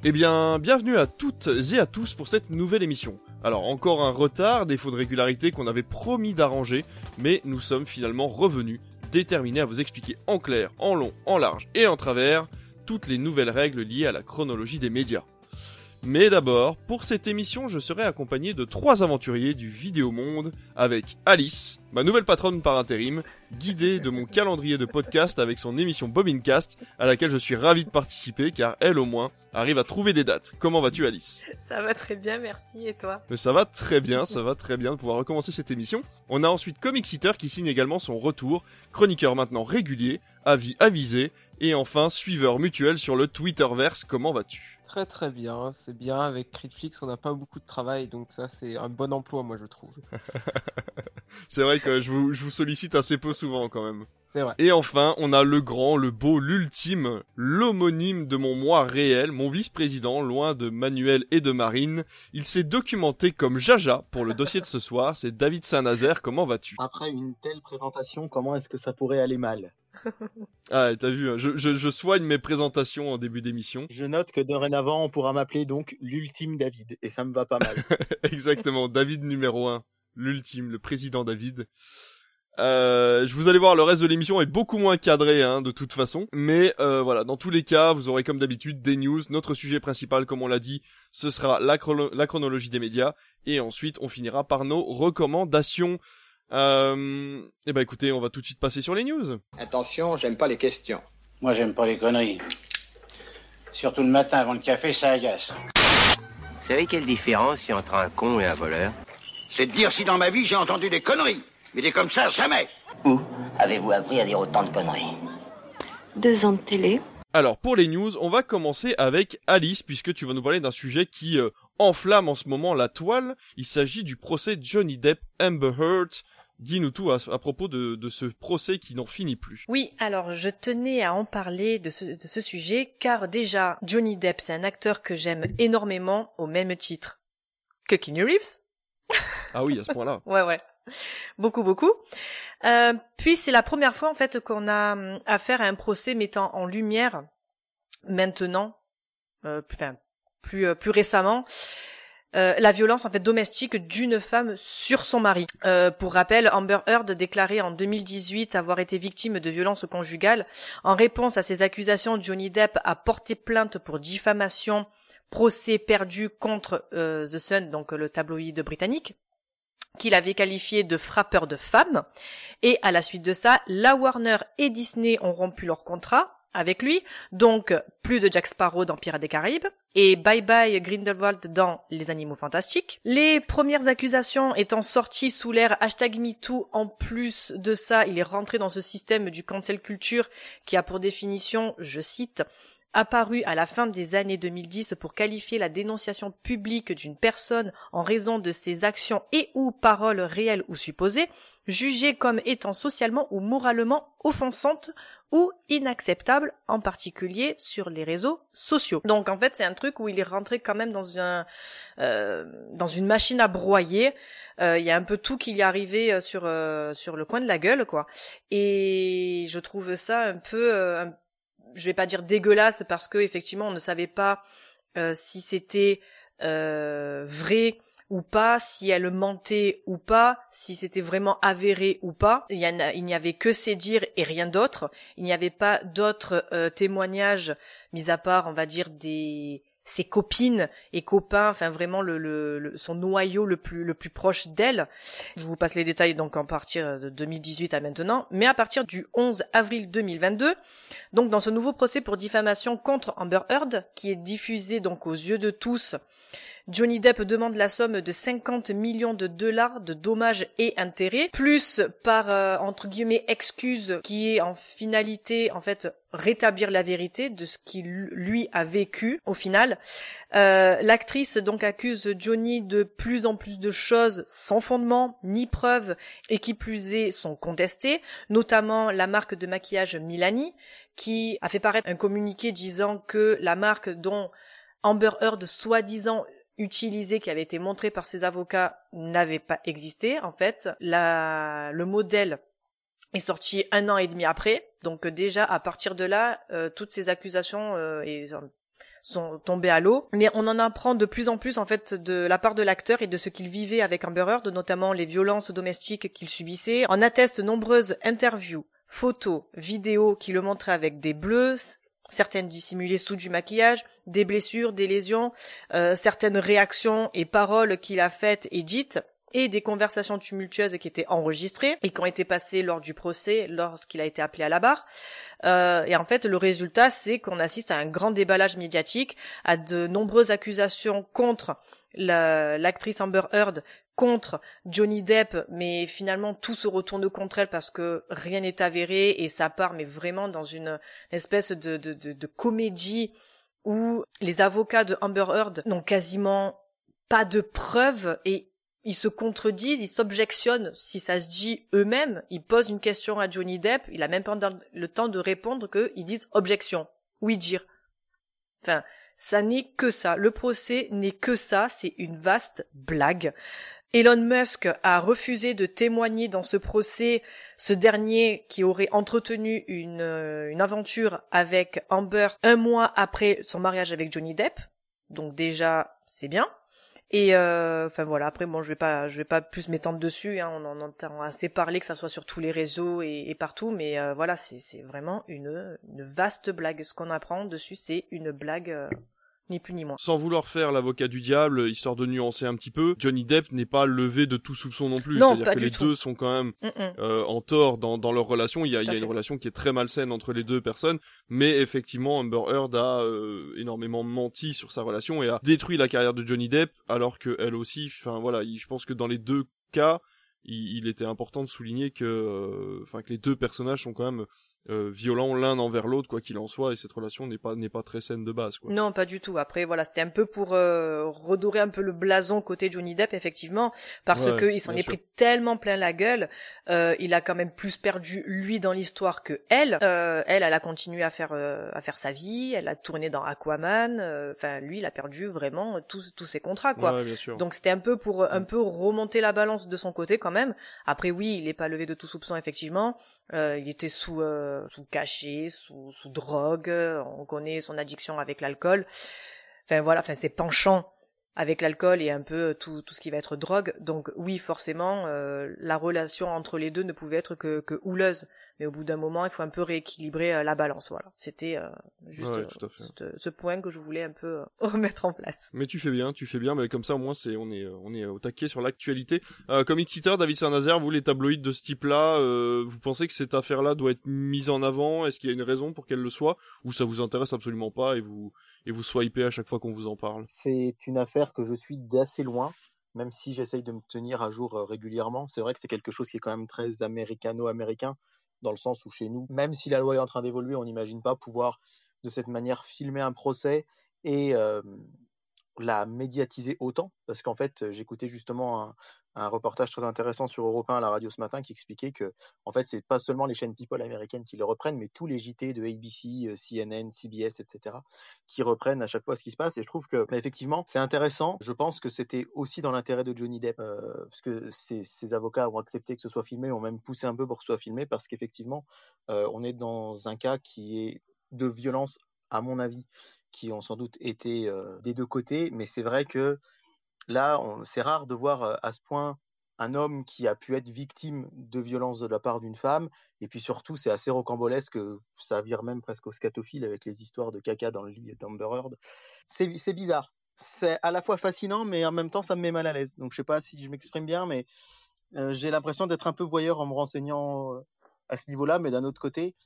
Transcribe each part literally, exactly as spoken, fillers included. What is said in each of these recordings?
Eh bien, bienvenue à toutes et à tous pour cette nouvelle émission. Alors, encore un retard, défaut de régularité qu'on avait promis d'arranger, mais nous sommes finalement revenus, déterminés à vous expliquer en clair, en long, en large et en travers, toutes les nouvelles règles liées à la chronologie des médias. Mais d'abord, pour cette émission, je serai accompagné de trois aventuriers du vidéomonde, avec Alice, ma nouvelle patronne par intérim, guidée de mon calendrier de podcast avec son émission Bobincast, à laquelle je suis ravi de participer, car elle au moins arrive à trouver des dates. Comment vas-tu, Alice ? Ça va très bien, merci, et toi ? Mais ça va très bien, ça va très bien de pouvoir recommencer cette émission. On a ensuite Comic Eater qui signe également son retour, chroniqueur maintenant régulier, avis avisé, et enfin suiveur mutuel sur le Twitterverse. Comment vas-tu ? Très très bien, c'est bien, avec Critflix on n'a pas beaucoup de travail, donc ça c'est un bon emploi moi je trouve. C'est vrai que je vous, je vous sollicite assez peu souvent quand même. C'est vrai. Et enfin, on a le grand, le beau, l'ultime, l'homonyme de mon moi réel, mon vice-président, loin de Manuel et de Marine. Il s'est documenté comme Jaja pour le dossier de ce soir, c'est David Saint-Nazaire, comment vas-tu ? Après une telle présentation, comment est-ce que ça pourrait aller mal ? Ah, t'as vu, je, je, je soigne mes présentations en début d'émission. Je note que dorénavant, on pourra m'appeler donc l'ultime David, et ça me va pas mal. Exactement, David numéro un, l'ultime, le président David. Euh, je vous allez voir, le reste de l'émission est beaucoup moins cadré, hein, de toute façon. Mais euh, voilà, dans tous les cas, vous aurez comme d'habitude des news. Notre sujet principal, comme on l'a dit, ce sera la, chrono- la chronologie des médias. Et ensuite, on finira par nos recommandations. Euh, et bah écoutez, on va tout de suite passer sur les news. Attention, j'aime pas les questions. Moi, j'aime pas les conneries. Surtout le matin avant le café, ça agace. Vous savez quelle différence il y a entre un con et un voleur ? C'est de dire si dans ma vie j'ai entendu des conneries. Mais des comme ça, jamais. Où avez-vous appris à dire autant de conneries ? Deux ans de télé. Alors, pour les news, on va commencer avec Alice, puisque tu vas nous parler d'un sujet qui euh, enflamme en ce moment la toile. Il s'agit du procès Johnny Depp Amber Heard. Dis-nous tout à, à propos de, de ce procès qui n'en finit plus. Oui, alors je tenais à en parler de ce, de ce sujet, car déjà, Johnny Depp, c'est un acteur que j'aime énormément, au même titre que Keanu Reeves. Ah oui, à ce point-là. Ouais, ouais. Beaucoup, beaucoup. Euh, puis c'est la première fois en fait qu'on a hum, affaire à un procès mettant en lumière maintenant, euh, enfin plus euh, plus récemment, euh, la violence en fait domestique d'une femme sur son mari. Euh, pour rappel, Amber Heard déclarait en deux mille dix-huit avoir été victime de violences conjugales. En réponse à ces accusations, Johnny Depp a porté plainte pour diffamation, procès perdu contre euh, The Sun, donc le tabloïd britannique, qu'il avait qualifié de frappeur de femmes. Et à la suite de ça, la Warner et Disney ont rompu leur contrat avec lui, donc plus de Jack Sparrow dans Pirates des Caraïbes, et bye bye Grindelwald dans Les Animaux Fantastiques. Les premières accusations étant sorties sous l'ère hashtag MeToo, en plus de ça, il est rentré dans ce système du cancel culture qui a pour définition, je cite, apparu à la fin des années deux mille dix pour qualifier la dénonciation publique d'une personne en raison de ses actions et ou paroles réelles ou supposées, jugées comme étant socialement ou moralement offensantes ou inacceptables, en particulier sur les réseaux sociaux. Donc en fait, c'est un truc où il est rentré quand même dans un euh, dans une machine à broyer. Il euh, y a un peu tout qui lui est arrivé sur euh, sur le coin de la gueule, quoi. Et je trouve ça un peu euh, un je vais pas dire dégueulasse parce que effectivement on ne savait pas euh, si c'était euh, vrai ou pas, si elle mentait ou pas, si c'était vraiment avéré ou pas. Il y en a, il n'y avait que ses dires et rien d'autre. Il n'y avait pas d'autres euh, témoignages, mis à part, on va dire, des ses copines et copains, enfin vraiment le, le, le son noyau le plus le plus proche d'elle. Je vous passe les détails donc à partir de deux mille dix-huit à maintenant, mais à partir du onze avril deux mille vingt-deux, donc dans ce nouveau procès pour diffamation contre Amber Heard qui est diffusé donc aux yeux de tous, Johnny Depp demande la somme de cinquante millions de dollars de dommages et intérêts, plus par euh, entre guillemets excuse qui est en finalité en fait rétablir la vérité de ce qu'il lui a vécu au final. Euh, l'actrice donc accuse Johnny de plus en plus de choses sans fondement ni preuve et qui plus est sont contestées, notamment la marque de maquillage Milani qui a fait paraître un communiqué disant que la marque dont Amber Heard soi-disant utilisé qui avait été montré par ses avocats n'avait pas existé. En fait, la, le modèle est sorti un an et demi après. Donc euh, déjà, à partir de là, euh, toutes ces accusations euh, et, euh, sont tombés à l'eau. Mais on en apprend de plus en plus en fait de la part de l'acteur et de ce qu'il vivait avec Amber Heard, notamment les violences domestiques qu'il subissait. On atteste nombreuses interviews, photos, vidéos qui le montraient avec des bleus, certaines dissimulées sous du maquillage, des blessures, des lésions, euh, certaines réactions et paroles qu'il a faites et dites, et des conversations tumultueuses qui étaient enregistrées et qui ont été passées lors du procès, lorsqu'il a été appelé à la barre. Euh, et en fait, le résultat, c'est qu'on assiste à un grand déballage médiatique, à de nombreuses accusations contre la, l'actrice Amber Heard, contre Johnny Depp, mais finalement tout se retourne contre elle parce que rien n'est avéré et ça part mais vraiment dans une espèce de, de, de, de comédie où les avocats de Amber Heard n'ont quasiment pas de preuves et ils se contredisent, ils s'objectionnent, si ça se dit eux-mêmes, ils posent une question à Johnny Depp, il a même pas le temps de répondre qu'ils disent objection, oui dire. Enfin, ça n'est que ça, le procès n'est que ça, c'est une vaste blague. Elon Musk a refusé de témoigner dans ce procès, ce dernier qui aurait entretenu une, une aventure avec Amber un mois après son mariage avec Johnny Depp, donc déjà c'est bien. Et euh, enfin voilà, après bon je vais pas je vais pas plus m'étendre dessus, hein, on en entend assez parler, que ça soit sur tous les réseaux et, et partout, mais euh, voilà, c'est c'est vraiment une une vaste blague. Ce qu'on apprend dessus, c'est une blague, euh, ni plus ni moins. Sans vouloir faire l'avocat du diable, histoire de nuancer un petit peu, Johnny Depp n'est pas levé de tout soupçon non plus. Non, C'est-à-dire pas que du les tout. deux sont quand même euh, en tort dans, dans leur relation. Il y a, il y a une relation qui est très malsaine entre les deux personnes, mais effectivement, Amber Heard a euh, énormément menti sur sa relation et a détruit la carrière de Johnny Depp, alors que elle aussi. Enfin voilà, il, je pense que dans les deux cas, il, il était important de souligner que, enfin, euh, que les deux personnages sont quand même Euh, violents l'un envers l'autre, quoi qu'il en soit, et cette relation n'est pas n'est pas très saine de base, quoi. Non, pas du tout. Après voilà, c'était un peu pour euh, redorer un peu le blason côté Johnny Depp, effectivement, parce ouais, que il s'en est sûr. pris tellement plein la gueule. Euh, il a quand même plus perdu lui dans l'histoire que elle. Euh, elle, elle a continué à faire euh, à faire sa vie. Elle a tourné dans Aquaman. Enfin, euh, lui, il a perdu vraiment tous tous ses contrats, quoi. Ouais, bien sûr. Donc c'était un peu pour un peu remonter la balance de son côté quand même. Après oui, il est pas levé de tout soupçon, effectivement. Euh, il était sous euh, sous cachet, sous sous drogue, on connaît son addiction avec l'alcool. Enfin voilà, enfin ses penchants avec l'alcool et un peu tout tout ce qui va être drogue. Donc oui, forcément, euh, la relation entre les deux ne pouvait être que que houleuse. Mais au bout d'un moment, il faut un peu rééquilibrer euh, la balance. Voilà, c'était euh, juste ouais, euh, ce, ce point que je voulais un peu euh, remettre en place. Mais tu fais bien, tu fais bien. Mais comme ça, au moins, c'est on est on est au taquet sur l'actualité. Euh, comme X-Eater, David Saint-Nazaire, vous les tabloïds de ce type-là, euh, vous pensez que cette affaire-là doit être mise en avant? Est-ce qu'il y a une raison pour qu'elle le soit, ou ça vous intéresse absolument pas et vous et vous swipez à chaque fois qu'on vous en parle? C'est une affaire que je suis d'assez loin, même si j'essaye de me tenir à jour euh, régulièrement. C'est vrai que c'est quelque chose qui est quand même très américano-américain, dans le sens où chez nous, même si la loi est en train d'évoluer, on n'imagine pas pouvoir de cette manière filmer un procès et euh, la médiatiser autant, parce qu'en fait, j'écoutais justement un, un reportage très intéressant sur Europe un à la radio ce matin qui expliquait que, en fait, c'est pas seulement les chaînes People américaines qui le reprennent, mais tous les J T de A B C, C N N, C B S, et cetera, qui reprennent à chaque fois ce qui se passe. Et je trouve que, bah, effectivement, c'est intéressant. Je pense que c'était aussi dans l'intérêt de Johnny Depp, euh, parce que ses, ses avocats ont accepté que ce soit filmé, ont même poussé un peu pour que ce soit filmé, parce qu'effectivement, euh, on est dans un cas qui est de violence, à mon avis, qui ont sans doute été euh, des deux côtés, mais c'est vrai que là, on, c'est rare de voir euh, à ce point un homme qui a pu être victime de violence de la part d'une femme, et puis surtout, c'est assez rocambolesque, ça vire même presque au scatophile avec les histoires de caca dans le lit d'Amber Heard. C'est, c'est bizarre, c'est à la fois fascinant, mais en même temps, ça me met mal à l'aise. Donc je sais pas si je m'exprime bien, mais euh, j'ai l'impression d'être un peu voyeur en me renseignant euh, à ce niveau-là, mais d'un autre côté,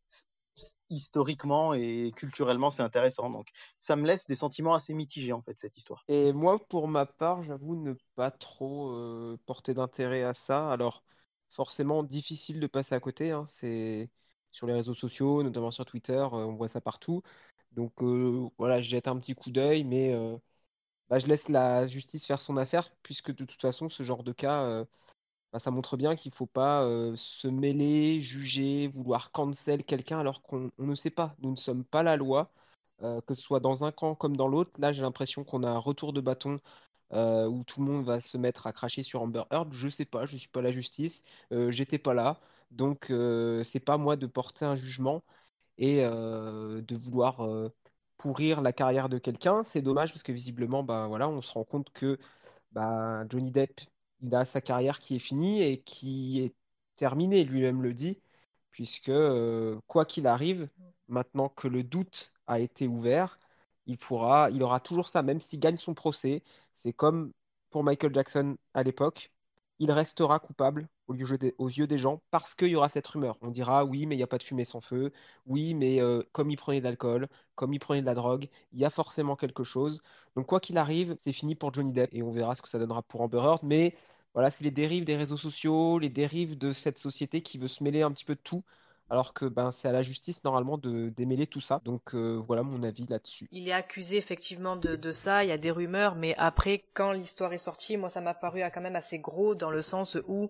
historiquement et culturellement c'est intéressant, donc ça me laisse des sentiments assez mitigés en fait cette histoire. Et moi pour ma part j'avoue ne pas trop euh, porter d'intérêt à ça. Alors forcément difficile de passer à côté, hein. C'est sur les réseaux sociaux, notamment sur Twitter, euh, on voit ça partout, donc euh, voilà, je jette un petit coup d'œil, mais euh, bah, je laisse la justice faire son affaire, puisque de toute façon ce genre de cas euh, bah, ça montre bien qu'il ne faut pas euh, se mêler, juger, vouloir cancel quelqu'un alors qu'on on ne sait pas. Nous ne sommes pas la loi, euh, que ce soit dans un camp comme dans l'autre. Là, j'ai l'impression qu'on a un retour de bâton euh, où tout le monde va se mettre à cracher sur Amber Heard. Je ne sais pas, je ne suis pas la justice, euh, j'étais pas là. Donc, euh, c'est pas moi de porter un jugement et euh, de vouloir euh, pourrir la carrière de quelqu'un. C'est dommage parce que visiblement, bah, voilà, on se rend compte que bah, Johnny Depp, il a sa carrière qui est finie et qui est terminée, lui-même le dit, puisque euh, quoi qu'il arrive, maintenant que le doute a été ouvert, il pourra, il aura toujours ça, même s'il gagne son procès. C'est comme pour Michael Jackson à l'époque, il restera coupable aux yeux des, aux yeux des gens parce qu'il y aura cette rumeur. On dira oui, mais il n'y a pas de fumée sans feu. Oui, mais euh, comme il prenait de l'alcool, comme il prenait de la drogue, il y a forcément quelque chose. Donc quoi qu'il arrive, c'est fini pour Johnny Depp et on verra ce que ça donnera pour Amber Heard. Mais voilà, c'est les dérives des réseaux sociaux, les dérives de cette société qui veut se mêler un petit peu de tout. Alors que ben, c'est à la justice normalement de démêler tout ça. Donc euh, voilà mon avis là-dessus. Il est accusé effectivement de, de ça, il y a des rumeurs, mais après, quand l'histoire est sortie, moi ça m'a paru quand même assez gros dans le sens où,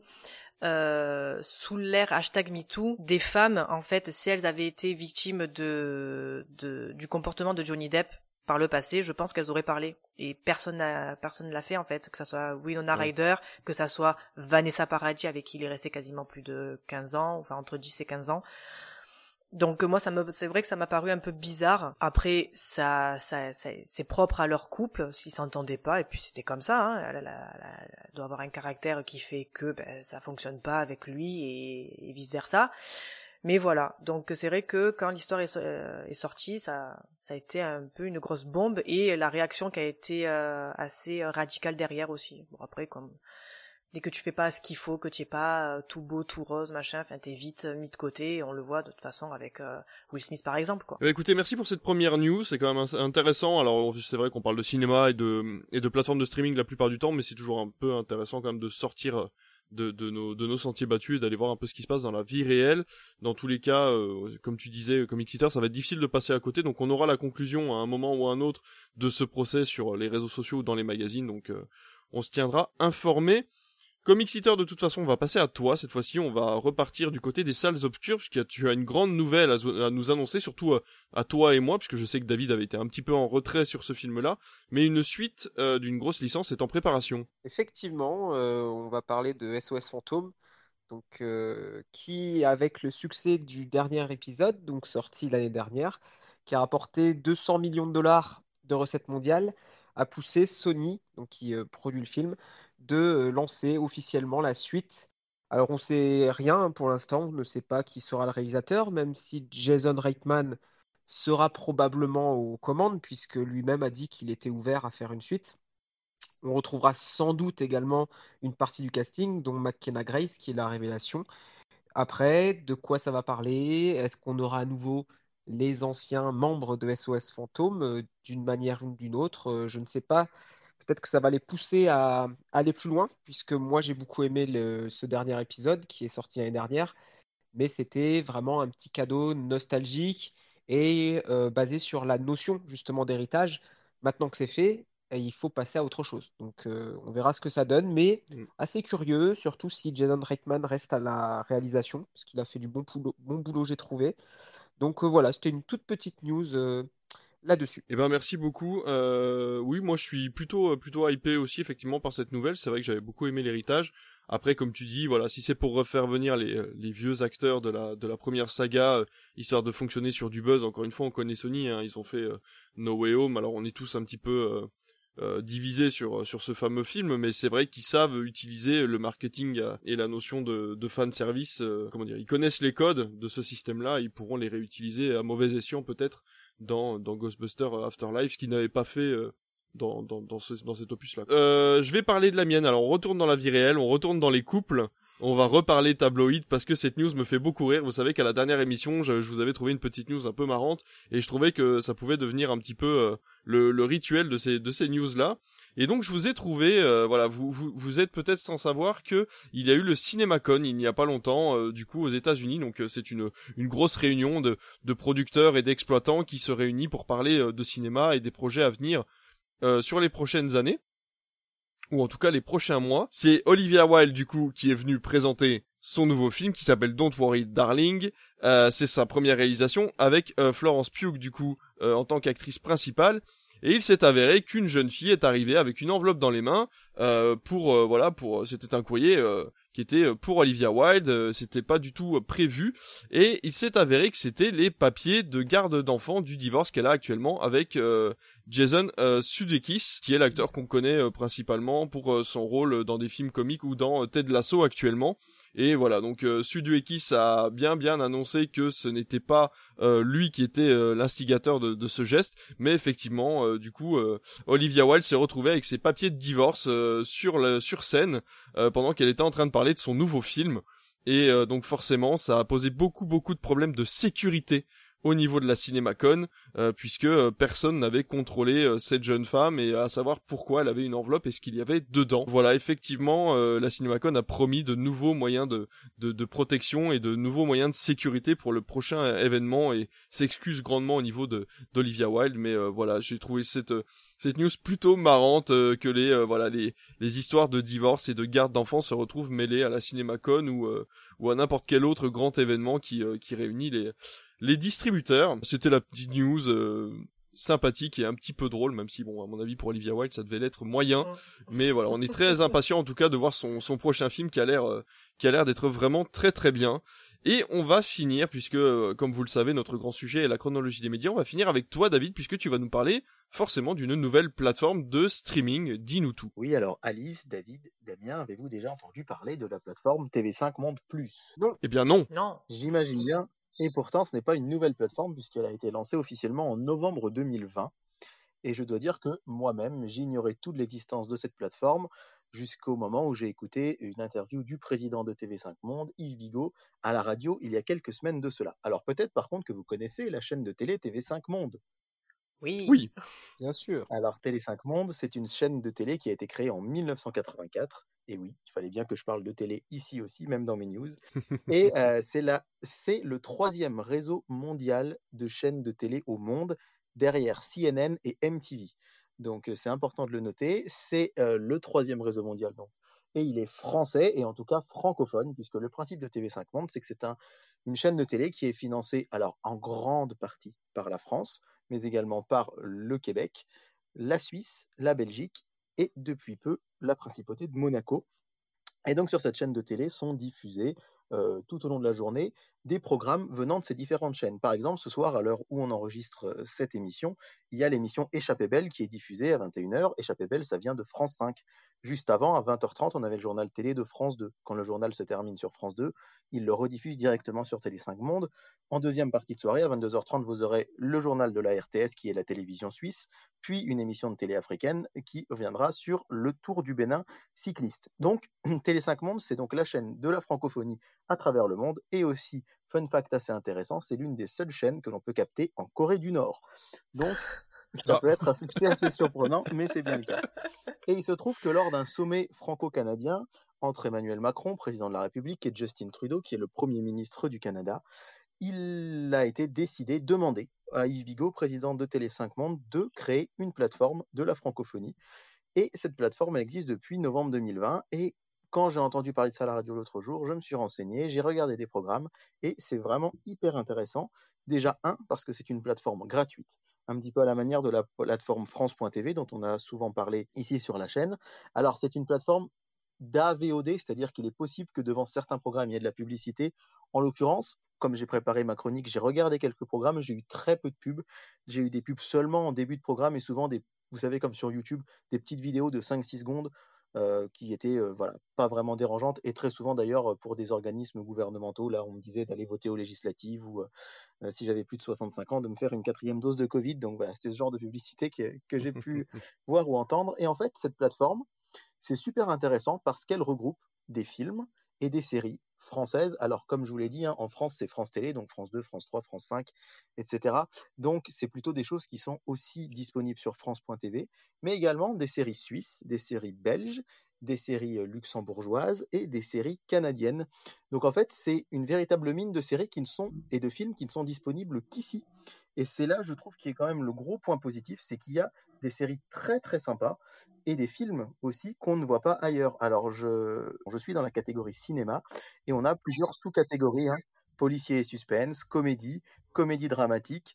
euh, sous l'ère hashtag MeToo, des femmes, en fait, si elles avaient été victimes de, de du comportement de Johnny Depp par le passé, je pense qu'elles auraient parlé. Et personne n'a, personne ne l'a fait, en fait, que ça soit Winona Ouais. Ryder, que ça soit Vanessa Paradis, avec qui il est resté quasiment plus de quinze ans, enfin entre dix et quinze ans. Donc moi, ça me, c'est vrai que ça m'a paru un peu bizarre. Après, ça, ça, ça c'est propre à leur couple, s'ils s'entendaient pas, et puis c'était comme ça. Hein. Elle, elle, elle, elle doit avoir un caractère qui fait que ben, ça fonctionne pas avec lui et, et vice versa. Mais voilà, donc c'est vrai que quand l'histoire est, euh, est sortie, ça, ça a été un peu une grosse bombe et la réaction qui a été euh, assez radicale derrière aussi. Bon après, comme dès que tu fais pas ce qu'il faut, que tu es pas euh, tout beau, tout rose, machin, enfin t'es vite mis de côté. Et on le voit de toute façon avec euh, Will Smith par exemple, quoi. Bah, écoutez, merci pour cette première news, c'est quand même intéressant. Alors c'est vrai qu'on parle de cinéma et de et de plateformes de streaming la plupart du temps, mais c'est toujours un peu intéressant quand même de sortir de de nos de nos sentiers battus et d'aller voir un peu ce qui se passe dans la vie réelle. Dans tous les cas, euh, comme tu disais, Comic Sitter, ça va être difficile de passer à côté, donc on aura la conclusion à un moment ou à un autre de ce procès sur les réseaux sociaux ou dans les magazines, donc euh, on se tiendra informé. Comic Sitter, de toute façon, on va passer à toi. Cette fois-ci, on va repartir du côté des salles obscures, puisque tu as une grande nouvelle à, à nous annoncer, surtout à, à toi et moi, puisque je sais que David avait été un petit peu en retrait sur ce film-là, mais une suite euh, d'une grosse licence est en préparation. Effectivement, euh, on va parler de S O S Fantôme, donc euh, qui, avec le succès du dernier épisode, donc sorti l'année dernière, qui a rapporté deux cents millions de dollars de recettes mondiales, a poussé Sony, donc qui euh, produit le film, de euh, lancer officiellement la suite. Alors on sait rien pour l'instant, on ne sait pas qui sera le réalisateur, même si Jason Reitman sera probablement aux commandes, puisque lui-même a dit qu'il était ouvert à faire une suite. On retrouvera sans doute également une partie du casting, dont McKenna Grace, qui est la révélation. Après, de quoi ça va parler? Est-ce qu'on aura à nouveau les anciens membres de S O S Fantôme euh, d'une manière ou d'une autre? Euh, je ne sais pas. Peut-être que ça va les pousser à, à aller plus loin, puisque moi j'ai beaucoup aimé le, ce dernier épisode qui est sorti l'année dernière, mais c'était vraiment un petit cadeau nostalgique et euh, basé sur la notion justement d'héritage. Maintenant que c'est fait, eh, il faut passer à autre chose. Donc euh, on verra ce que ça donne, mais Mm. assez curieux, surtout si Jason Reitman reste à la réalisation, parce qu'il a fait du bon boulot, bon boulot j'ai trouvé. Donc euh, voilà, c'était une toute petite news euh, là-dessus. Eh ben merci beaucoup. Euh, oui, moi je suis plutôt plutôt hypé aussi effectivement par cette nouvelle. C'est vrai que j'avais beaucoup aimé l'héritage. Après, comme tu dis, voilà, si c'est pour refaire venir les les vieux acteurs de la de la première saga, euh, histoire de fonctionner sur du buzz. Encore une fois, on connaît Sony, hein, ils ont fait euh, No Way Home. Alors on est tous un petit peu euh, euh, divisés sur sur ce fameux film, mais c'est vrai qu'ils savent utiliser le marketing euh, et la notion de de fan service. Euh, comment dire, ils connaissent les codes de ce système-là, ils pourront les réutiliser à mauvais escient peut-être dans dans Ghostbusters Afterlife, ce qu'ils n'avaient pas fait euh, dans dans dans, ce, dans cet opus-là. Euh, je vais parler de la mienne. Alors on retourne dans la vie réelle, on retourne dans les couples. On va reparler tabloïd parce que cette news me fait beaucoup rire. Vous savez qu'à la dernière émission, je, je vous avais trouvé une petite news un peu marrante et je trouvais que ça pouvait devenir un petit peu euh, le, le rituel de ces de ces news-là. Et donc je vous ai trouvé, euh, voilà, vous vous vous êtes peut-être sans savoir que il y a eu le CinemaCon il n'y a pas longtemps, euh, du coup aux États-Unis. Donc euh, c'est une une grosse réunion de de producteurs et d'exploitants qui se réunissent pour parler euh, de cinéma et des projets à venir euh, sur les prochaines années, ou en tout cas les prochains mois. C'est Olivia Wilde du coup qui est venue présenter son nouveau film qui s'appelle Don't Worry Darling. Euh, c'est sa première réalisation avec euh, Florence Pugh du coup euh, en tant qu'actrice principale. Et il s'est avéré qu'une jeune fille est arrivée avec une enveloppe dans les mains euh, pour euh, voilà pour c'était un courrier euh, qui était pour Olivia Wilde. Euh, c'était pas du tout prévu, et il s'est avéré que c'était les papiers de garde d'enfants du divorce qu'elle a actuellement avec euh, Jason euh, Sudeikis, qui est l'acteur qu'on connaît euh, principalement pour euh, son rôle dans des films comiques ou dans euh, Ted Lasso actuellement. Et voilà, donc euh, Sudeikis a bien bien annoncé que ce n'était pas euh, lui qui était euh, l'instigateur de, de ce geste, mais effectivement, euh, du coup, euh, Olivia Wilde s'est retrouvée avec ses papiers de divorce euh, sur le, sur scène euh, pendant qu'elle était en train de parler de son nouveau film. Et euh, donc forcément, ça a posé beaucoup beaucoup de problèmes de sécurité au niveau de la CinemaCon, euh, puisque euh, personne n'avait contrôlé euh, cette jeune femme, et à savoir pourquoi elle avait une enveloppe et ce qu'il y avait dedans. Voilà, effectivement, euh, la CinemaCon a promis de nouveaux moyens de, de, de protection et de nouveaux moyens de sécurité pour le prochain événement, et s'excuse grandement au niveau de d'Olivia Wilde, mais euh, voilà, j'ai trouvé cette cette news plutôt marrante, euh, que les euh, voilà les les histoires de divorce et de garde d'enfants se retrouvent mêlées à la CinemaCon ou euh, ou à n'importe quel autre grand événement qui euh, qui réunit les les distributeurs. C'était la petite news euh, sympathique et un petit peu drôle, même si bon, à mon avis pour Olivia Wilde ça devait l'être moyen, mais voilà, on est très impatient en tout cas de voir son son prochain film qui a l'air euh, qui a l'air d'être vraiment très très bien. Et on va finir, puisque euh, comme vous le savez, notre grand sujet est la chronologie des médias, on va finir avec toi David, puisque tu vas nous parler forcément d'une nouvelle plateforme de streaming. Dis-nous tout. Oui, alors Alice, David, Damien, avez-vous déjà entendu parler de la plateforme T V cinq Monde Plus? Non. Eh bien non. Non. J'imagine bien. Et pourtant, ce n'est pas une nouvelle plateforme puisqu'elle a été lancée officiellement en novembre deux mille vingt. Et je dois dire que moi-même, j'ignorais toute l'existence de cette plateforme jusqu'au moment où j'ai écouté une interview du président de T V cinq Monde, Yves Bigot, à la radio il y a quelques semaines de cela. Alors peut-être par contre que vous connaissez la chaîne de télé T V cinq Monde. Oui. Oui. Bien sûr. Alors Télé cinq Monde, c'est une chaîne de télé qui a été créée en mille neuf cent quatre-vingt-quatre. Et oui, il fallait bien que je parle de télé ici aussi, même dans mes news. Et euh, c'est, la, c'est le troisième réseau mondial de chaînes de télé au monde, derrière C N N et M T V. Donc c'est important de le noter, c'est euh, le troisième réseau mondial. Donc. Et il est français, et en tout cas francophone, puisque le principe de T V cinq Monde, c'est que c'est un, une chaîne de télé qui est financée alors en grande partie par la France, mais également par le Québec, la Suisse, la Belgique, et depuis peu la principauté de Monaco. Et donc sur cette chaîne de télé sont diffusés euh, tout au long de la journée des programmes venant de ces différentes chaînes. Par exemple, ce soir, à l'heure où on enregistre euh, cette émission, il y a l'émission Échappée Belle qui est diffusée à vingt et une heures. Échappée Belle, ça vient de France cinq. Juste avant, à vingt heures trente, on avait le journal télé de France deux. Quand le journal se termine sur France deux, il le rediffuse directement sur Télé cinq Monde. En deuxième partie de soirée, à vingt-deux heures trente, vous aurez le journal de la R T S, qui est la télévision suisse, puis une émission de télé africaine qui reviendra sur le Tour du Bénin cycliste. Donc, Télé cinq Monde, c'est donc la chaîne de la francophonie à travers le monde, et aussi, fun fact assez intéressant, c'est l'une des seules chaînes que l'on peut capter en Corée du Nord. Donc, ça peut être assez, assez surprenant, mais c'est bien le cas. Et il se trouve que lors d'un sommet franco-canadien entre Emmanuel Macron, président de la République, et Justin Trudeau, qui est le Premier ministre du Canada, il a été décidé, demandé à Yves Bigot, président de Télé cinq Monde, de créer une plateforme de la francophonie. Et cette plateforme, elle existe depuis novembre deux mille vingt, et quand j'ai entendu parler de ça à la radio l'autre jour, je me suis renseigné, j'ai regardé des programmes, et c'est vraiment hyper intéressant. Déjà, un, parce que c'est une plateforme gratuite, un petit peu à la manière de la plateforme France point T V, dont on a souvent parlé ici sur la chaîne. Alors, c'est une plateforme d'A V O D, c'est-à-dire qu'il est possible que devant certains programmes, il y ait de la publicité. En l'occurrence, comme j'ai préparé ma chronique, j'ai regardé quelques programmes, j'ai eu très peu de pubs. J'ai eu des pubs seulement en début de programme, et souvent, des, vous savez, comme sur YouTube, des petites vidéos de cinq six secondes, Euh, qui étaient euh, voilà, pas vraiment dérangeantes, et très souvent d'ailleurs pour des organismes gouvernementaux. Là, on me disait d'aller voter aux législatives, ou euh, si j'avais plus de soixante-cinq ans, de me faire une quatrième dose de Covid. Donc voilà, c'est ce genre de publicité que, que j'ai pu voir ou entendre. Et en fait, cette plateforme, c'est super intéressant parce qu'elle regroupe des films et des séries françaises. Alors, comme je vous l'ai dit, hein, en France, c'est France Télé, donc France deux, France trois, France cinq, et cetera. Donc, c'est plutôt des choses qui sont aussi disponibles sur France point T V, mais également des séries suisses, des séries belges, des séries luxembourgeoises et des séries canadiennes. Donc, en fait, c'est une véritable mine de séries qui ne sont, et de films qui ne sont disponibles qu'ici. Et c'est là, je trouve, qui est quand même le gros point positif, c'est qu'il y a des séries très très sympas et des films aussi qu'on ne voit pas ailleurs. Alors, je, je suis dans la catégorie cinéma, et on a plusieurs sous-catégories, hein. Policier et suspense, comédie, comédie dramatique,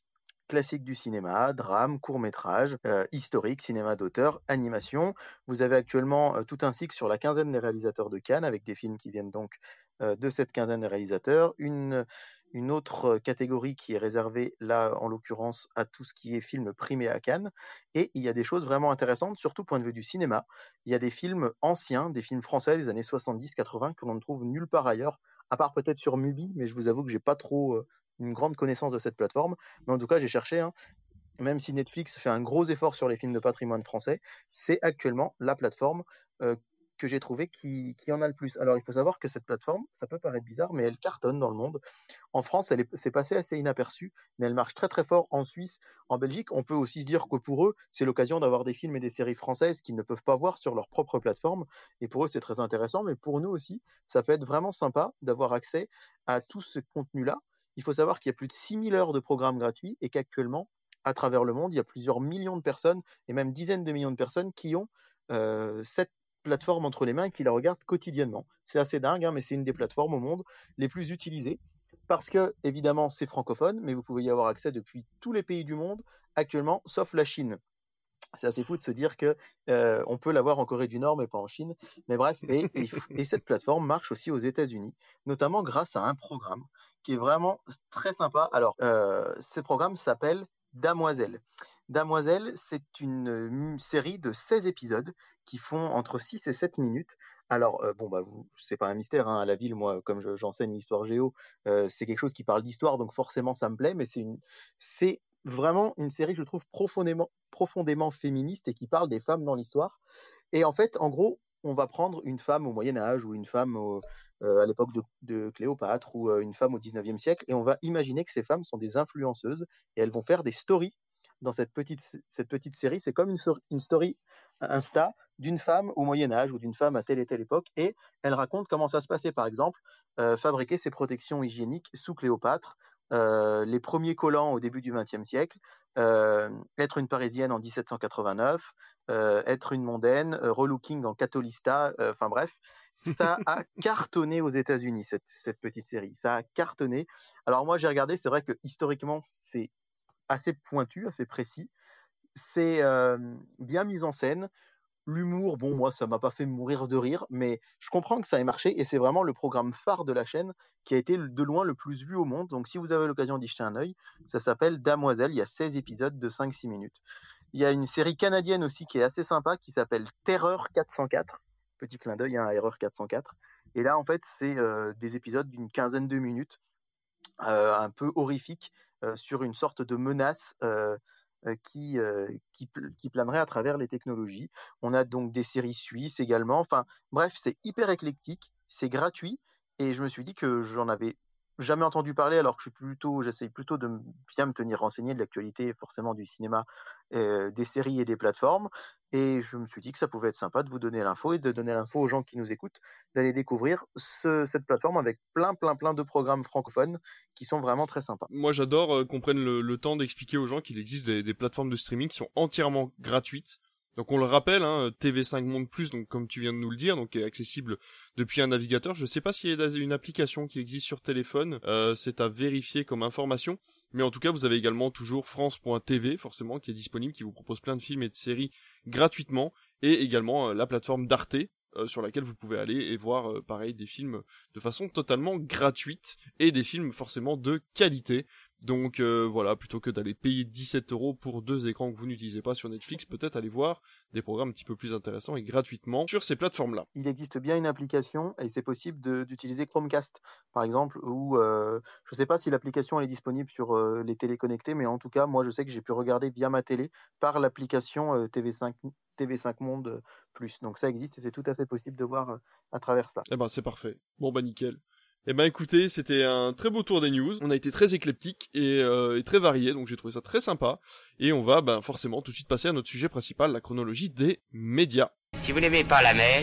classiques du cinéma, drame, court-métrage, euh, historique, cinéma d'auteur, animation. Vous avez actuellement euh, tout un cycle sur la quinzaine des réalisateurs de Cannes, avec des films qui viennent donc euh, de cette quinzaine de réalisateurs. Une, une autre catégorie qui est réservée, là, en l'occurrence, à tout ce qui est film primé à Cannes. Et il y a des choses vraiment intéressantes, surtout point de vue du cinéma. Il y a des films anciens, des films français des années soixante-dix quatre-vingts que l'on ne trouve nulle part ailleurs, à part peut-être sur Mubi, mais je vous avoue que j'ai pas trop euh, une grande connaissance de cette plateforme. Mais en tout cas, j'ai cherché, hein, même si Netflix fait un gros effort sur les films de patrimoine français, c'est actuellement la plateforme euh, que j'ai trouvé qui, qui en a le plus. Alors, il faut savoir que cette plateforme, ça peut paraître bizarre, mais elle cartonne dans le monde. En France, elle est, c'est passé assez inaperçu, mais elle marche très très fort en Suisse, en Belgique. On peut aussi se dire que pour eux, c'est l'occasion d'avoir des films et des séries françaises qu'ils ne peuvent pas voir sur leur propre plateforme. Et pour eux, c'est très intéressant, mais pour nous aussi, ça peut être vraiment sympa d'avoir accès à tout ce contenu-là. Il faut savoir qu'il y a plus de six mille heures de programmes gratuits et qu'actuellement, à travers le monde, il y a plusieurs millions de personnes et même dizaines de millions de personnes qui ont euh, cette plateforme entre les mains et qui la regardent quotidiennement. C'est assez dingue, hein, mais c'est une des plateformes au monde les plus utilisées parce que, évidemment, c'est francophone, mais vous pouvez y avoir accès depuis tous les pays du monde actuellement, sauf la Chine. C'est assez fou de se dire que euh, on peut l'avoir en Corée du Nord, mais pas en Chine. Mais bref, et, et, et cette plateforme marche aussi aux États-Unis, notamment grâce à un programme qui est vraiment très sympa. Alors, euh, ce programme s'appelle Damoiselle. Damoiselle, c'est une, une série de seize épisodes qui font entre six et sept minutes. Alors, euh, bon, bah, vous, c'est pas un mystère, hein, à la ville, moi, comme je, j'enseigne l'histoire géo, euh, c'est quelque chose qui parle d'histoire, donc forcément, ça me plaît, mais c'est une, c'est vraiment une série que je trouve profondément, profondément féministe et qui parle des femmes dans l'histoire. Et en fait, en gros, on va prendre une femme au Moyen-Âge ou une femme au, euh, à l'époque de, de Cléopâtre ou euh, une femme au dix-neuvième siècle et on va imaginer que ces femmes sont des influenceuses et elles vont faire des stories dans cette petite, cette petite série. C'est comme une, une story Insta d'une femme au Moyen-Âge ou d'une femme à telle et telle époque et elle raconte comment ça se passait. Par exemple, euh, fabriquer ses protections hygiéniques sous Cléopâtre, euh, les premiers collants au début du vingtième siècle, euh, être une Parisienne en dix-sept cent quatre-vingt-neuf, euh, être une mondaine, euh, relooking en Catholista, enfin euh, bref, ça a cartonné aux États-Unis cette, cette petite série, ça a cartonné. Alors moi j'ai regardé, c'est vrai que historiquement c'est assez pointu, assez précis, c'est euh, bien mis en scène. L'humour, bon, moi, ça m'a pas fait mourir de rire, mais je comprends que ça ait marché et c'est vraiment le programme phare de la chaîne qui a été de loin le plus vu au monde. Donc, si vous avez l'occasion d'y jeter un œil, ça s'appelle Damoiselle. Il y a seize épisodes de cinq six minutes. Il y a une série canadienne aussi qui est assez sympa qui s'appelle Terreur quatre cent quatre. Petit clin d'œil à Erreur quatre cent quatre. Et là, en fait, c'est euh, des épisodes d'une quinzaine de minutes, euh, un peu horrifiques, euh, sur une sorte de menace. Euh, Qui, euh, qui, qui planerait à travers les technologies. On a donc des séries suisses également. Enfin, bref, c'est hyper éclectique, c'est gratuit, et je me suis dit que j'en avais jamais entendu parler, alors que je suis plutôt, j'essaye plutôt de bien me tenir renseigné de l'actualité, forcément du cinéma, euh, des séries et des plateformes. Et je me suis dit que ça pouvait être sympa de vous donner l'info et de donner l'info aux gens qui nous écoutent, d'aller découvrir ce, cette plateforme avec plein, plein, plein de programmes francophones qui sont vraiment très sympas. Moi, j'adore euh, qu'on prenne le, le temps d'expliquer aux gens qu'il existe des, des plateformes de streaming qui sont entièrement gratuites. Donc on le rappelle, hein, T V cinq Monde Plus, donc comme tu viens de nous le dire, donc est accessible depuis un navigateur. Je sais pas s'il y a une application qui existe sur téléphone, euh, c'est à vérifier comme information. Mais en tout cas, vous avez également toujours France point T V, forcément, qui est disponible, qui vous propose plein de films et de séries gratuitement, et également euh, la plateforme d'Arte, euh, sur laquelle vous pouvez aller et voir, euh, pareil, des films de façon totalement gratuite, et des films forcément de qualité. Donc euh, voilà, plutôt que d'aller payer dix-sept euros pour deux écrans que vous n'utilisez pas sur Netflix, peut-être aller voir des programmes un petit peu plus intéressants et gratuitement sur ces plateformes-là. Il existe bien une application et c'est possible de, d'utiliser Chromecast, par exemple, ou euh, je ne sais pas si l'application elle est disponible sur euh, les télés connectées, mais en tout cas, moi je sais que j'ai pu regarder via ma télé par l'application euh, T V cinq, T V cinq Monde Plus. Donc ça existe et c'est tout à fait possible de voir euh, à travers ça. Eh ben c'est parfait. Bon bah nickel. Eh ben écoutez, c'était un très beau tour des news. On a été très éclectique et, euh, et très varié, donc j'ai trouvé ça très sympa. Et on va ben, forcément tout de suite passer à notre sujet principal, la chronologie des médias. Si vous n'aimez pas la mer,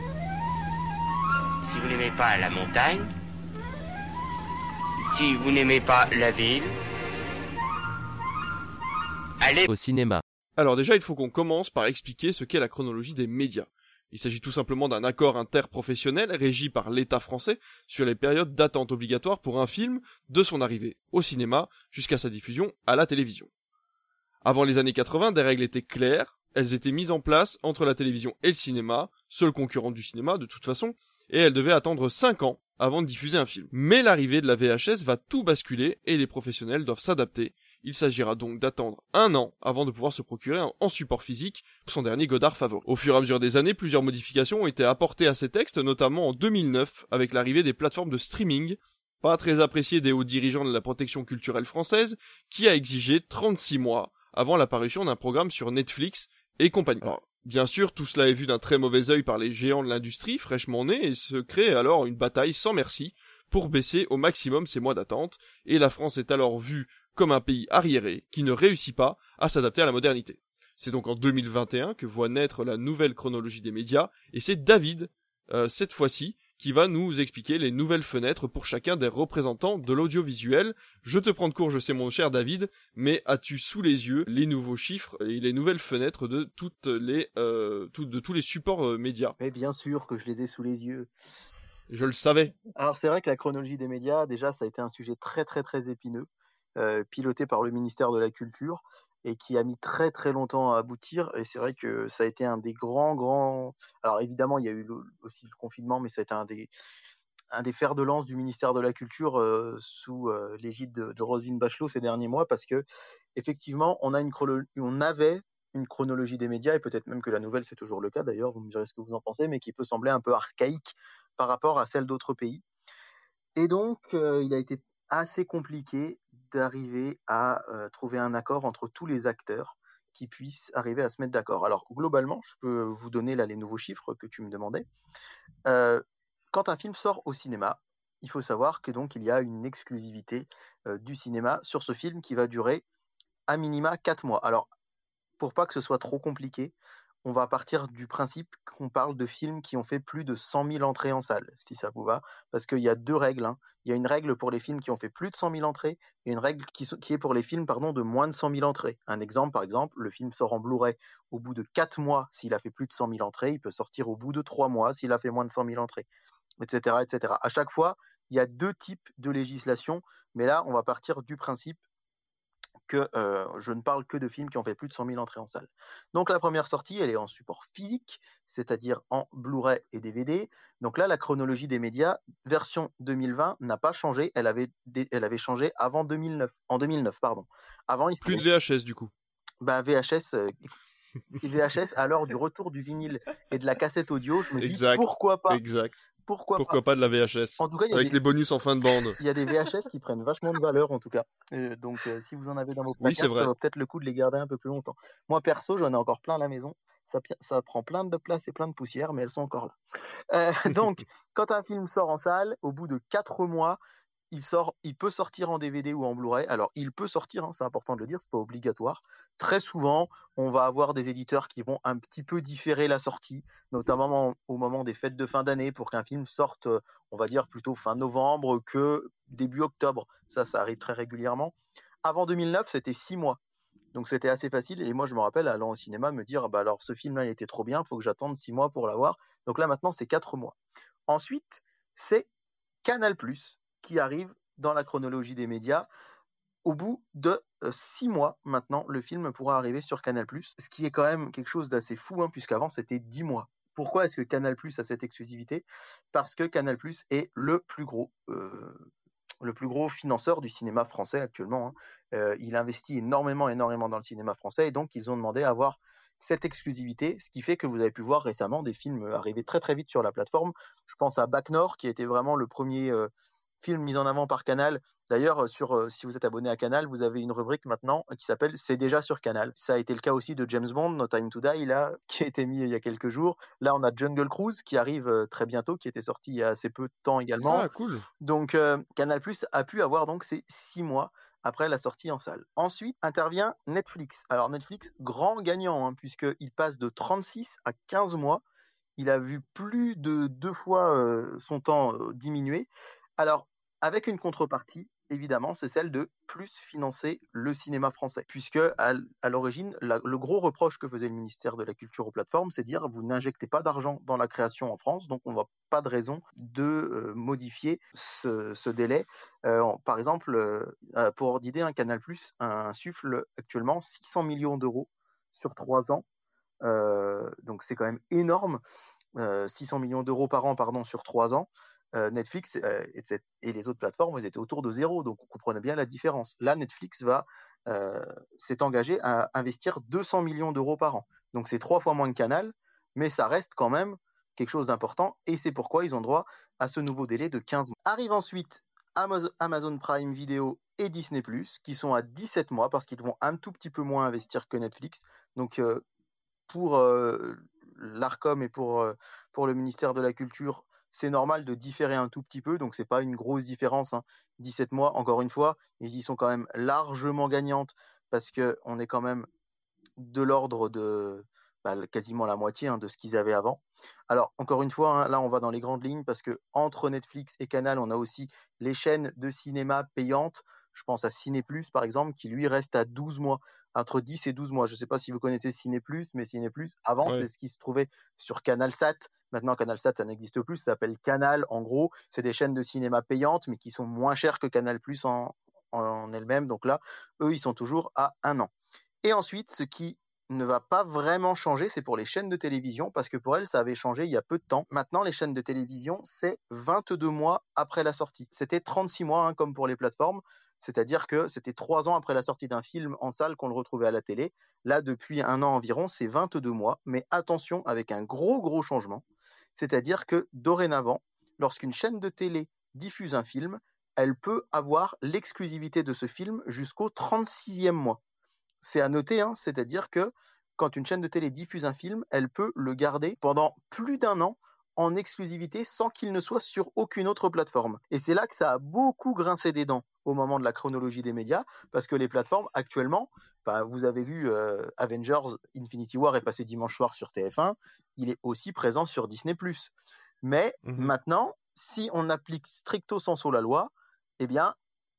si vous n'aimez pas la montagne, si vous n'aimez pas la ville, allez au cinéma. Alors déjà, il faut qu'on commence par expliquer ce qu'est la chronologie des médias. Il s'agit tout simplement d'un accord interprofessionnel régi par l'État français sur les périodes d'attente obligatoires pour un film de son arrivée au cinéma jusqu'à sa diffusion à la télévision. Avant les années quatre-vingts, des règles étaient claires, elles étaient mises en place entre la télévision et le cinéma, seul concurrent du cinéma de toute façon, et elles devaient attendre cinq ans avant de diffuser un film. Mais l'arrivée de la V H S va tout basculer et les professionnels doivent s'adapter. Il s'agira donc d'attendre un an avant de pouvoir se procurer en support physique son dernier Godard favori. Au fur et à mesure des années, plusieurs modifications ont été apportées à ces textes, notamment en deux mille neuf, avec l'arrivée des plateformes de streaming, pas très appréciées des hauts dirigeants de la protection culturelle française, qui a exigé trente-six mois avant l'apparition d'un programme sur Netflix et compagnie. Alors, bien sûr, tout cela est vu d'un très mauvais œil par les géants de l'industrie, fraîchement nés, et se crée alors une bataille sans merci pour baisser au maximum ces mois d'attente, et la France est alors vue comme un pays arriéré qui ne réussit pas à s'adapter à la modernité. C'est donc en deux mille vingt et un que voit naître la nouvelle chronologie des médias, et c'est David, euh, cette fois-ci, qui va nous expliquer les nouvelles fenêtres pour chacun des représentants de l'audiovisuel. Je te prends de court, je sais mon cher David, mais as-tu sous les yeux les nouveaux chiffres et les nouvelles fenêtres de toutes les, euh, tout, de tous les supports euh, médias? Mais bien sûr que je les ai sous les yeux. Je le savais. Alors c'est vrai que la chronologie des médias, déjà, ça a été un sujet très très très épineux, euh, piloté par le ministère de la Culture, et qui a mis très très longtemps à aboutir, et c'est vrai que ça a été un des grands grands... Alors évidemment, il y a eu le, aussi le confinement, mais ça a été un des, un des fers de lance du ministère de la Culture euh, sous euh, l'égide de, de Roselyne Bachelot ces derniers mois, parce que effectivement, on, a une chrono... on avait une chronologie des médias, et peut-être même que la nouvelle, c'est toujours le cas d'ailleurs, vous me direz ce que vous en pensez, mais qui peut sembler un peu archaïque par rapport à celle d'autres pays. Et donc, euh, il a été assez compliqué d'arriver à euh, trouver un accord entre tous les acteurs qui puissent arriver à se mettre d'accord. Alors, globalement, je peux vous donner là les nouveaux chiffres que tu me demandais. Euh, quand un film sort au cinéma, il faut savoir que donc il y a une exclusivité euh, du cinéma sur ce film qui va durer à minima quatre mois. Alors, pour pas que ce soit trop compliqué, on va partir du principe qu'on parle de films qui ont fait plus de cent mille entrées en salle, si ça vous va, parce qu'il y a deux règles. Hein. Il y a une règle pour les films qui ont fait plus de cent mille entrées et une règle qui, qui est pour les films pardon, de moins de cent mille entrées. Un exemple, par exemple, le film sort en Blu-ray au bout de quatre mois s'il a fait plus de cent mille entrées, il peut sortir au bout de trois mois s'il a fait moins de cent mille entrées, et cetera, et cetera. À chaque fois, il y a deux types de législation, mais là, on va partir du principe que euh, je ne parle que de films qui ont fait plus de cent mille entrées en salle. Donc la première sortie, elle est en support physique, c'est-à-dire en Blu-ray et D V D. Donc là, la chronologie des médias, version deux mille vingt, n'a pas changé. Elle avait, elle avait changé avant deux mille neuf. En deux mille neuf, pardon. Avant, il plus de V H S du coup. Ben V H S. Euh, V H S, à l'heure du retour du vinyle et de la cassette audio, je me dis exact, pourquoi pas. Exact. Pourquoi, Pourquoi pas. pas de la V H S. En tout cas, y a avec des... les bonus en fin de bande. Il y a des V H S qui prennent vachement de valeur en tout cas. Euh, donc euh, si vous en avez dans vos placards, oui, ça vaut peut-être le coup de les garder un peu plus longtemps. Moi perso, j'en ai encore plein à la maison. Ça, ça prend plein de place et plein de poussière, mais elles sont encore là. Euh, donc, quand un film sort en salle, au bout de quatre mois, il sort, il peut sortir en D V D ou en Blu-ray. Alors, il peut sortir, hein, c'est important de le dire, c'est pas obligatoire. Très souvent, on va avoir des éditeurs qui vont un petit peu différer la sortie, notamment au moment des fêtes de fin d'année, pour qu'un film sorte, on va dire, plutôt fin novembre que début octobre. Ça, ça arrive très régulièrement. Avant deux mille neuf, c'était six mois. Donc, c'était assez facile. Et moi, je me rappelle, allant au cinéma, me dire, bah, alors, ce film-là, il était trop bien, il faut que j'attende six mois pour l'avoir. Donc là, maintenant, c'est quatre mois. Ensuite, c'est Canal+, qui arrive dans la chronologie des médias. Au bout de euh, six mois, maintenant, le film pourra arriver sur Canal+, ce qui est quand même quelque chose d'assez fou, hein, puisqu'avant, c'était dix mois. Pourquoi est-ce que Canal+ a cette exclusivité ? Parce que Canal+ est le plus gros, euh, le plus gros financeur du cinéma français actuellement. Hein. Euh, il investit énormément, énormément dans le cinéma français, et donc ils ont demandé à avoir cette exclusivité, ce qui fait que vous avez pu voir récemment des films arriver très très vite sur la plateforme. Je pense à Bac Nord, qui était vraiment le premier... Euh, film mis en avant par Canal. D'ailleurs, sur, euh, si vous êtes abonné à Canal, vous avez une rubrique maintenant qui s'appelle « C'est déjà sur Canal ». Ça a été le cas aussi de James Bond, No Time to Die, là, qui a été mis il y a quelques jours. Là, on a Jungle Cruise qui arrive euh, très bientôt, qui était sorti il y a assez peu de temps également. Ah, cool. Donc, euh, Canal+ a pu avoir donc ces six mois après la sortie en salle. Ensuite, intervient Netflix. Alors, Netflix, grand gagnant, hein, puisqu'il passe de trente-six à quinze mois. Il a vu plus de deux fois euh, son temps euh, diminuer. Alors, avec une contrepartie, évidemment, c'est celle de plus financer le cinéma français. Puisque, à, à l'origine, la, le gros reproche que faisait le ministère de la Culture aux plateformes, c'est de dire vous n'injectez pas d'argent dans la création en France, donc on ne voit pas de raison de euh, modifier ce, ce délai. Euh, par exemple, euh, pour ordre d'idée, un Canal+, insuffle actuellement six cents millions d'euros sur trois ans. Euh, donc c'est quand même énorme. Euh, six cents millions d'euros par an, pardon, sur trois ans. Euh, Netflix euh, et, et les autres plateformes, ils étaient autour de zéro, donc on comprenait bien la différence. Là, Netflix va euh, s'est engagé à investir deux cents millions d'euros par an. Donc c'est trois fois moins que Canal, mais ça reste quand même quelque chose d'important, et c'est pourquoi ils ont droit à ce nouveau délai de quinze mois. Arrive ensuite Amazon Prime Video et Disney+, qui sont à dix-sept mois, parce qu'ils vont un tout petit peu moins investir que Netflix. Donc euh, pour euh, l'Arcom et pour, euh, pour le ministère de la Culture, c'est normal de différer un tout petit peu, donc c'est pas une grosse différence. Hein. dix-sept mois, encore une fois, ils y sont quand même largement gagnantes, parce qu'on est quand même de l'ordre de bah, quasiment la moitié hein, de ce qu'ils avaient avant. Alors, encore une fois, hein, là, on va dans les grandes lignes, parce que entre Netflix et Canal, on a aussi les chaînes de cinéma payantes. Je pense à Ciné+, par exemple, qui lui reste à douze mois, entre dix et douze mois. Je ne sais pas si vous connaissez Ciné+, mais Ciné+, avant, ouais. c'est ce qui se trouvait sur CanalSat. Maintenant, CanalSat, ça n'existe plus, ça s'appelle Canal. En gros, c'est des chaînes de cinéma payantes, mais qui sont moins chères que Canal+ en, en elles-mêmes. Donc là, eux, ils sont toujours à un an. Et ensuite, ce qui ne va pas vraiment changer, c'est pour les chaînes de télévision, parce que pour elles, ça avait changé il y a peu de temps. Maintenant, les chaînes de télévision, c'est vingt-deux mois après la sortie. C'était trente-six mois, hein, comme pour les plateformes. C'est-à-dire que c'était trois ans après la sortie d'un film en salle qu'on le retrouvait à la télé. Là, depuis un an environ, c'est vingt-deux mois. Mais attention, avec un gros, gros changement. C'est-à-dire que dorénavant, lorsqu'une chaîne de télé diffuse un film, elle peut avoir l'exclusivité de ce film jusqu'au trente-sixième mois. C'est à noter, hein, c'est-à-dire que quand une chaîne de télé diffuse un film, elle peut le garder pendant plus d'un an en exclusivité sans qu'il ne soit sur aucune autre plateforme. Et c'est là que ça a beaucoup grincé des dents au moment de la chronologie des médias, parce que les plateformes, actuellement, bah, vous avez vu euh, Avengers Infinity War est passé dimanche soir sur T F un, il est aussi présent sur Disney+. Mais mmh. maintenant, si on applique stricto sensu la loi, eh bien,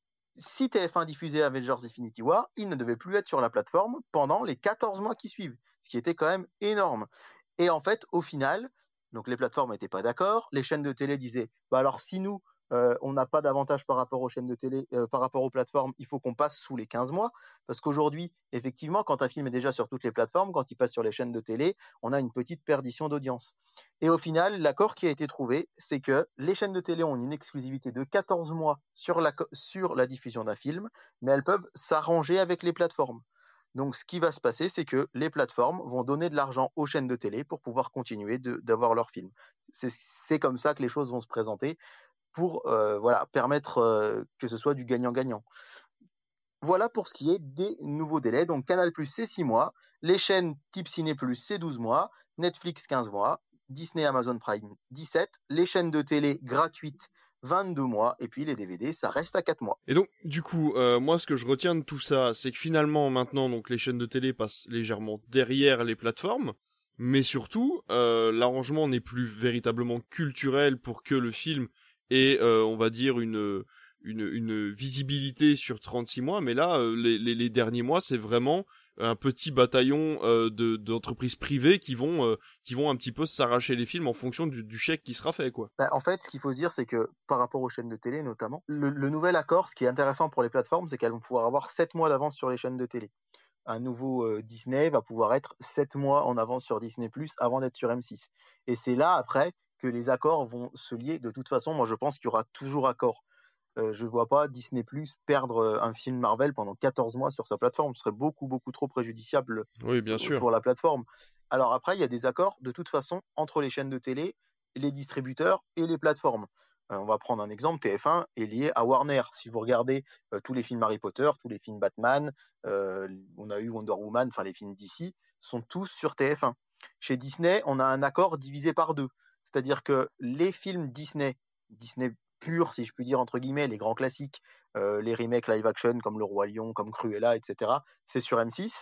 si T F un diffusait Avengers Infinity War, il ne devait plus être sur la plateforme pendant les quatorze mois qui suivent, ce qui était quand même énorme. Et en fait, au final, donc les plateformes n'étaient pas d'accord, les chaînes de télé disaient bah alors si nous euh, on n'a pas d'avantage par rapport aux chaînes de télé, euh, par rapport aux plateformes, il faut qu'on passe sous les quinze mois, parce qu'aujourd'hui, effectivement, quand un film est déjà sur toutes les plateformes, quand il passe sur les chaînes de télé, on a une petite perdition d'audience. Et au final, l'accord qui a été trouvé, c'est que les chaînes de télé ont une exclusivité de quatorze mois sur la, sur la diffusion d'un film, mais elles peuvent s'arranger avec les plateformes. Donc, ce qui va se passer, c'est que les plateformes vont donner de l'argent aux chaînes de télé pour pouvoir continuer de, d'avoir leurs films. C'est, c'est comme ça que les choses vont se présenter pour euh, voilà, permettre euh, que ce soit du gagnant-gagnant. Voilà pour ce qui est des nouveaux délais. Donc, Canal+, c'est six mois. Les chaînes type Ciné+, c'est douze mois. Netflix, quinze mois. Disney, Amazon Prime, dix-sept. Les chaînes de télé gratuites, vingt-deux mois, et puis les D V D, ça reste à quatre mois. Et donc, du coup, euh, moi, ce que je retiens de tout ça, c'est que finalement, maintenant, donc les chaînes de télé passent légèrement derrière les plateformes, mais surtout, euh, l'arrangement n'est plus véritablement culturel pour que le film ait, euh, on va dire, une, une, une visibilité sur trente-six mois, mais là, euh, les, les, les derniers mois, c'est vraiment un petit bataillon euh, de d'entreprises privées qui vont euh, qui vont un petit peu s'arracher les films en fonction du, du chèque qui sera fait, quoi. Bah, en fait, ce qu'il faut se dire, c'est que par rapport aux chaînes de télé notamment, le, le nouvel accord, ce qui est intéressant pour les plateformes, c'est qu'elles vont pouvoir avoir sept mois d'avance sur les chaînes de télé. Un nouveau euh, Disney va pouvoir être sept mois en avance sur Disney+, avant d'être sur M six. Et c'est là, après, que les accords vont se lier. De toute façon, moi, je pense qu'il y aura toujours accord. Euh, je ne vois pas Disney+ perdre un film Marvel pendant quatorze mois sur sa plateforme. Ce serait beaucoup, beaucoup trop préjudiciable oui, bien sûr. pour la plateforme. Alors après, il y a des accords, de toute façon, entre les chaînes de télé, les distributeurs et les plateformes. Euh, on va prendre un exemple, T F un est lié à Warner. Si vous regardez euh, tous les films Harry Potter, tous les films Batman, euh, on a eu Wonder Woman, enfin les films D C, sont tous sur T F un. Chez Disney, on a un accord divisé par deux. C'est-à-dire que les films Disney, Disney pur, si je puis dire, entre guillemets, les grands classiques, euh, les remakes live action comme Le Roi Lion, comme Cruella, et cetera, c'est sur M six.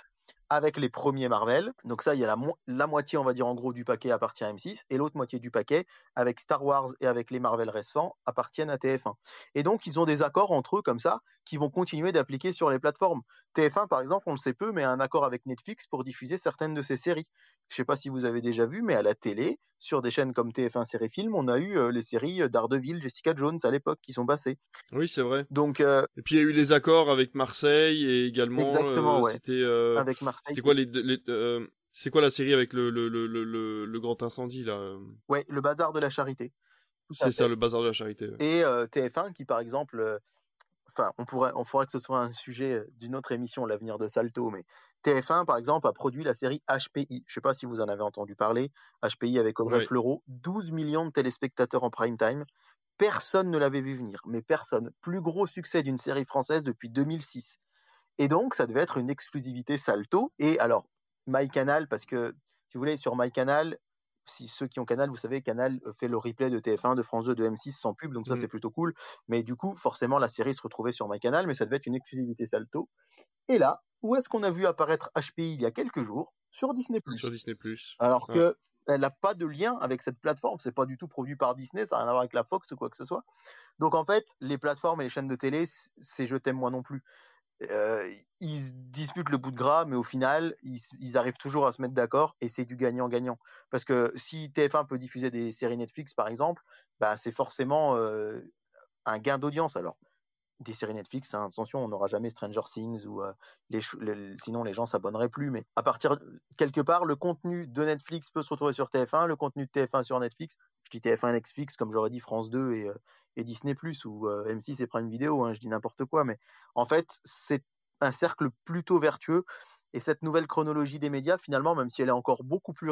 avec les premiers Marvel. Donc ça, il y a la, mo- la moitié, on va dire en gros, du paquet appartient à M six, et l'autre moitié du paquet, avec Star Wars et avec les Marvel récents, appartiennent à T F un. Et donc, ils ont des accords entre eux comme ça, qui vont continuer d'appliquer sur les plateformes. T F un, par exemple, on le sait peu, mais a un accord avec Netflix pour diffuser certaines de ses séries. Je sais pas si vous avez déjà vu, mais à la télé, sur des chaînes comme T F un Série Film, on a eu euh, les séries Daredevil, Jessica Jones à l'époque qui sont passées. Oui, c'est vrai. Donc, euh, Et puis il y a eu les accords avec Marseille et également exactement, euh, ouais. c'était euh, Avec Marseille. c'était quoi les, les euh, c'est quoi la série avec le le le le, le grand incendie là? Ouais, le bazar de la charité. Tout à C'est ça, fait. le bazar de la charité. Ouais. Et euh, T F un qui, par exemple, euh, enfin, on pourrait, on faudrait que ce soit un sujet d'une autre émission, l'avenir de Salto, mais T F un, par exemple, a produit la série H P I. Je sais pas si vous en avez entendu parler. H P I avec Audrey Oui. Fleurot, douze millions de téléspectateurs en prime time. Personne ne l'avait vu venir, mais personne. Plus gros succès d'une série française depuis deux mille six. Et donc, ça devait être une exclusivité Salto. Et alors, MyCanal, parce que, si vous voulez, sur MyCanal, si ceux qui ont Canal, vous savez, Canal fait le replay de T F un, de France deux, de M six sans pub, donc ça, Mm. c'est plutôt cool. Mais du coup, forcément, la série se retrouvait sur MyCanal, mais ça devait être une exclusivité Salto. Et là, où est-ce qu'on a vu apparaître H P I il y a quelques jours? Sur Disney+. Sur Disney plus. Alors Ouais. que elle n'a pas de lien avec cette plateforme, c'est pas du tout produit par Disney, ça n'a rien à voir avec la Fox ou quoi que ce soit. Donc en fait, les plateformes et les chaînes de télé, c'est je t'aime moi non plus. Euh, ils se disputent le bout de gras, mais au final, ils, ils arrivent toujours à se mettre d'accord et c'est du gagnant-gagnant. Parce que si T F un peut diffuser des séries Netflix, par exemple, bah, c'est forcément euh, un gain d'audience. Alors, des séries Netflix, hein, attention, on n'aura jamais Stranger Things ou euh, les, les, sinon les gens s'abonneraient plus. Mais à partir quelque part, le contenu de Netflix peut se retrouver sur T F un, le contenu de T F un sur Netflix. Je dis T F un Netflix comme j'aurais dit France deux et, euh, et Disney plus ou euh, M six et Prime Video. Hein, je dis n'importe quoi, mais en fait, c'est un cercle plutôt vertueux. Et cette nouvelle chronologie des médias, finalement, même si elle est encore beaucoup plus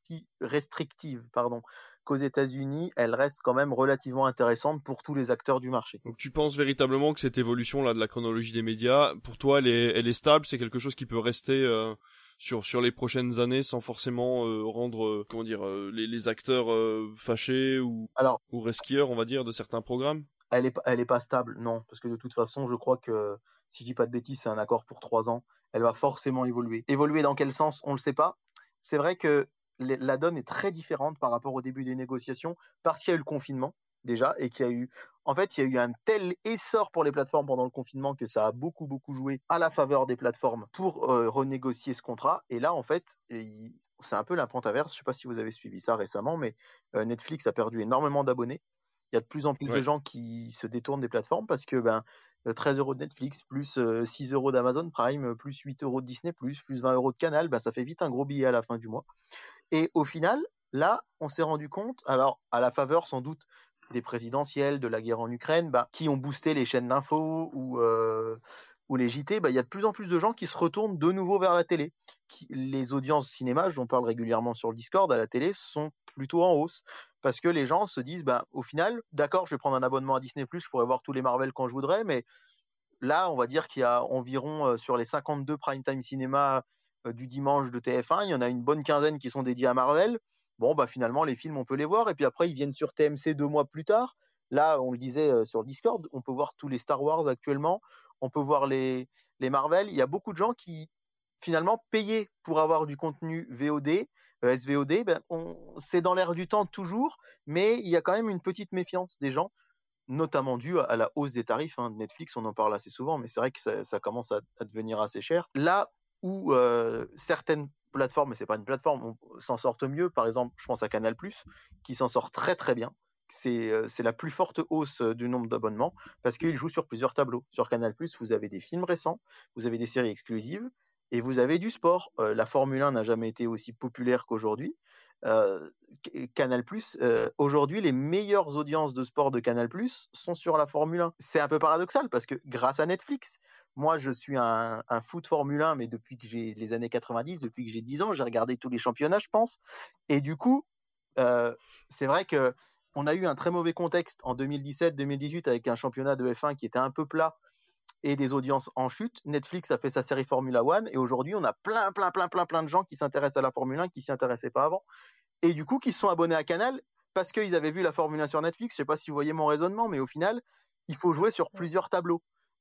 restrictive pardon, qu'aux États-Unis, elle reste quand même relativement intéressante pour tous les acteurs du marché. Donc tu penses véritablement que cette évolution là de la chronologie des médias, pour toi, elle est, elle est stable, c'est quelque chose qui peut rester euh, sur sur les prochaines années sans forcément euh, rendre euh, comment dire euh, les, les acteurs euh, fâchés ou Alors, ou resquilleurs, on va dire, de certains programmes? Elle est elle est pas stable, non, parce que de toute façon, je crois que si je dis pas de bêtises, c'est un accord pour trois ans. Elle va forcément évoluer. Évoluer dans quel sens, on le sait pas. C'est vrai que les, la donne est très différente par rapport au début des négociations, parce qu'il y a eu le confinement déjà et qu'il y a eu, en fait, il y a eu un tel essor pour les plateformes pendant le confinement que ça a beaucoup beaucoup joué à la faveur des plateformes pour euh, renégocier ce contrat. Et là, en fait, il, c'est un peu la pente inverse. Je sais pas si vous avez suivi ça récemment, mais euh, Netflix a perdu énormément d'abonnés. Il y a de plus en plus Ouais. de gens qui se détournent des plateformes parce que ben, treize euros de Netflix, plus euh, six euros d'Amazon Prime, plus huit euros de Disney+, plus vingt euros de Canal, ben, ça fait vite un gros billet à la fin du mois. Et au final, là, on s'est rendu compte, alors à la faveur sans doute des présidentielles, de la guerre en Ukraine, ben, qui ont boosté les chaînes d'infos ou, euh, ou les J T, ben, il y a de plus en plus de gens qui se retournent de nouveau vers la télé. Qui, les audiences cinéma, j'en parle régulièrement sur le Discord, à la télé, sont plutôt en hausse. Parce que les gens se disent, bah, au final, d'accord, je vais prendre un abonnement à Disney+, je pourrais voir tous les Marvel quand je voudrais, mais là, on va dire qu'il y a environ, euh, sur les cinquante-deux prime time cinéma euh, du dimanche de T F un, il y en a une bonne quinzaine qui sont dédiés à Marvel. Bon, bah finalement, les films, on peut les voir, et puis après, ils viennent sur T M C deux mois plus tard. Là, on le disait euh, sur le Discord, on peut voir tous les Star Wars actuellement, on peut voir les, les Marvel. Il y a beaucoup de gens qui, finalement, payaient pour avoir du contenu V O D, euh, S V O D, ben, on, c'est dans l'air du temps toujours, mais il y a quand même une petite méfiance des gens, notamment due à la hausse des tarifs hein, de Netflix, on en parle assez souvent, mais c'est vrai que ça, ça commence à, à devenir assez cher. Là où euh, certaines plateformes, mais c'est pas une plateforme, on s'en sortent mieux, par exemple, je pense à Canal+, qui s'en sort très très bien. C'est, euh, c'est la plus forte hausse euh, du nombre d'abonnements, parce qu'il joue sur plusieurs tableaux. Sur Canal+, vous avez des films récents, vous avez des séries exclusives, et vous avez du sport. Euh, la Formule un n'a jamais été aussi populaire qu'aujourd'hui. Euh, Canal+, euh, aujourd'hui, les meilleures audiences de sport de Canal+, sont sur la Formule un. C'est un peu paradoxal parce que grâce à Netflix, moi je suis un, un foot Formule un, mais depuis que j'ai les années quatre-vingt-dix, depuis que j'ai dix ans, j'ai regardé tous les championnats, je pense. Et du coup, euh, c'est vrai que on a eu un très mauvais contexte en deux mille dix-sept deux mille dix-huit avec un championnat de F un qui était un peu plat et des audiences en chute. Netflix a fait sa série Formula One et aujourd'hui on a plein plein plein plein plein de gens qui s'intéressent à la Formule un qui s'y intéressaient pas avant et du coup qui se sont abonnés à Canal parce qu'ils avaient vu la Formule un sur Netflix. Je sais pas si vous voyez mon raisonnement, mais au final il faut jouer sur plusieurs tableaux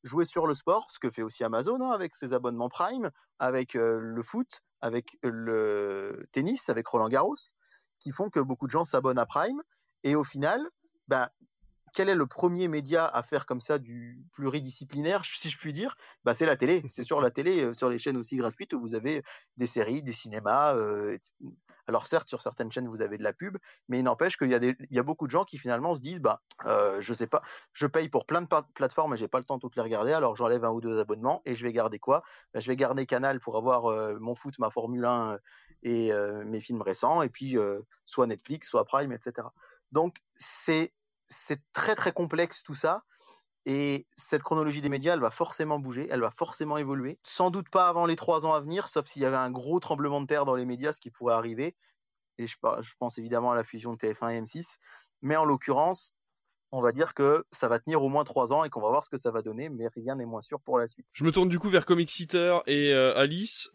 jouer sur le sport, ce que fait aussi Amazon hein, avec ses abonnements Prime, avec euh, le foot, avec le tennis, avec Roland Garros, qui font que beaucoup de gens s'abonnent à Prime. Et au final, bah, quel est le premier média à faire comme ça du pluridisciplinaire, si je puis dire? Bah, c'est la télé. C'est sur la télé, euh, sur les chaînes aussi gratuites où vous avez des séries, des cinémas. Euh, et cetera. Alors certes, sur certaines chaînes, vous avez de la pub, mais il n'empêche qu'il y a, des, il y a beaucoup de gens qui finalement se disent, bah, euh, je sais pas, je paye pour plein de pa- plateformes et j'ai pas le temps de toutes les regarder, alors j'enlève un ou deux abonnements et je vais garder quoi? Bah, je vais garder Canal pour avoir euh, mon foot, ma Formule un euh, et euh, mes films récents, et puis euh, soit Netflix, soit Prime, et cetera. Donc c'est c'est très très complexe tout ça. Et cette chronologie des médias, elle va forcément bouger, elle va forcément évoluer. Sans doute pas avant les trois ans à venir, sauf s'il y avait un gros tremblement de terre dans les médias, ce qui pourrait arriver. Et je, je pense évidemment à la fusion de T F un et M six. Mais en l'occurrence, on va dire que ça va tenir au moins trois ans et qu'on va voir ce que ça va donner, mais rien n'est moins sûr pour la suite. Je me tourne du coup vers Comic Seater et euh, Alice.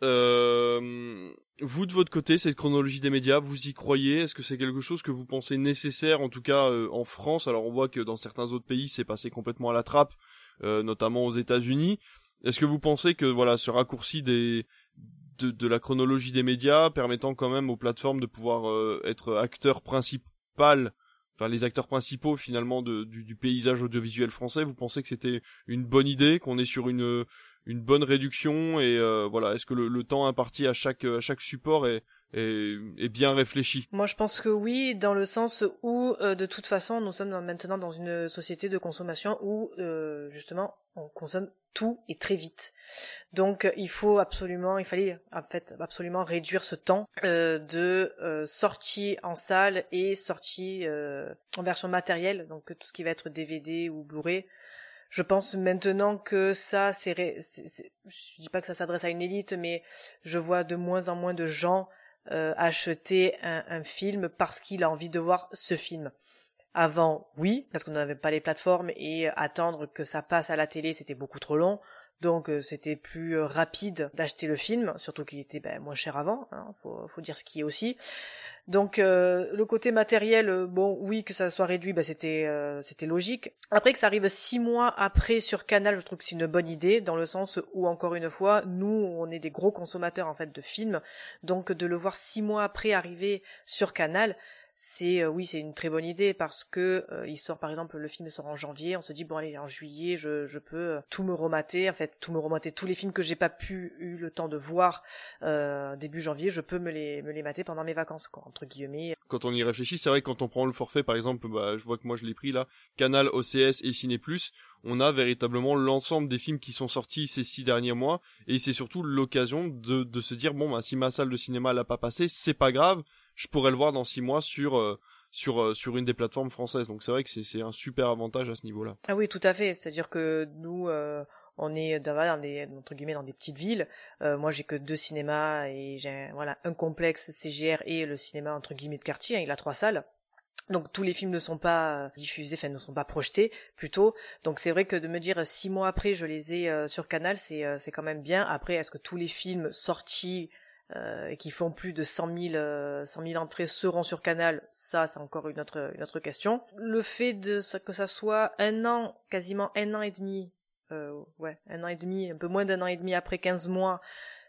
Euh, vous, de votre côté, cette chronologie des médias, vous y croyez? Est-ce que c'est quelque chose que vous pensez nécessaire, en tout cas euh, en France? Alors on voit que dans certains autres pays, c'est passé complètement à la trappe, euh, notamment aux États-Unis. Est-ce que vous pensez que voilà, ce raccourci des de, de la chronologie des médias, permettant quand même aux plateformes de pouvoir euh, être acteurs principaux, enfin les acteurs principaux finalement de, du, du paysage audiovisuel français, vous pensez que c'était une bonne idée, qu'on est sur une une bonne réduction et euh, voilà, est-ce que le, le temps imparti à chaque à chaque support est est, est bien réfléchi? Moi, je pense que oui, dans le sens où, euh, de toute façon, nous sommes maintenant dans une société de consommation où, euh, justement, on consomme tout et très vite. Donc, il faut absolument, il fallait, en fait, absolument réduire ce temps euh, de euh, sortie en salle et sortie euh, en version matérielle, donc tout ce qui va être D V D ou Blu-ray. Je pense maintenant que ça, c'est, ré... c'est, c'est... je dis pas que ça s'adresse à une élite, mais je vois de moins en moins de gens Euh, acheter un, un film parce qu'il a envie de voir ce film. Avant, oui, parce qu'on n'avait pas les plateformes et attendre que ça passe à la télé, c'était beaucoup trop long. Donc euh, c'était plus euh, rapide d'acheter le film, surtout qu'il était ben, moins cher avant, hein, faut, faut dire ce qui est aussi. Donc euh, le côté matériel, euh, bon oui que ça soit réduit, bah c'était euh, c'était logique. Après que ça arrive six mois après sur Canal, je trouve que c'est une bonne idée dans le sens où encore une fois, nous on est des gros consommateurs en fait de films, donc de le voir six mois après arriver sur Canal, c'est euh, oui c'est une très bonne idée parce que euh, il sort par exemple le film sort en janvier, on se dit bon allez en juillet je je peux euh, tout me remater en fait tout me remater tous les films que j'ai pas pu eu le temps de voir euh, début janvier, je peux me les me les mater pendant mes vacances quoi, entre guillemets. Quand on y réfléchit, c'est vrai que quand on prend le forfait par exemple, bah je vois que moi je l'ai pris là, Canal, O C S et Ciné Plus, on a véritablement l'ensemble des films qui sont sortis ces six derniers mois et c'est surtout l'occasion de de se dire bon bah si ma salle de cinéma l'a pas passé, c'est pas grave, je pourrais le voir dans six mois sur euh, sur euh, sur une des plateformes françaises. Donc c'est vrai que c'est c'est un super avantage à ce niveau-là. Ah oui, tout à fait. C'est-à-dire que nous, euh, on est dans, dans des entre guillemets dans des petites villes. Euh, moi, j'ai que deux cinémas et j'ai voilà un complexe C G R et le cinéma entre guillemets de quartier. Hein, il a trois salles. Donc tous les films ne sont pas diffusés, enfin ne sont pas projetés plutôt. Donc c'est vrai que de me dire six mois après je les ai euh, sur Canal, c'est euh, c'est quand même bien. Après, est-ce que tous les films sortis Euh, et qui font plus de cent mille, euh, cent mille entrées seront sur Canal, ça c'est encore une autre, une autre question. Le fait de que ça soit un an, quasiment un an et demi, euh, ouais, un an et demi, un peu moins d'un an et demi après quinze mois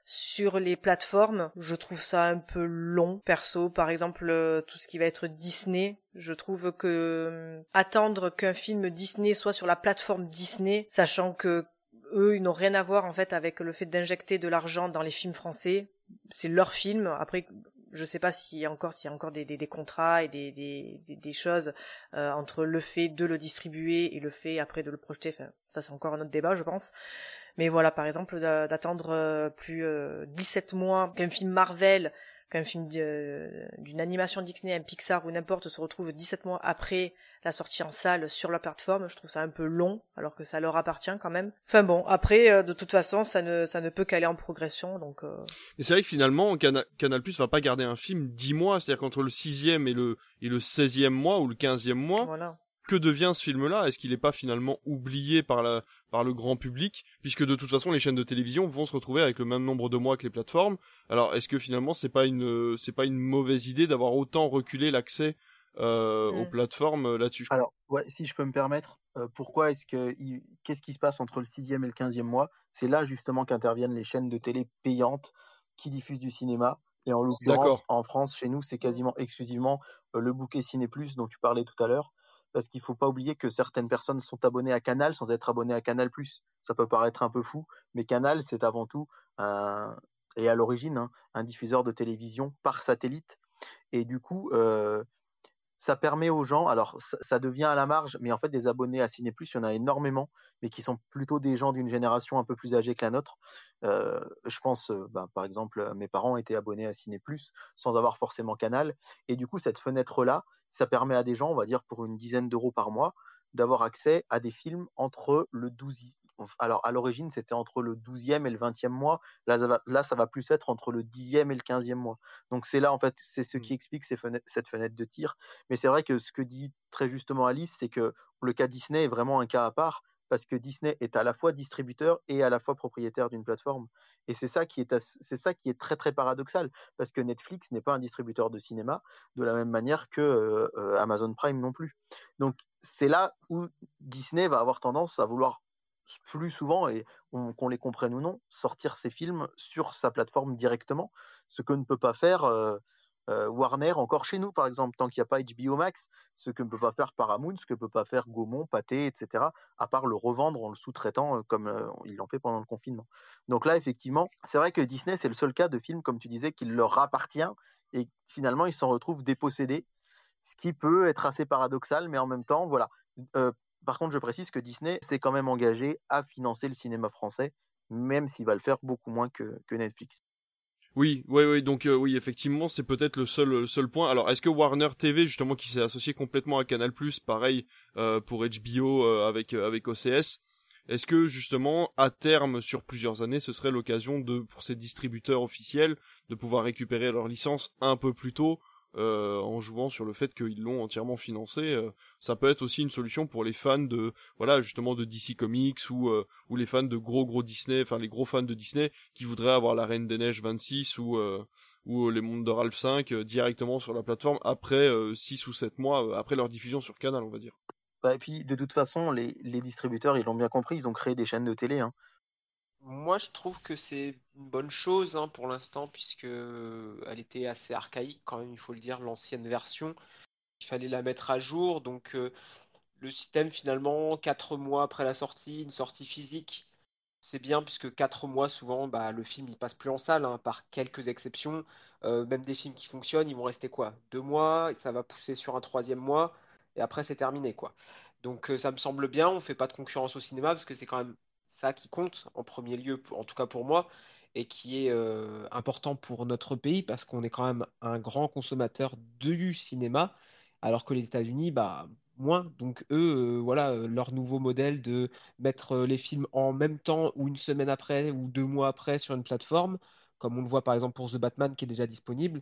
sur les plateformes, je trouve ça un peu long. Perso, par exemple, euh, tout ce qui va être Disney, je trouve que euh, attendre qu'un film Disney soit sur la plateforme Disney, sachant que eux, ils n'ont rien à voir en fait avec le fait d'injecter de l'argent dans les films français. C'est leur film. Après, je sais pas s'il y a encore, s'il y a encore des, des, des contrats et des, des, des, des choses euh, entre le fait de le distribuer et le fait après de le projeter. Enfin, ça c'est encore un autre débat, je pense. Mais voilà, par exemple, d'attendre euh, plus euh, dix-sept mois qu'un film Marvel, qu'un film d'une animation Disney, un Pixar ou n'importe se retrouve dix-sept mois après la sortie en salle sur la plateforme, je trouve ça un peu long, alors que ça leur appartient quand même. Enfin bon, après, euh, de toute façon, ça ne ça ne peut qu'aller en progression, donc... Euh... Et c'est vrai que finalement, Cana- Canal Plus va pas garder un film dix mois, c'est-à-dire qu'entre le sixième et le, et le seizième mois, ou le quinzième mois... Voilà. Que devient ce film-là? Est-ce qu'il n'est pas finalement oublié par, la, par le grand public? Puisque de toute façon, les chaînes de télévision vont se retrouver avec le même nombre de mois que les plateformes. Alors, est-ce que finalement, c'est pas une, c'est pas une mauvaise idée d'avoir autant reculé l'accès euh, mmh. aux plateformes euh, là-dessus? Alors, ouais, si je peux me permettre, euh, pourquoi est-ce que il... qu'est-ce qui se passe entre le sixième et le quinzième mois? C'est là justement qu'interviennent les chaînes de télé payantes qui diffusent du cinéma. Et en l'occurrence, D'accord. en France, chez nous, c'est quasiment exclusivement euh, le bouquet Ciné Plus dont tu parlais tout à l'heure. Parce qu'il faut pas oublier que certaines personnes sont abonnées à Canal sans être abonnées à Canal Plus. Ça peut paraître un peu fou, mais Canal, c'est avant tout un, et à l'origine hein, un diffuseur de télévision par satellite. Et du coup, euh, ça permet aux gens, alors ça, ça devient à la marge, mais en fait des abonnés à Ciné Plus, il y en a énormément, mais qui sont plutôt des gens d'une génération un peu plus âgée que la nôtre. Euh, je pense, euh, ben, par exemple, euh, mes parents étaient abonnés à Ciné Plus sans avoir forcément Canal, et du coup cette fenêtre-là, ça permet à des gens, on va dire pour une dizaine d'euros par mois, d'avoir accès à des films entre le douze. Alors à l'origine c'était entre le douzième et le vingtième mois, là ça va, là, ça va plus être entre le dixième et le quinzième mois. Donc c'est là en fait, c'est ce qui explique ces fenêtres, cette fenêtre de tir. Mais c'est vrai que ce que dit très justement Alice, c'est que le cas Disney est vraiment un cas à part parce que Disney est à la fois distributeur et à la fois propriétaire d'une plateforme. Et c'est ça qui est, as- c'est ça qui est très très paradoxal parce que Netflix n'est pas un distributeur de cinéma de la même manière que euh, euh, Amazon Prime non plus. Donc c'est là où Disney va avoir tendance à vouloir plus souvent, et on- qu'on les comprenne ou non, sortir ses films sur sa plateforme directement, ce que ne peut pas faire euh, euh, Warner encore chez nous, par exemple, tant qu'il n'y a pas H B O Max, ce que ne peut pas faire Paramount, ce que ne peut pas faire Gaumont, Pathé, et cetera, à part le revendre en le sous-traitant euh, comme euh, ils l'ont fait pendant le confinement. Donc là, effectivement, c'est vrai que Disney, c'est le seul cas de film, comme tu disais, qui leur appartient, et finalement, ils s'en retrouvent dépossédés, ce qui peut être assez paradoxal, mais en même temps, voilà. Euh, par contre, je précise que Disney s'est quand même engagé à financer le cinéma français, même s'il va le faire beaucoup moins que, que Netflix. Oui, oui, oui, donc euh, oui, effectivement, c'est peut-être le seul, le seul point. Alors, est-ce que Warner T V, justement, qui s'est associé complètement à Canal+, pareil euh, pour H B O euh, avec euh, avec O C S, est-ce que justement, à terme, sur plusieurs années, ce serait l'occasion de, pour ces distributeurs officiels, de pouvoir récupérer leur licence un peu plus tôt, euh, en jouant sur le fait qu'ils l'ont entièrement financé. euh, ça peut être aussi une solution pour les fans de, voilà, justement de D C Comics ou euh, ou les fans de gros gros Disney, enfin les gros fans de Disney qui voudraient avoir la Reine des Neiges vingt-six ou euh, ou les Mondes de Ralph cinq euh, directement sur la plateforme après euh, six ou sept mois euh, après leur diffusion sur Canal, on va dire. Bah, et puis, de toute façon, les, les distributeurs, ils l'ont bien compris, ils ont créé des chaînes de télé. Hein. Moi, je trouve que c'est une bonne chose hein, pour l'instant, puisque euh, elle était assez archaïque quand même, il faut le dire, l'ancienne version. Il fallait la mettre à jour, donc euh, le système finalement, quatre mois après la sortie, une sortie physique, c'est bien puisque quatre mois souvent, bah, le film il passe plus en salle, hein, par quelques exceptions. Euh, même des films qui fonctionnent, ils vont rester quoi? Deux mois, ça va pousser sur un troisième mois, et après c'est terminé quoi. Donc euh, ça me semble bien, on fait pas de concurrence au cinéma parce que c'est quand même ça qui compte en premier lieu, pour- en tout cas pour moi, et qui est euh, important pour notre pays parce qu'on est quand même un grand consommateur du cinéma, alors que les États-Unis, bah moins. Donc eux, euh, voilà, euh, leur nouveau modèle de mettre euh, les films en même temps ou une semaine après ou deux mois après sur une plateforme, comme on le voit par exemple pour The Batman qui est déjà disponible,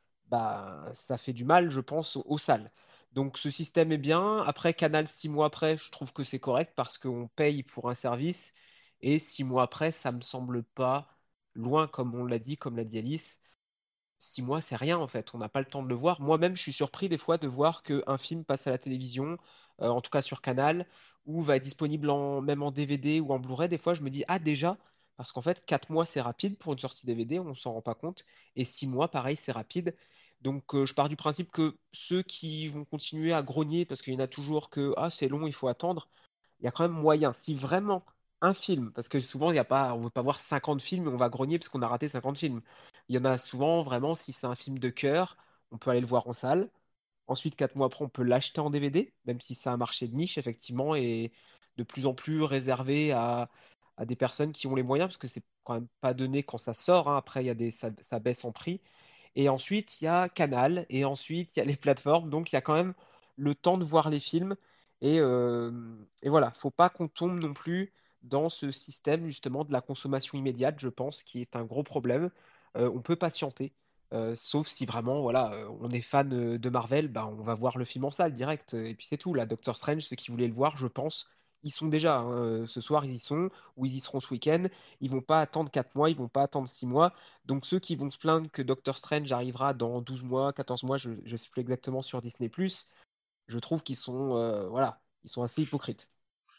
bah ça fait du mal, je pense, aux, aux salles. Donc ce système est bien. Après, Canal, six mois après, je trouve que c'est correct parce qu'on paye pour un service. Et six mois après, ça me semble pas loin, comme on l'a dit, comme l'a dit Alice. Six mois, c'est rien en fait. On n'a pas le temps de le voir. Moi-même, je suis surpris des fois de voir qu'un film passe à la télévision, euh, en tout cas sur Canal, ou va être disponible en, même en D V D ou en Blu-ray. Des fois, je me dis, ah déjà, parce qu'en fait, quatre mois, c'est rapide pour une sortie D V D, on s'en rend pas compte. Et six mois, pareil, c'est rapide. Donc, euh, je pars du principe que ceux qui vont continuer à grogner, parce qu'il y en a toujours que, ah, c'est long, il faut attendre, il y a quand même moyen. Si vraiment un film, parce que souvent, il y a pas, on ne veut pas voir cinquante films et on va grogner parce qu'on a raté cinquante films. Il y en a souvent, vraiment, si c'est un film de cœur, on peut aller le voir en salle. Ensuite, quatre mois après, on peut l'acheter en D V D, même si c'est un marché de niche, effectivement, et de plus en plus réservé à, à des personnes qui ont les moyens, parce que c'est quand même pas donné quand ça sort, hein. Après, il y a des, ça, ça baisse en prix. Et ensuite, il y a Canal, et ensuite, il y a les plateformes. Donc, il y a quand même le temps de voir les films. Et, euh, et voilà, faut pas qu'on tombe non plus dans ce système, justement, de la consommation immédiate, je pense, qui est un gros problème. Euh, on peut patienter. Euh, sauf si vraiment, voilà, euh, on est fan euh, de Marvel, bah, on va voir le film en salle direct, euh, et puis c'est tout. Là, Doctor Strange, ceux qui voulaient le voir, je pense, ils sont déjà. Hein, euh, ce soir, ils y sont, ou ils y seront ce week-end. Ils vont pas attendre quatre mois, ils vont pas attendre six mois. Donc ceux qui vont se plaindre que Doctor Strange arrivera dans douze mois, quatorze mois, je ne sais plus exactement sur Disney+, je trouve qu'ils sont, euh, voilà, ils sont assez hypocrites.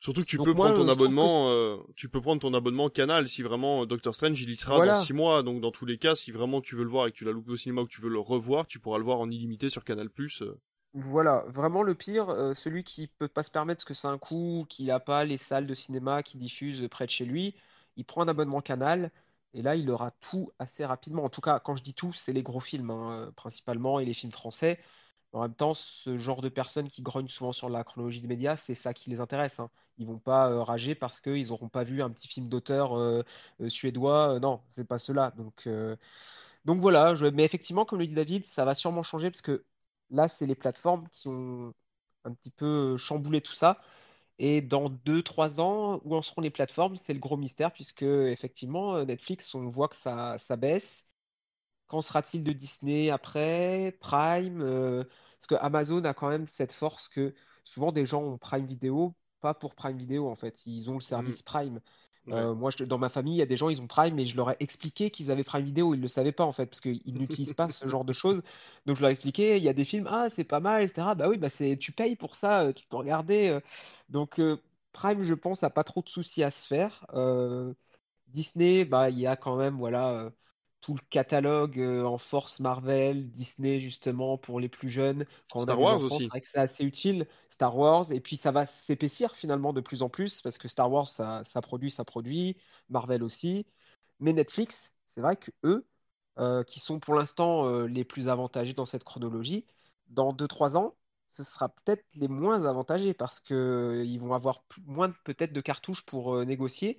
Surtout que tu Donc peux moi, prendre ton je trouve abonnement, euh, tu peux prendre ton abonnement Canal si vraiment Doctor Strange il y sera Voilà. dans six mois. Donc dans tous les cas, si vraiment tu veux le voir et que tu l'as loupé au cinéma ou que tu veux le revoir, tu pourras le voir en illimité sur Canal plus. Euh. Voilà, vraiment le pire, euh, celui qui peut pas se permettre parce que c'est un coût, qui n'a pas les salles de cinéma qui diffusent près de chez lui, il prend un abonnement Canal et là il aura tout assez rapidement. En tout cas, quand je dis tout, c'est les gros films hein, euh, principalement et les films français. En même temps, ce genre de personnes qui grognent souvent sur la chronologie des médias, c'est ça qui les intéresse. Hein. Ils vont pas euh, rager parce qu'ils n'auront pas vu un petit film d'auteur euh, euh, suédois. Euh, non, c'est pas cela. Donc, euh, donc voilà. Je... Mais effectivement, comme le dit David, ça va sûrement changer parce que là, c'est les plateformes qui ont un petit peu chamboulé tout ça. Et dans deux, trois ans, où en seront les plateformes? C'est le gros mystère puisque effectivement, euh, Netflix, on voit que ça, ça baisse. Qu'en sera-t-il de Disney après? Prime? euh, Parce que Amazon a quand même cette force que souvent des gens ont Prime Video, pas pour Prime Video en fait, ils ont le Mm. service Prime. Ouais. Euh, moi, je- dans ma famille, il y a des gens, ils ont Prime, mais je leur ai expliqué qu'ils avaient Prime Video, ils ne le savaient pas en fait, parce qu'ils n'utilisent pas ce genre de choses. Donc je leur ai expliqué, il y a des films, ah c'est pas mal, et cetera. Bah oui, bah c'est, tu payes pour ça, euh, tu peux regarder. euh. Donc euh, Prime, je pense, a pas trop de soucis à se faire. Euh, Disney, bah, il y a quand même voilà, euh, tout le catalogue euh, en force Marvel, Disney justement pour les plus jeunes. Quand on a Star des Wars enfants, c'est aussi. vrai que c'est assez utile. Star Wars, et puis ça va s'épaissir finalement de plus en plus parce que Star Wars, ça, ça produit, ça produit, Marvel aussi. Mais Netflix, c'est vrai que eux, euh, qui sont pour l'instant euh, les plus avantagés dans cette chronologie, dans deux trois ans, ce sera peut-être les moins avantagés parce que euh, ils vont avoir plus- moins de- peut-être de cartouches pour euh, négocier.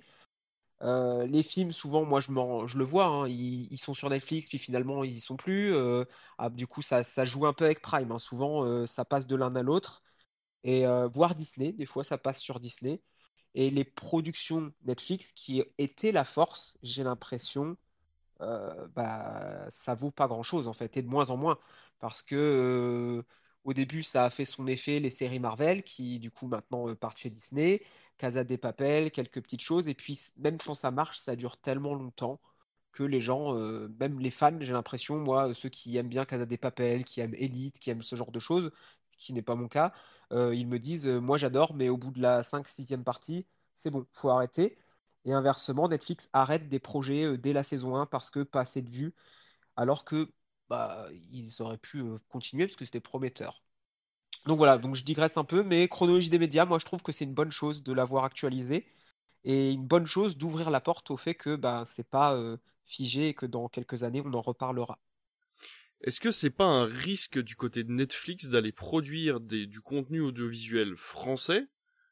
Euh, les films, souvent, moi, je, m'en- je le vois, hein, ils, ils sont sur Netflix, puis finalement, ils y sont plus. Euh, ah, du coup, ça, ça joue un peu avec Prime. Hein. Souvent, euh, ça passe de l'un à l'autre. Et euh, voir Disney, des fois, ça passe sur Disney. Et les productions Netflix, qui étaient la force, j'ai l'impression, euh, bah, ça vaut pas grand-chose, en fait, et de moins en moins. Parce que euh, au début, ça a fait son effet, les séries Marvel, qui, du coup, maintenant euh, partent chez Disney. Casa de Papel, quelques petites choses. Et puis, même quand ça marche, ça dure tellement longtemps que les gens, euh, même les fans, j'ai l'impression, moi, ceux qui aiment bien Casa de Papel, qui aiment Elite, qui aiment ce genre de choses, qui n'est pas mon cas, euh, ils me disent, euh, moi j'adore, mais au bout de la cinq sixième partie, c'est bon, faut arrêter. Et inversement, Netflix arrête des projets euh, dès la saison un parce que pas assez de vues, alors que bah, ils auraient pu euh, continuer parce que c'était prometteur. Donc voilà, donc je digresse un peu, mais chronologie des médias, moi je trouve que c'est une bonne chose de l'avoir actualisé et une bonne chose d'ouvrir la porte au fait que bah, c'est pas euh, figé et que dans quelques années on en reparlera. Est-ce que c'est pas un risque du côté de Netflix d'aller produire des, du contenu audiovisuel français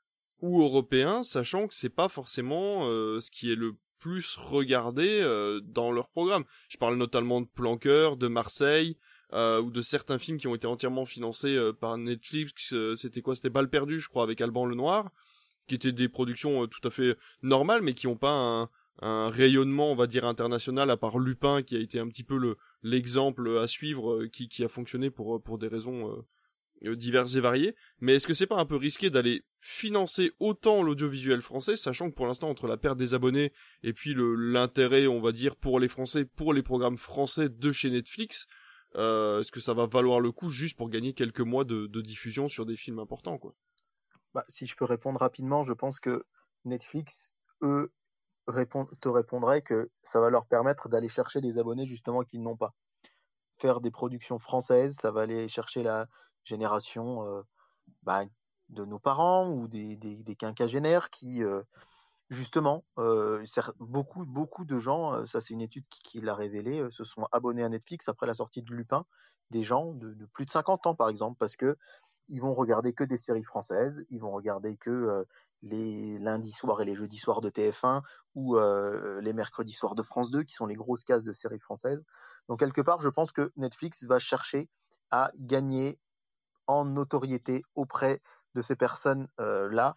ou européen, sachant que c'est pas forcément euh, ce qui est le plus regardé euh, dans leur programme? Je parle notamment de Planqueur, de Marseille, euh, ou de certains films qui ont été entièrement financés euh, par Netflix. Euh, c'était quoi? C'était Balle perdue, je crois, avec Alban Lenoir, qui étaient des productions euh, tout à fait normales, mais qui n'ont pas un, un rayonnement, on va dire, international, à part Lupin, qui a été un petit peu le l'exemple à suivre, euh, qui, qui a fonctionné pour, pour des raisons euh, euh, diverses et variées. Mais est-ce que c'est pas un peu risqué d'aller financer autant l'audiovisuel français, sachant que pour l'instant, entre la perte des abonnés et puis le l'intérêt, on va dire, pour les Français, pour les programmes français de chez Netflix, euh, est-ce que ça va valoir le coup juste pour gagner quelques mois de, de diffusion sur des films importants, quoi? Bah, si je peux répondre rapidement, je pense que Netflix, eux, répond, te répondraient que ça va leur permettre d'aller chercher des abonnés justement qu'ils n'ont pas. Faire des productions françaises, ça va aller chercher la génération euh, bah, de nos parents ou des, des, des quinquagénaires qui, euh, justement, euh, beaucoup, beaucoup de gens, euh, ça c'est une étude qui, qui l'a révélé, euh, se sont abonnés à Netflix après la sortie de Lupin, des gens de, de plus de cinquante ans par exemple, parce que ils vont regarder que des séries françaises, ils vont regarder que euh, les lundis soirs et les jeudis soirs de T F un ou euh, les mercredis soirs de France deux, qui sont les grosses cases de séries françaises. Donc quelque part, je pense que Netflix va chercher à gagner en notoriété auprès de ces personnes-là.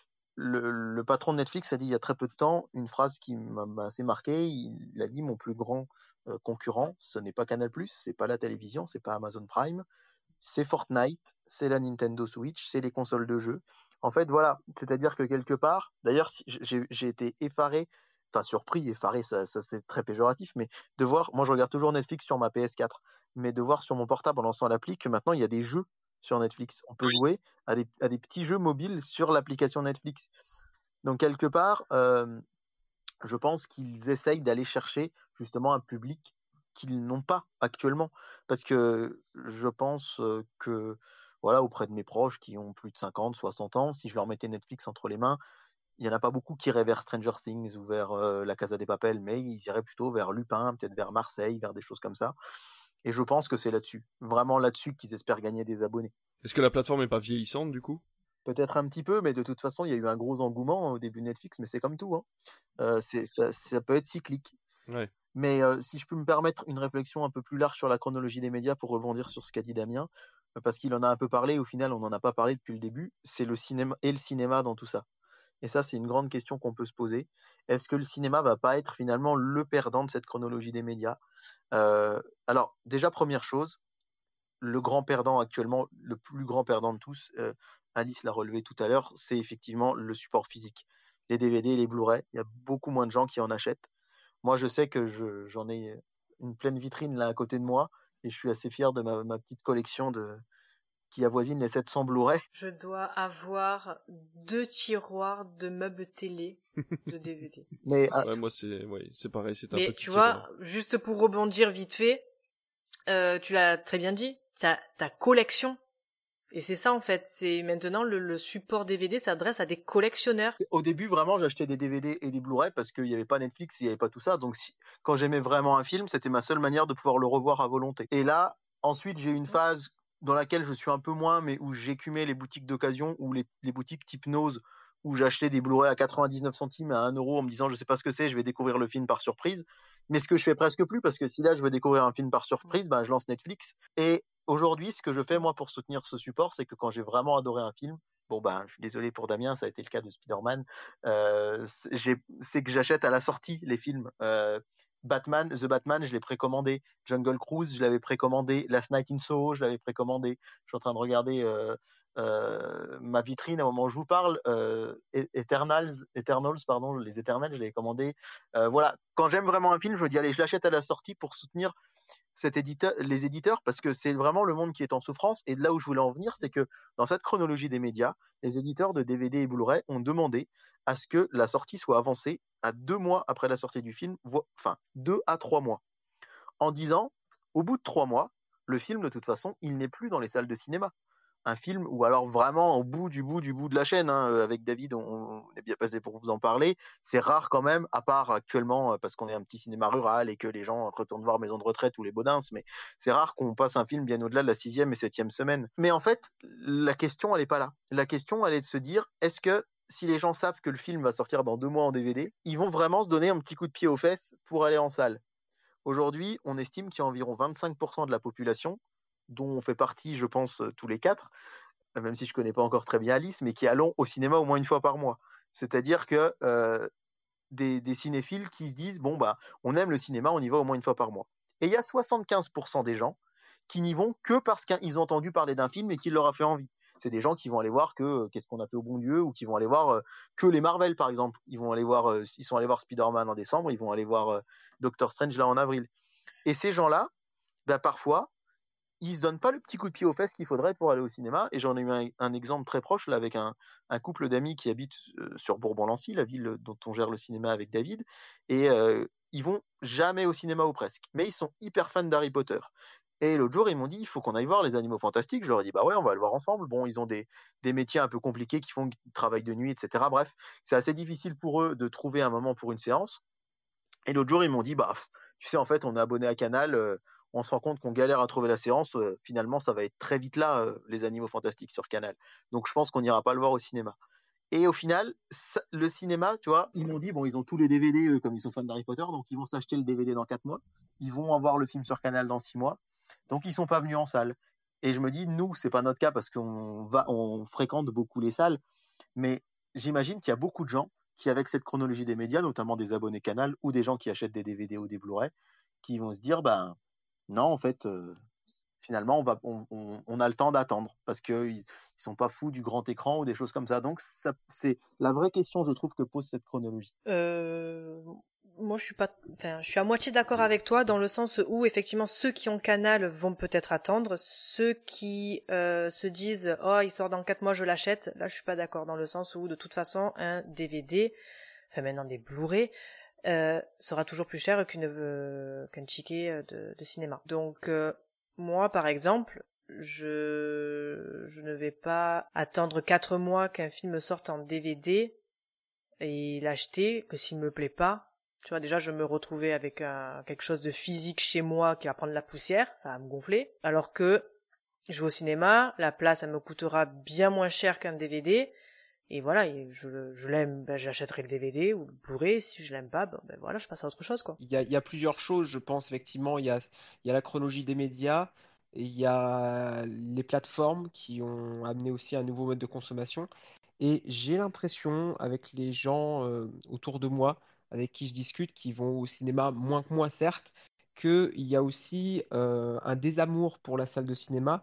Le, le patron de Netflix a dit il y a très peu de temps une phrase qui m'a assez marqué. Il a dit: mon plus grand euh, concurrent, ce n'est pas Canal+, c'est pas la télévision, c'est pas Amazon Prime, c'est Fortnite, c'est la Nintendo Switch, c'est les consoles de jeux. En fait, voilà, c'est-à-dire que quelque part, d'ailleurs, j'ai, j'ai été effaré, enfin surpris, effaré, ça, ça c'est très péjoratif, mais de voir, moi je regarde toujours Netflix sur ma P S quatre, mais de voir sur mon portable en lançant l'appli que maintenant il y a des jeux sur Netflix. On peut jouer à des, à des petits jeux mobiles sur l'application Netflix. Donc quelque part, euh, je pense qu'ils essayent d'aller chercher justement un public qu'ils n'ont pas actuellement. Parce que je pense que, voilà, auprès de mes proches qui ont plus de cinquante, soixante ans, si je leur mettais Netflix entre les mains, il n'y en a pas beaucoup qui iraient vers Stranger Things ou vers euh, La Casa des Papel, mais ils iraient plutôt vers Lupin, peut-être vers Marseille, vers des choses comme ça. Et je pense que c'est là-dessus, vraiment là-dessus qu'ils espèrent gagner des abonnés. Est-ce que la plateforme est pas vieillissante du coup ? Peut-être un petit peu, mais de toute façon, il y a eu un gros engouement au début de Netflix, mais c'est comme tout. Hein. Euh, c'est, ça, ça peut être cyclique. Ouais. Mais euh, si je peux me permettre une réflexion un peu plus large sur la chronologie des médias pour rebondir sur ce qu'a dit Damien, parce qu'il en a un peu parlé, au final, on n'en a pas parlé depuis le début, c'est le cinéma et le cinéma dans tout ça. Et ça, c'est une grande question qu'on peut se poser. Est-ce que le cinéma va pas être finalement le perdant de cette chronologie des médias ? euh, Alors, déjà, première chose, le grand perdant actuellement, le plus grand perdant de tous, euh, Alice l'a relevé tout à l'heure, c'est effectivement le support physique. Les D V D, les Blu-ray, il y a beaucoup moins de gens qui en achètent. Moi, je sais que je, j'en ai une pleine vitrine là à côté de moi et je suis assez fier de ma, ma petite collection de, qui avoisine les sept cents Blu-ray. Je dois avoir deux tiroirs de meubles télé de D V D. Mais ouais, moi c'est, ouais, c'est pareil, c'est un Mais petit tu vois, tiroir. juste pour rebondir vite fait, euh, tu l'as très bien dit, ta, ta collection. Et c'est ça en fait, c'est maintenant le, le support D V D s'adresse à des collectionneurs. Au début, vraiment, j'achetais des D V D et des Blu-ray parce qu'il n'y avait pas Netflix, il n'y avait pas tout ça. Donc, si, quand j'aimais vraiment un film, c'était ma seule manière de pouvoir le revoir à volonté. Et là, ensuite, j'ai eu une phase dans laquelle je suis un peu moins, mais où j'écumais les boutiques d'occasion ou les, les boutiques type Nose, où j'achetais des Blu-ray à quatre-vingt-dix-neuf centimes à un euro en me disant je sais pas ce que c'est, je vais découvrir le film par surprise. Mais ce que je fais presque plus, parce que si là je veux découvrir un film par surprise, ben je lance Netflix. Et aujourd'hui, ce que je fais moi pour soutenir ce support, c'est que quand j'ai vraiment adoré un film, bon ben je suis désolé pour Damien, ça a été le cas de Spider-Man, euh, c'est, j'ai, c'est que j'achète à la sortie les films. Euh, Batman, The Batman, je l'ai précommandé. Jungle Cruise, je l'avais précommandé. Last Night in Soho, je l'avais précommandé. Je suis en train de regarder euh, euh, ma vitrine au moment où je vous parle. Euh, Eternals, Eternals, pardon, les Éternels, je l'avais commandé. Euh, voilà, quand j'aime vraiment un film, je me dis allez, je l'achète à la sortie pour soutenir cet éditeur, les éditeurs, parce que c'est vraiment le monde qui est en souffrance. Et de là où je voulais en venir, c'est que dans cette chronologie des médias, les éditeurs de D V D et Blu-ray ont demandé à ce que la sortie soit avancée à deux mois après la sortie du film, enfin deux à trois mois, en disant, au bout de trois mois, le film, de toute façon, il n'est plus dans les salles de cinéma. Un film, ou alors vraiment au bout du bout du bout de la chaîne, hein, avec David, on, on est bien passé pour vous en parler, c'est rare quand même, à part actuellement, parce qu'on est un petit cinéma rural et que les gens retournent voir Maison de retraite ou les Baudins, mais c'est rare qu'on passe un film bien au-delà de la sixième et septième semaine. Mais en fait, la question, elle est pas là. La question, elle est de se dire, est-ce que si les gens savent que le film va sortir dans deux mois en D V D, ils vont vraiment se donner un petit coup de pied aux fesses pour aller en salle? Aujourd'hui, on estime qu'il y a environ vingt-cinq pour cent de la population, dont on fait partie, je pense, tous les quatre, même si je connais pas encore très bien Alice, mais qui allons au cinéma au moins une fois par mois. C'est-à-dire que euh, des, des cinéphiles qui se disent, bon, bah, on aime le cinéma, on y va au moins une fois par mois. Et il y a soixante-quinze pour cent des gens qui n'y vont que parce qu'ils ont entendu parler d'un film et qu'il leur a fait envie. C'est des gens qui vont aller voir que euh, Qu'est-ce qu'on a fait au bon Dieu, ou qui vont aller voir euh, que les Marvel, par exemple. Ils vont aller voir, euh, ils sont allés voir Spider-Man en décembre, ils vont aller voir euh, Doctor Strange là en avril. Et ces gens-là, bah, parfois, ils se donnent pas le petit coup de pied aux fesses qu'il faudrait pour aller au cinéma. Et j'en ai eu un, un exemple très proche là avec un, un couple d'amis qui habitent euh, sur Bourbon-Lancy, la ville dont on gère le cinéma avec David. Et euh, ils vont jamais au cinéma ou presque. Mais ils sont hyper fans d'Harry Potter. Et l'autre jour, ils m'ont dit, il faut qu'on aille voir les Animaux Fantastiques. Je leur ai dit, bah ouais, on va le voir ensemble. Bon, ils ont des, des métiers un peu compliqués qui font qu'ils travaillent de nuit, et cetera. Bref, c'est assez difficile pour eux de trouver un moment pour une séance. Et l'autre jour, ils m'ont dit, bah, tu sais, en fait, on est abonné à Canal, euh, on se rend compte qu'on galère à trouver la séance. Euh, finalement, ça va être très vite là, euh, les Animaux Fantastiques sur Canal. Donc, je pense qu'on n'ira pas le voir au cinéma. Et au final, ça, le cinéma, tu vois, ils m'ont dit, bon, ils ont tous les D V D, eux, comme ils sont fans d'Harry Potter, donc ils vont s'acheter le D V D dans quatre mois. Ils vont avoir le film sur Canal dans six mois. Donc, ils sont pas venus en salle. Et je me dis, nous, c'est pas notre cas parce qu'on va, on fréquente beaucoup les salles. Mais j'imagine qu'il y a beaucoup de gens qui, avec cette chronologie des médias, notamment des abonnés Canal ou des gens qui achètent des D V D ou des Blu-ray, qui vont se dire, ben, non, en fait, euh, finalement, on, va, on, on, on a le temps d'attendre parce qu'ils ne sont pas fous du grand écran ou des choses comme ça. Donc, ça, c'est la vraie question, je trouve, que pose cette chronologie. Euh, moi je suis pas, enfin je suis à moitié d'accord avec toi dans le sens où effectivement ceux qui ont Canal vont peut-être attendre, ceux qui euh, se disent oh il sort dans quatre mois je l'achète, là je suis pas d'accord dans le sens où de toute façon un D V D, enfin maintenant des Blu-ray euh, sera toujours plus cher qu'une euh, qu'un ticket de, de cinéma. Donc euh, moi par exemple je je ne vais pas attendre quatre mois qu'un film sorte en D V D et l'acheter que s'il me plaît pas. Tu vois, déjà, je me retrouvais avec un, quelque chose de physique chez moi qui va prendre la poussière, ça va me gonfler. Alors que je vais au cinéma, la place, elle me coûtera bien moins cher qu'un D V D. Et voilà, et je, je l'aime, ben, j'achèterai le D V D ou le Blu-ray. Si je l'aime pas, ben, ben voilà, je passe à autre chose, quoi. Il y a, il y a plusieurs choses, je pense, effectivement. Il y a, il y a la chronologie des médias, et il y a les plateformes qui ont amené aussi un nouveau mode de consommation. Et j'ai l'impression, avec les gens euh, autour de moi, avec qui je discute, qui vont au cinéma moins que moi, certes, qu'il y a aussi euh, un désamour pour la salle de cinéma,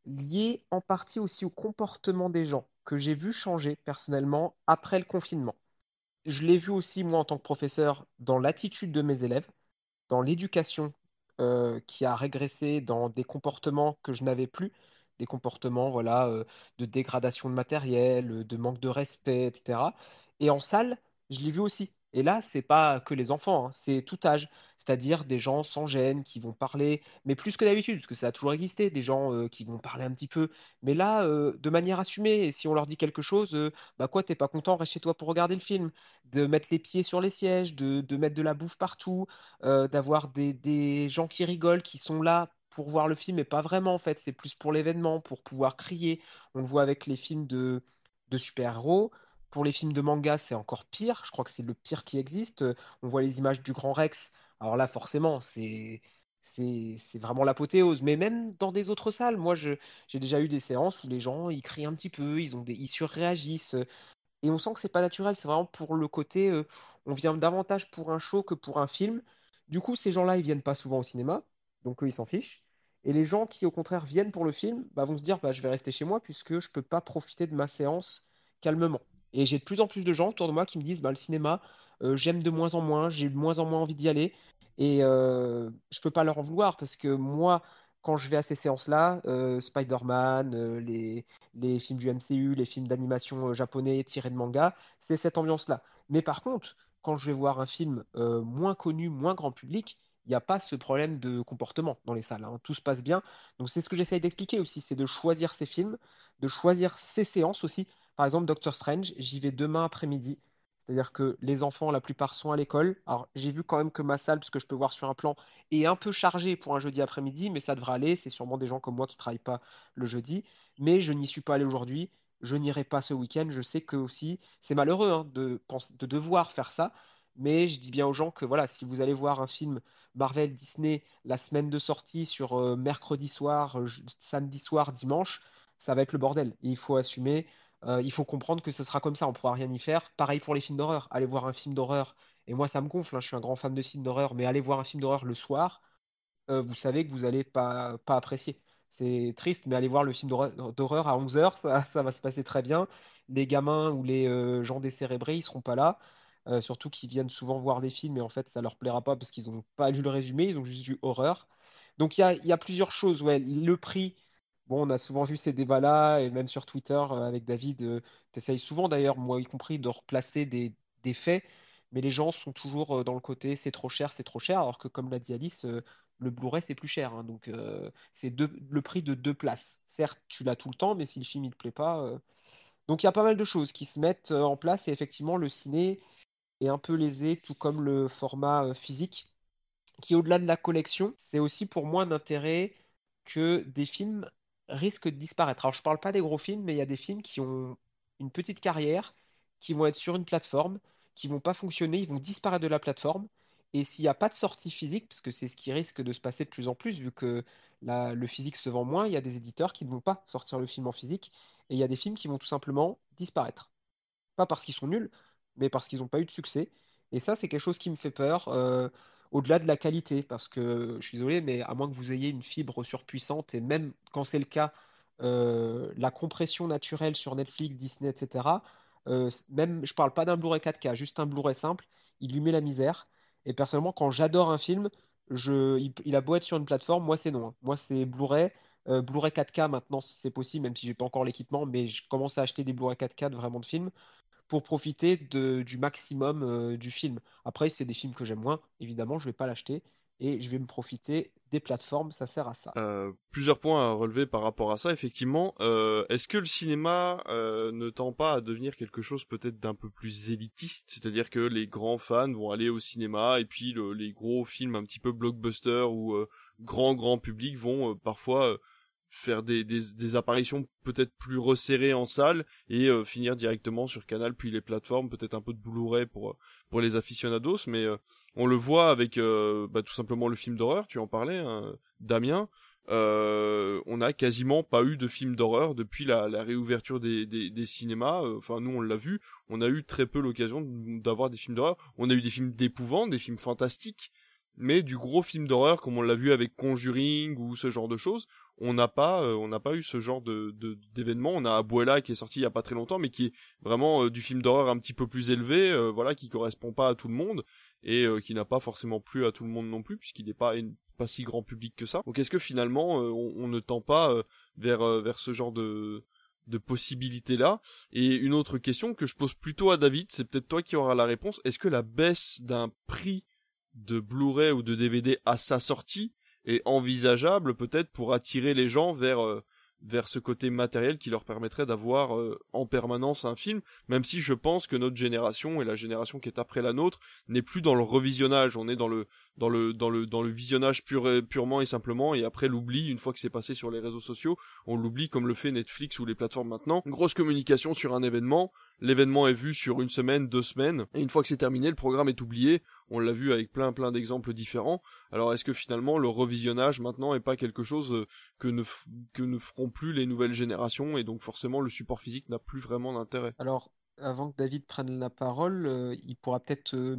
lié en partie aussi au comportement des gens, que j'ai vu changer personnellement après le confinement. Je l'ai vu aussi, moi, en tant que professeur, dans l'attitude de mes élèves, dans l'éducation euh, qui a régressé dans des comportements que je n'avais plus, des comportements voilà, euh, de dégradation de matériel, euh, de manque de respect, et cetera. Et en salle, je l'ai vu aussi. Et là, c'est pas que les enfants, hein, c'est tout âge, c'est-à-dire des gens sans gêne qui vont parler, mais plus que d'habitude, parce que ça a toujours existé, des gens euh, qui vont parler un petit peu, mais là, euh, de manière assumée. Et si on leur dit quelque chose, euh, bah quoi, t'es pas content, reste chez toi pour regarder le film, de mettre les pieds sur les sièges, de, de mettre de la bouffe partout, euh, d'avoir des, des gens qui rigolent, qui sont là pour voir le film, mais pas vraiment en fait, c'est plus pour l'événement, pour pouvoir crier. On le voit avec les films de, de super-héros. Pour les films de manga, c'est encore pire. Je crois que c'est le pire qui existe. Euh, On voit les images du Grand Rex. Alors là, forcément, c'est c'est c'est vraiment l'apothéose. Mais même dans des autres salles, moi, je, j'ai déjà eu des séances où les gens, ils crient un petit peu, ils ont des, ils surréagissent. Et on sent que c'est pas naturel, c'est vraiment pour le côté, euh, on vient davantage pour un show que pour un film. Du coup, ces gens-là, ils viennent pas souvent au cinéma, donc eux, ils s'en fichent. Et les gens qui, au contraire, viennent pour le film, bah, vont se dire, bah, je vais rester chez moi puisque je peux pas profiter de ma séance calmement. Et j'ai de plus en plus de gens autour de moi qui me disent, bah, le cinéma, euh, j'aime de moins en moins, j'ai de moins en moins envie d'y aller. Et euh, je peux pas leur en vouloir parce que moi, quand je vais à ces séances-là, euh, Spider-Man, euh, les, les films du M C U, les films d'animation euh, japonais tirés de manga, c'est cette ambiance-là. Mais par contre, quand je vais voir un film euh, moins connu, moins grand public, il n'y a pas ce problème de comportement dans les salles, hein. Tout se passe bien. Donc c'est ce que j'essaye d'expliquer aussi, c'est de choisir ses films, de choisir ses séances aussi. Par exemple, Doctor Strange, j'y vais demain après-midi. C'est-à-dire que les enfants, la plupart, sont à l'école. Alors, j'ai vu quand même que ma salle, parce que je peux voir sur un plan, est un peu chargée pour un jeudi après-midi, mais ça devrait aller. C'est sûrement des gens comme moi qui ne travaillent pas le jeudi. Mais je n'y suis pas allé aujourd'hui. Je n'irai pas ce week-end. Je sais que aussi, c'est malheureux hein, de, penser- de devoir faire ça. Mais je dis bien aux gens que voilà, si vous allez voir un film Marvel, Disney, la semaine de sortie sur euh, mercredi soir, euh, je- samedi soir, dimanche, ça va être le bordel. Et il faut assumer. Euh, il faut comprendre que ce sera comme ça, on pourra rien y faire. Pareil pour les films d'horreur. Allez voir un film d'horreur, et moi ça me gonfle, hein, je suis un grand fan de films d'horreur, mais allez voir un film d'horreur le soir, euh, vous savez que vous allez pas, pas apprécier. C'est triste, mais allez voir le film d'horreur d'horreur à onze heures, ça, ça va se passer très bien. Les gamins ou les euh, gens décérébrés, ils seront pas là. Euh, surtout qu'ils viennent souvent voir des films et en fait ça leur plaira pas parce qu'ils n'ont pas lu le résumé, ils ont juste vu horreur. Donc il y a, il y a plusieurs choses, ouais. Le prix, bon, on a souvent vu ces débats-là, et même sur Twitter euh, avec David, euh, t'essayes souvent d'ailleurs, moi y compris, de replacer des, des faits, mais les gens sont toujours euh, dans le côté c'est trop cher, c'est trop cher, alors que comme l'a dit Alice, euh, le Blu-ray c'est plus cher, hein. Donc euh, c'est deux- le prix de deux places. Certes, tu l'as tout le temps, mais si le film il te plaît pas. euh, Donc il y a pas mal de choses qui se mettent euh, en place, et effectivement, le ciné est un peu lésé, tout comme le format euh, physique qui, au-delà de la collection, c'est aussi pour moi un intérêt que des films risquent de disparaître. Alors, je parle pas des gros films, mais il y a des films qui ont une petite carrière, qui vont être sur une plateforme, qui vont pas fonctionner, ils vont disparaître de la plateforme. Et s'il n'y a pas de sortie physique, parce que c'est ce qui risque de se passer de plus en plus, vu que la- le physique se vend moins, il y a des éditeurs qui ne vont pas sortir le film en physique, et il y a des films qui vont tout simplement disparaître. Pas parce qu'ils sont nuls, mais parce qu'ils n'ont pas eu de succès. Et ça, c'est quelque chose qui me fait peur, euh, au-delà de la qualité, parce que je suis désolé, mais à moins que vous ayez une fibre surpuissante, et même quand c'est le cas, euh, la compression naturelle sur Netflix, Disney, et cetera, euh, même, je parle pas d'un Blu-ray quatre K, juste un Blu-ray simple, il lui met la misère. Et personnellement, quand j'adore un film, je, il, il a beau être sur une plateforme, moi c'est non, hein. Moi c'est Blu-ray. Euh, Blu-ray quatre K maintenant c'est possible, même si j'ai pas encore l'équipement, mais je commence à acheter des Blu-ray quatre K de vraiment de films pour profiter de, du maximum euh, du film. Après, c'est des films que j'aime moins, évidemment, je vais pas l'acheter et je vais me profiter des plateformes, ça sert à ça. Euh, plusieurs points à relever par rapport à ça, effectivement. Euh, est-ce que le cinéma euh, ne tend pas à devenir quelque chose peut-être d'un peu plus élitiste, c'est-à-dire que les grands fans vont aller au cinéma et puis le, les gros films un petit peu blockbuster ou euh, grand grand public vont euh, parfois euh, faire des, des, des apparitions peut-être plus resserrées en salle et euh, finir directement sur Canal puis les plateformes, peut-être un peu de Blu-ray pour pour les aficionados, mais euh, on le voit avec euh, bah, tout simplement le film d'horreur, tu en parlais, hein, Damien. Euh, on a quasiment pas eu de film d'horreur depuis la, la réouverture des, des, des cinémas. Enfin, nous, on l'a vu. On a eu très peu l'occasion d'avoir des films d'horreur. On a eu des films d'épouvante, des films fantastiques, mais du gros film d'horreur, comme on l'a vu avec Conjuring ou ce genre de choses, on n'a pas, euh, on n'a pas eu ce genre de, de d'événement. On a Abuela qui est sorti il y a pas très longtemps, mais qui est vraiment euh, du film d'horreur un petit peu plus élevé, euh, voilà, qui correspond pas à tout le monde et euh, qui n'a pas forcément plu à tout le monde non plus, puisqu'il n'est pas une, pas si grand public que ça. Donc est-ce que finalement euh, on, on ne tend pas euh, vers euh, vers ce genre de de possibilités là? Et une autre question que je pose plutôt à David, c'est peut-être toi qui auras la réponse. Est-ce que la baisse d'un prix de Blu-ray ou de D V D à sa sortie est envisageable peut-être pour attirer les gens vers euh, vers ce côté matériel qui leur permettrait d'avoir euh, en permanence un film, même si je pense que notre génération et la génération qui est après la nôtre n'est plus dans le revisionnage, on est dans le dans le dans le dans le visionnage pur et, purement et simplement, et après l'oubli une fois que c'est passé sur les réseaux sociaux, on l'oublie comme le fait Netflix ou les plateformes maintenant. Grosse communication sur un événement, l'événement est vu sur une semaine, deux semaines, et une fois que c'est terminé, le programme est oublié. On l'a vu avec plein plein d'exemples différents. Alors est-ce que finalement le revisionnage maintenant est pas quelque chose que ne f- que ne feront plus les nouvelles générations, et donc forcément le support physique n'a plus vraiment d'intérêt? Alors, avant que David prenne la parole, euh, il pourra peut-être euh,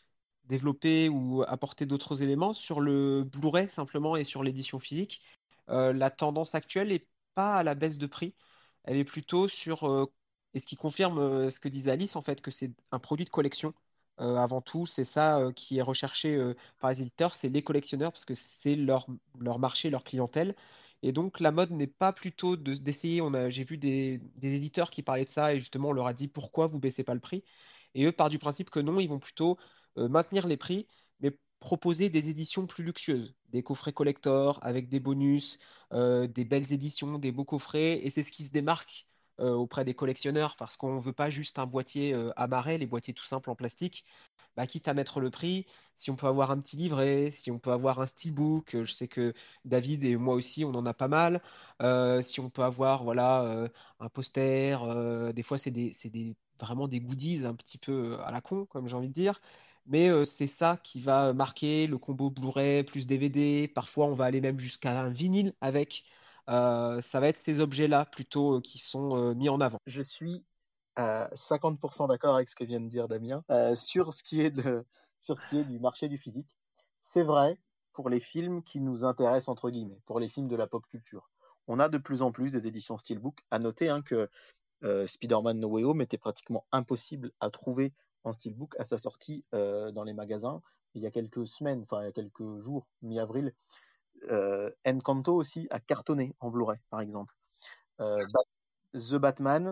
développer ou apporter d'autres éléments sur le Blu-ray simplement et sur l'édition physique. Euh, la tendance actuelle n'est pas à la baisse de prix, elle est plutôt sur, euh, et ce qui confirme euh, ce que disait Alice, en fait, que c'est un produit de collection. Euh, avant tout, c'est ça euh, qui est recherché euh, par les éditeurs, c'est les collectionneurs, parce que c'est leur, leur marché, leur clientèle. Et donc la mode n'est pas plutôt de- d'essayer, on a, j'ai vu des, des éditeurs qui parlaient de ça, et justement on leur a dit pourquoi vous baissez pas le prix. Et eux partent du principe que non, ils vont plutôt euh, maintenir les prix, mais proposer des éditions plus luxueuses, des coffrets collector avec des bonus, euh, des belles éditions, des beaux coffrets, et c'est ce qui se démarque euh, auprès des collectionneurs, parce qu'on ne veut pas juste un boîtier euh, amarré, les boîtiers tout simples en plastique. Bah, quitte à mettre le prix, si on peut avoir un petit livret, si on peut avoir un steelbook, euh, je sais que David et moi aussi on en a pas mal, euh, si on peut avoir voilà euh, un poster, euh, des fois c'est des, c'est des, vraiment des goodies un petit peu à la con, comme j'ai envie de dire. Mais euh, c'est ça qui va marquer le combo Blu-ray plus D V D. Parfois, on va aller même jusqu'à un vinyle avec. Euh, ça va être ces objets-là plutôt euh, qui sont euh, mis en avant. Je suis à cinquante pour cent d'accord avec ce que vient de dire Damien euh, sur ce qui est de, sur ce qui est du marché du physique. C'est vrai pour les films qui nous intéressent entre guillemets, pour les films de la pop culture. On a de plus en plus des éditions Steelbook. À noter hein, que euh, Spider-Man No Way Home était pratiquement impossible à trouver en Steelbook à sa sortie euh, dans les magasins il y a quelques semaines, enfin il y a quelques jours, mi-avril. Euh, Encanto aussi a cartonné en Blu-ray, par exemple. Euh, The Batman,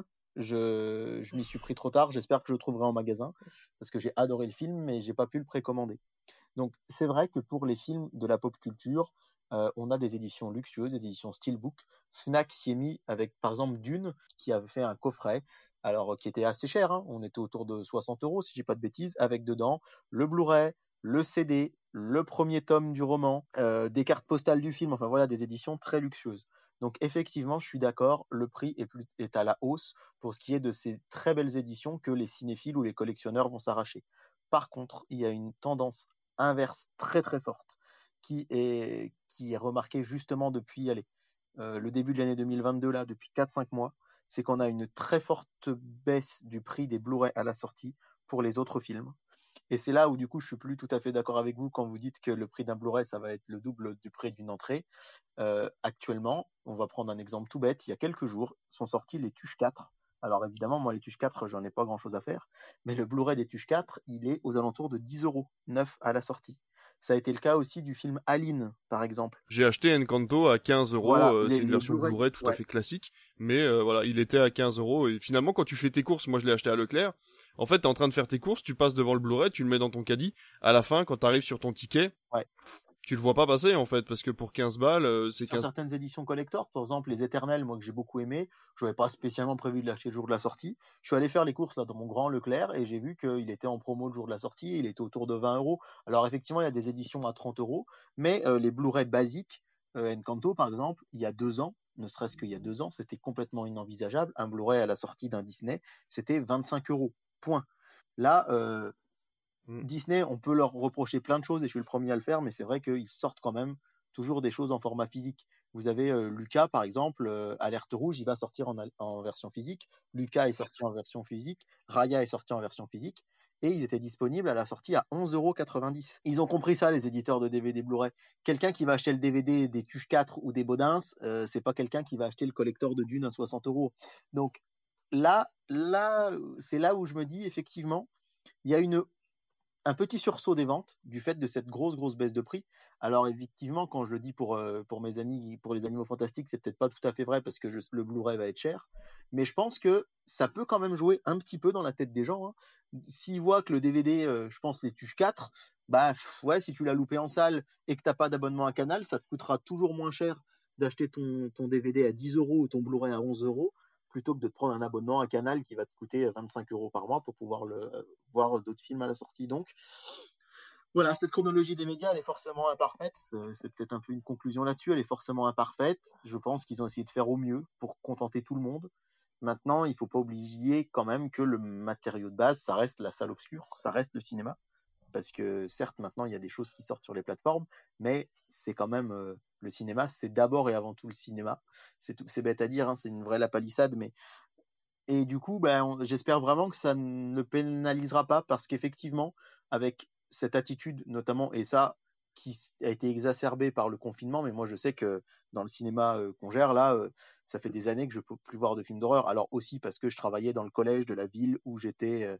je, je m'y suis pris trop tard. J'espère que je le trouverai en magasin parce que j'ai adoré le film, mais j'ai pas pu le précommander. Donc c'est vrai que pour les films de la pop culture, euh, on a des éditions luxueuses, des éditions Steelbook. Fnac s'y est mis avec par exemple Dune qui avait fait un coffret, alors qui était assez cher. Hein, on était autour de soixante euros si j'ai pas de bêtises, avec dedans le Blu-ray, le C D, le premier tome du roman, euh, des cartes postales du film. Enfin voilà, des éditions très luxueuses. Donc effectivement, je suis d'accord, le prix est, plus, est à la hausse pour ce qui est de ces très belles éditions que les cinéphiles ou les collectionneurs vont s'arracher. Par contre, il y a une tendance inverse très très forte qui est, qui est remarquée justement depuis allez, euh, le début de l'année deux mille vingt-deux, là, depuis quatre cinq mois, c'est qu'on a une très forte baisse du prix des Blu-ray à la sortie pour les autres films. Et c'est là où du coup je suis plus tout à fait d'accord avec vous quand vous dites que le prix d'un Blu-ray ça va être le double du prix d'une entrée. Euh, actuellement, on va prendre un exemple tout bête, il y a quelques jours sont sortis les Tuches quatre Alors évidemment, moi les Tuches quatre, j'en ai pas grand chose à faire, mais le Blu-ray des Tuches quatre, il est aux alentours de dix euros, neuf à la sortie. Ça a été le cas aussi du film Aline, par exemple. J'ai acheté Encanto à quinze euros, Voilà, euh, les- c'est une les version Blu-ray, Blu-ray tout ouais. à fait classique, mais euh, voilà, il était à quinze euros, et finalement quand tu fais tes courses, moi je l'ai acheté à Leclerc, en fait t'es en train de faire tes courses, tu passes devant le Blu-ray, tu le mets dans ton caddie, à la fin quand t'arrives sur ton ticket, Ouais. tu le vois pas passer en fait, parce que pour quinze balles, euh, c'est Sur quinze... certaines éditions collector, par exemple les Éternels, moi que j'ai beaucoup aimé, je n'avais pas spécialement prévu de l'acheter le jour de la sortie. Je suis allé faire les courses là dans mon grand Leclerc et j'ai vu qu'il était en promo le jour de la sortie, il était autour de vingt euros. Alors effectivement, il y a des éditions à trente euros, mais euh, les Blu-ray basiques, euh, Encanto par exemple, il y a deux ans, ne serait-ce qu'il y a deux ans, c'était complètement inenvisageable. Un Blu-ray à la sortie d'un Disney, c'était vingt-cinq euros. Point. Là, euh, Disney, on peut leur reprocher plein de choses et je suis le premier à le faire, mais c'est vrai qu'ils sortent quand même toujours des choses en format physique. Vous avez euh, Lucas, par exemple, euh, Alerte Rouge, il va sortir en, al- en version physique. Lucas est sorti en version physique. Raya est sorti en version physique. Et ils étaient disponibles à la sortie à onze euros quatre-vingt-dix. Ils ont compris ça, les éditeurs de D V D Blu-ray. Quelqu'un qui va acheter le D V D des Tuches quatre ou des Baudins, euh, c'est pas quelqu'un qui va acheter le collector de Dune à soixante euros. Donc là, là, c'est là où je me dis, effectivement, il y a une un petit sursaut des ventes du fait de cette grosse grosse baisse de prix. Alors effectivement, quand je le dis pour euh, pour mes amis, pour les Animaux Fantastiques, c'est peut-être pas tout à fait vrai parce que je- le Blu-ray va être cher, mais je pense que ça peut quand même jouer un petit peu dans la tête des gens. Hein. S'ils voient que le D V D, euh, je pense les Tuches quatre, bah pff, ouais, si tu l'as loupé en salle et que t'as pas d'abonnement à Canal, ça te coûtera toujours moins cher d'acheter ton ton D V D à dix euros ou ton Blu-ray à onze euros plutôt que de te prendre un abonnement à Canal qui va te coûter vingt-cinq euros par mois pour pouvoir le, voir d'autres films à la sortie. Donc, voilà, cette chronologie des médias, elle est forcément imparfaite. C'est, c'est peut-être un peu une conclusion là-dessus. Elle est forcément imparfaite. Je pense qu'ils ont essayé de faire au mieux pour contenter tout le monde. Maintenant, il ne faut pas oublier quand même que le matériau de base, ça reste la salle obscure, ça reste le cinéma. Parce que certes, maintenant, il y a des choses qui sortent sur les plateformes, mais c'est quand même euh, le cinéma, c'est d'abord et avant tout le cinéma. C'est, tout, c'est bête à dire, hein, c'est une vraie lapalissade, mais et du coup, ben, on- j'espère vraiment que ça ne pénalisera pas parce qu'effectivement, avec cette attitude notamment, et ça qui s- a été exacerbé par le confinement, mais moi je sais que dans le cinéma euh, qu'on gère là, euh, ça fait des années que je peux plus voir de films d'horreur. Alors aussi parce que je travaillais dans le collège de la ville où j'étais, euh,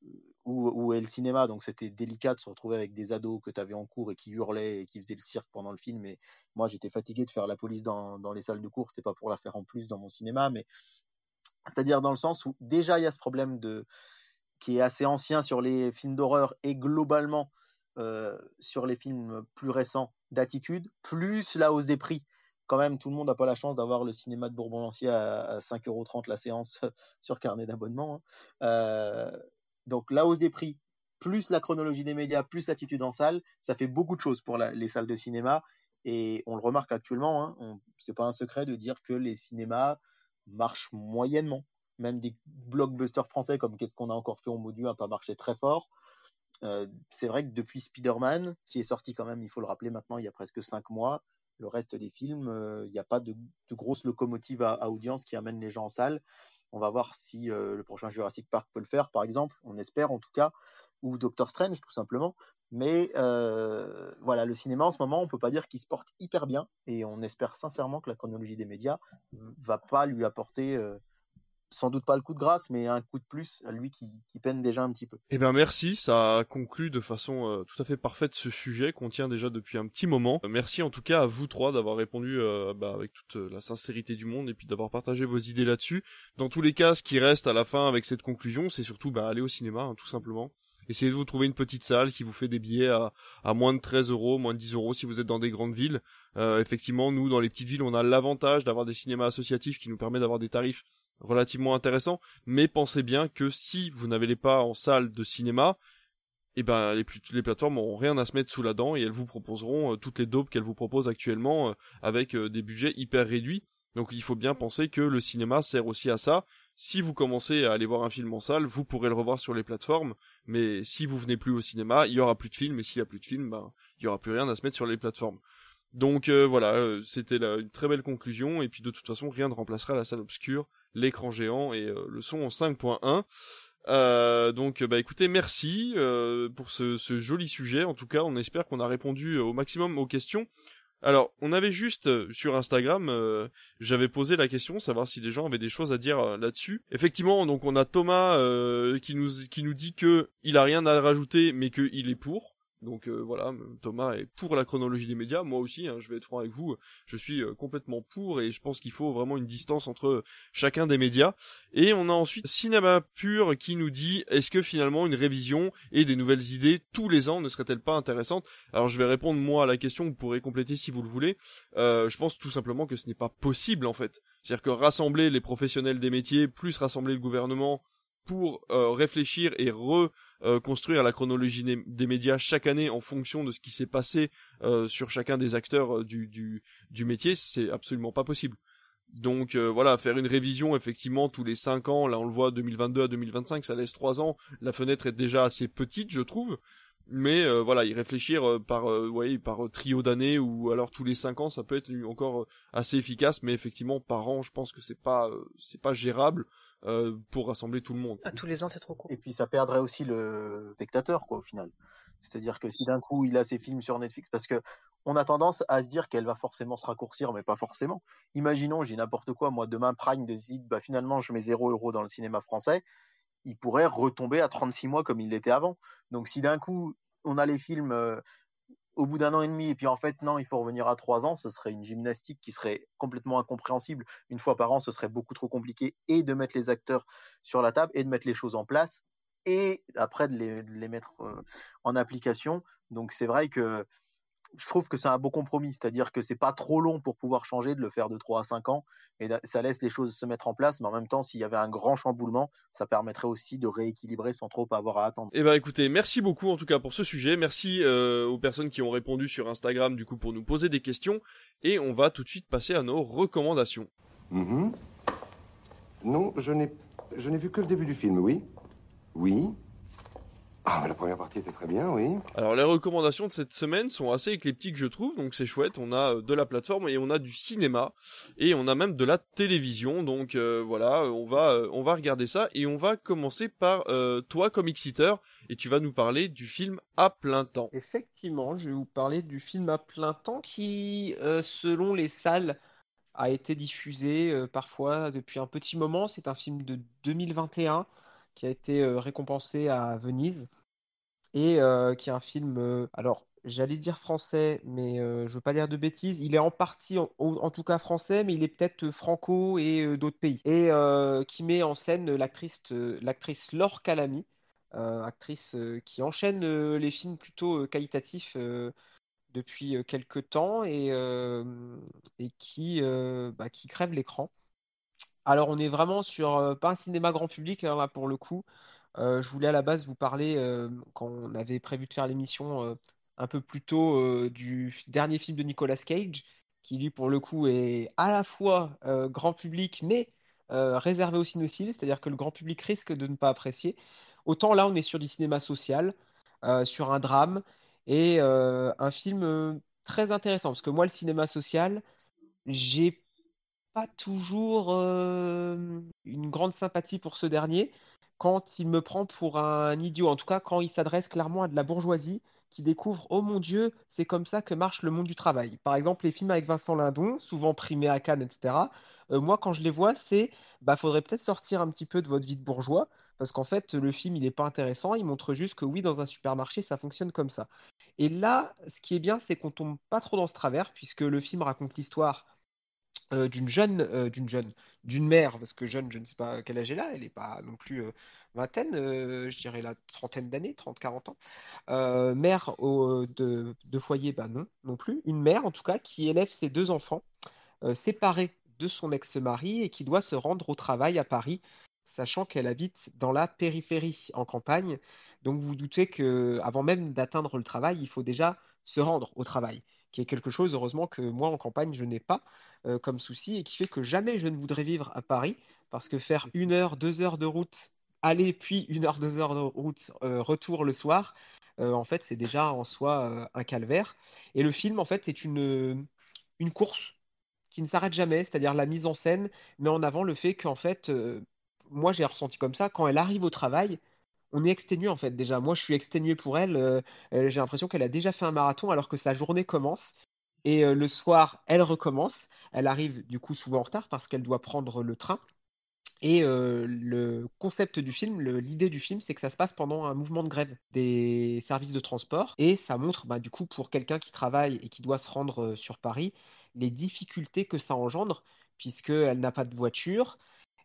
où, où est le cinéma, donc c'était délicat de se retrouver avec des ados que tu avais en cours et qui hurlaient et qui faisaient le cirque pendant le film. Et moi j'étais fatigué de faire la police dans, dans les salles de cours, c'était pas pour la faire en plus dans mon cinéma, mais c'est-à-dire dans le sens où déjà il y a ce problème de qui est assez ancien sur les films d'horreur et globalement euh, sur les films plus récents d'attitude, plus la hausse des prix. Quand même, tout le monde n'a pas la chance d'avoir le cinéma de Bourbon-Lancier à, à cinq euros trente la séance sur carnet d'abonnement. Hein. Euh, donc la hausse des prix, plus la chronologie des médias, plus l'attitude en salle, ça fait beaucoup de choses pour la, les salles de cinéma. Et on le remarque actuellement, hein, on, c'est pas un secret de dire que les cinémas marchent moyennement. Même des blockbusters français comme Qu'est-ce qu'on a encore fait au Modu n'a pas marché très fort. Euh, c'est vrai que depuis Spider-Man, qui est sorti quand même, il faut le rappeler maintenant, il y a presque cinq mois, le reste des films, euh, il n'y a pas de, de grosse locomotive à, à audience qui amène les gens en salle. On va voir si euh, le prochain Jurassic Park peut le faire, par exemple, on espère en tout cas, ou Doctor Strange tout simplement. Mais euh, voilà, le cinéma en ce moment, on peut pas dire qu'il se porte hyper bien, et on espère sincèrement que la chronologie des médias va pas lui apporter euh, sans doute pas le coup de grâce, mais un coup de plus à lui qui, qui peine déjà un petit peu. Eh ben merci, ça conclut de façon euh, tout à fait parfaite ce sujet qu'on tient déjà depuis un petit moment. Euh, merci en tout cas à vous trois d'avoir répondu euh, bah, avec toute la sincérité du monde et puis d'avoir partagé vos idées là-dessus. Dans tous les cas, ce qui reste à la fin avec cette conclusion, c'est surtout bah, aller au cinéma, hein, tout simplement. Essayez de vous trouver une petite salle qui vous fait des billets à, à moins de treize euros, moins de dix euros si vous êtes dans des grandes villes. Euh, effectivement, nous, dans les petites villes, on a l'avantage d'avoir des cinémas associatifs qui nous permettent d'avoir des tarifs relativement intéressants. Mais pensez bien que si vous n'avez pas en salle de cinéma, eh ben, les, les plateformes n'auront rien à se mettre sous la dent et elles vous proposeront euh, toutes les dopes qu'elles vous proposent actuellement euh, avec euh, des budgets hyper réduits. Donc il faut bien penser que le cinéma sert aussi à ça. Si vous commencez à aller voir un film en salle, vous pourrez le revoir sur les plateformes, mais si vous venez plus au cinéma, il y aura plus de films, et s'il y a plus de films, ben, il y aura plus rien à se mettre sur les plateformes. Donc euh, voilà, euh, c'était la, une très belle conclusion, et puis de toute façon, rien ne remplacera la salle obscure, l'écran géant et euh, le son en cinq point un. Euh, donc bah écoutez, merci euh, pour ce, ce joli sujet. En tout cas, on espère qu'on a répondu au maximum aux questions. Alors, on avait juste euh, sur Instagram, euh, j'avais posé la question, savoir si les gens avaient des choses à dire euh, là-dessus. Effectivement, donc on a Thomas euh, qui nous qui nous dit que il a rien à rajouter, mais que il est pour. Donc euh, voilà, Thomas est pour la chronologie des médias, moi aussi, hein, je vais être franc avec vous, je suis euh, complètement pour et je pense qu'il faut vraiment une distance entre chacun des médias. Et on a ensuite Cinéma Pur qui nous dit, est-ce que finalement une révision et des nouvelles idées tous les ans ne serait-elle pas intéressante? Alors je vais répondre moi à la question, vous pourrez compléter si vous le voulez. Euh, je pense tout simplement que ce n'est pas possible en fait. C'est-à-dire que rassembler les professionnels des métiers, plus rassembler le gouvernement, pour euh, réfléchir et reconstruire euh, la chronologie des, des médias chaque année en fonction de ce qui s'est passé euh, sur chacun des acteurs euh, du, du, du métier, c'est absolument pas possible. Donc euh, voilà, faire une révision effectivement tous les cinq ans, là on le voit deux mille vingt-deux à deux mille vingt-cinq, ça laisse trois ans, la fenêtre est déjà assez petite je trouve, mais euh, voilà, y réfléchir euh, par euh, ouais, par euh, trio d'années ou alors tous les cinq ans, ça peut être encore euh, assez efficace, mais effectivement par an, je pense que c'est pas euh, c'est pas gérable. Euh, pour rassembler tout le monde. À tous les ans, c'est trop court. Et puis ça perdrait aussi le spectateur, quoi, au final. C'est-à-dire que si d'un coup il a ses films sur Netflix, parce que on a tendance à se dire qu'elle va forcément se raccourcir, mais pas forcément. Imaginons, j'ai n'importe quoi, moi demain Prime décide, bah finalement je mets zéro euro dans le cinéma français, il pourrait retomber à trente-six mois comme il l'était avant. Donc si d'un coup on a les films euh, au bout d'un an et demi, et puis en fait, non, il faut revenir à trois ans, ce serait une gymnastique qui serait complètement incompréhensible. Une fois par an, ce serait beaucoup trop compliqué, et de mettre les acteurs sur la table, et de mettre les choses en place, et après de les, de les mettre euh, en application. Donc c'est vrai que je trouve que c'est un beau compromis, c'est-à-dire que c'est pas trop long pour pouvoir changer, de le faire de trois à cinq ans, et ça laisse les choses se mettre en place, mais en même temps, s'il y avait un grand chamboulement, ça permettrait aussi de rééquilibrer sans trop avoir à attendre. Eh ben écoutez, merci beaucoup en tout cas pour ce sujet, merci euh, aux personnes qui ont répondu sur Instagram du coup pour nous poser des questions, et on va tout de suite passer à nos recommandations. Mmh. Non, je n'ai je n'ai vu que le début du film, oui. Oui. Ah, mais la première partie était très bien, oui. Alors, les recommandations de cette semaine sont assez éclectiques, je trouve, donc c'est chouette. On a de la plateforme et on a du cinéma et on a même de la télévision. Donc euh, voilà, on va euh, on va regarder ça et on va commencer par euh, toi, Comic Sitter, et tu vas nous parler du film À plein temps. Effectivement, je vais vous parler du film À plein temps qui, euh, selon les salles, a été diffusé euh, parfois depuis un petit moment. C'est un film de deux mille vingt et un qui a été euh, récompensé à Venise. Et euh, qui est un film, euh, alors j'allais dire français, mais euh, je veux pas dire de bêtises. Il est en partie, en, en tout cas français, mais il est peut-être franco et euh, d'autres pays. Et euh, qui met en scène l'actrice, euh, l'actrice Laure Calamy, euh, actrice euh, qui enchaîne euh, les films plutôt euh, qualitatifs euh, depuis euh, quelques temps et, euh, et qui, euh, bah, qui crève l'écran. Alors on est vraiment sur euh, pas un cinéma grand public hein, là pour le coup. Euh, je voulais à la base vous parler, euh, quand on avait prévu de faire l'émission euh, un peu plus tôt, euh, du dernier film de Nicolas Cage, qui lui pour le coup est à la fois euh, grand public mais euh, réservé aux cinéphiles, c'est-à-dire que le grand public risque de ne pas apprécier. Autant là on est sur du cinéma social, euh, sur un drame et euh, un film euh, très intéressant, parce que moi le cinéma social, j'ai pas toujours euh, une grande sympathie pour ce dernier quand il me prend pour un idiot, en tout cas quand il s'adresse clairement à de la bourgeoisie qui découvre, oh mon Dieu, c'est comme ça que marche le monde du travail. Par exemple, les films avec Vincent Lindon, souvent primés à Cannes, et cetera. Euh, moi, quand je les vois, c'est, bah, faudrait peut-être sortir un petit peu de votre vie de bourgeois, parce qu'en fait, le film, il n'est pas intéressant, il montre juste que oui, dans un supermarché, ça fonctionne comme ça. Et là, ce qui est bien, c'est qu'on tombe pas trop dans ce travers, puisque le film raconte l'histoire euh, d'une jeune, euh, d'une jeune, d'une mère, parce que jeune, je ne sais pas quel âge elle a, elle n'est pas non plus euh, vingtaine, euh, je dirais la trentaine d'années, trente quarante ans. Euh, mère au, de, de foyer, bah non, non plus. Une mère, en tout cas, qui élève ses deux enfants, euh, séparés de son ex-mari et qui doit se rendre au travail à Paris, sachant qu'elle habite dans la périphérie, en campagne. Donc vous vous doutez qu'avant même d'atteindre le travail, il faut déjà se rendre au travail, qui est quelque chose, heureusement, que moi, en campagne, je n'ai pas euh, comme souci et qui fait que jamais je ne voudrais vivre à Paris, parce que faire une heure, deux heures de route, aller, puis une heure, deux heures de route, euh, retour le soir, euh, en fait, c'est déjà en soi euh, un calvaire. Et le film, en fait, c'est une, une course qui ne s'arrête jamais, c'est-à-dire la mise en scène met en avant le fait qu'en fait, euh, moi, j'ai ressenti comme ça, quand elle arrive au travail, on est exténué en fait déjà. Moi, je suis exténué pour elle. Euh, euh, j'ai l'impression qu'elle a déjà fait un marathon alors que sa journée commence. Et euh, le soir, elle recommence. Elle arrive du coup souvent en retard parce qu'elle doit prendre le train. Et euh, le concept du film, le- l'idée du film, c'est que ça se passe pendant un mouvement de grève des services de transport. Et ça montre, bah, du coup, pour quelqu'un qui travaille et qui doit se rendre euh, sur Paris, les difficultés que ça engendre, puisqu'elle n'a pas de voiture.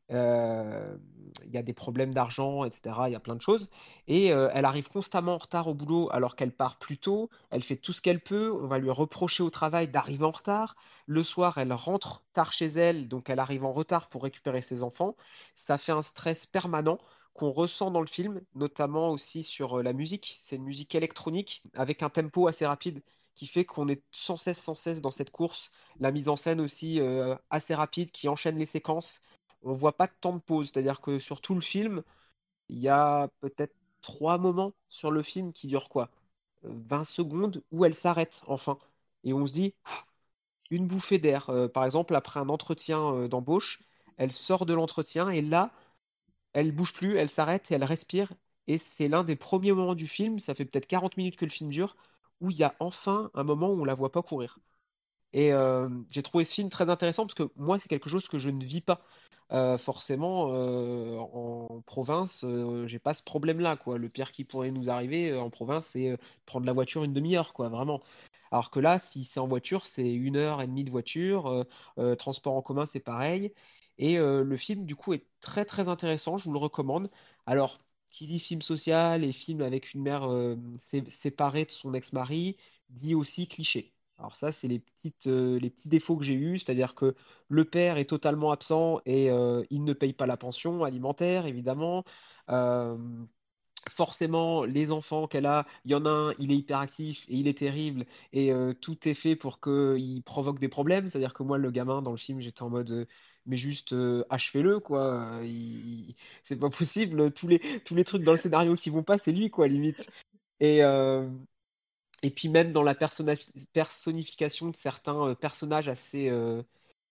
Euh, Il y a des problèmes d'argent, et cetera. Il y a plein de choses. Et euh, elle arrive constamment en retard au boulot alors qu'elle part plus tôt. Elle fait tout ce qu'elle peut. On va lui reprocher au travail d'arriver en retard. Le soir, elle rentre tard chez elle, donc elle arrive en retard pour récupérer ses enfants. Ça fait un stress permanent qu'on ressent dans le film, notamment aussi sur euh, la musique. C'est une musique électronique avec un tempo assez rapide qui fait qu'on est sans cesse, sans cesse dans cette course. La mise en scène aussi euh, assez rapide qui enchaîne les séquences. On voit pas de temps de pause, c'est-à-dire que sur tout le film, il y a peut-être trois moments sur le film qui durent quoi? Euh, vingt secondes où elle s'arrête enfin. Et on se dit, pff, une bouffée d'air. Euh, par exemple, après un entretien euh, d'embauche, elle sort de l'entretien et là, elle bouge plus, elle s'arrête et elle respire. Et c'est l'un des premiers moments du film, ça fait peut-être quarante minutes que le film dure, où il y a enfin un moment où on la voit pas courir. Et euh, j'ai trouvé ce film très intéressant parce que moi, c'est quelque chose que je ne vis pas. Euh, forcément, euh, en province, euh, j'ai pas ce problème-là, quoi. Le pire qui pourrait nous arriver euh, en province, c'est euh, prendre la voiture une demi-heure, quoi, vraiment. Alors que là, si c'est en voiture, c'est une heure et demie de voiture. Euh, euh, transport en commun, c'est pareil. Et euh, le film, du coup, est très très intéressant. Je vous le recommande. Alors, qui dit film social et film avec une mère euh, sé- séparée de son ex-mari, dit aussi cliché. Alors ça, c'est les petites, euh, les petits défauts que j'ai eus, c'est-à-dire que le père est totalement absent et euh, il ne paye pas la pension alimentaire, évidemment. Euh, Forcément, les enfants qu'elle a, il y en a un, il est hyperactif et il est terrible, et euh, tout est fait pour qu'il provoque des problèmes. C'est-à-dire que moi, le gamin, dans le film, j'étais en mode, euh, mais juste euh, achevez-le, quoi. Il- il- C'est pas possible. Tous les, tous les trucs dans le scénario qui vont pas, c'est lui, quoi, limite. Et, euh, et puis même dans la persona- personnification de certains euh, personnages assez, euh,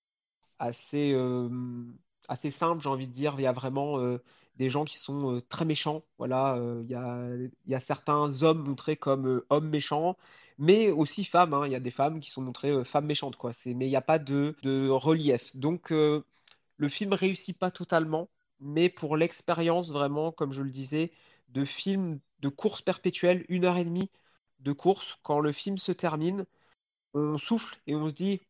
assez, euh, assez simple, j'ai envie de dire. Il y a vraiment euh, des gens qui sont euh, très méchants. Voilà, euh, il y a, il y a certains hommes montrés comme euh, hommes méchants, mais aussi femmes, hein. Il y a des femmes qui sont montrées euh, femmes méchantes, quoi. C'est, mais il n'y a pas de, de relief. Donc, euh, le film réussit pas totalement, mais pour l'expérience, vraiment, comme je le disais, de film de course perpétuelle, une heure et demie de course, quand le film se termine, on souffle et on se dit,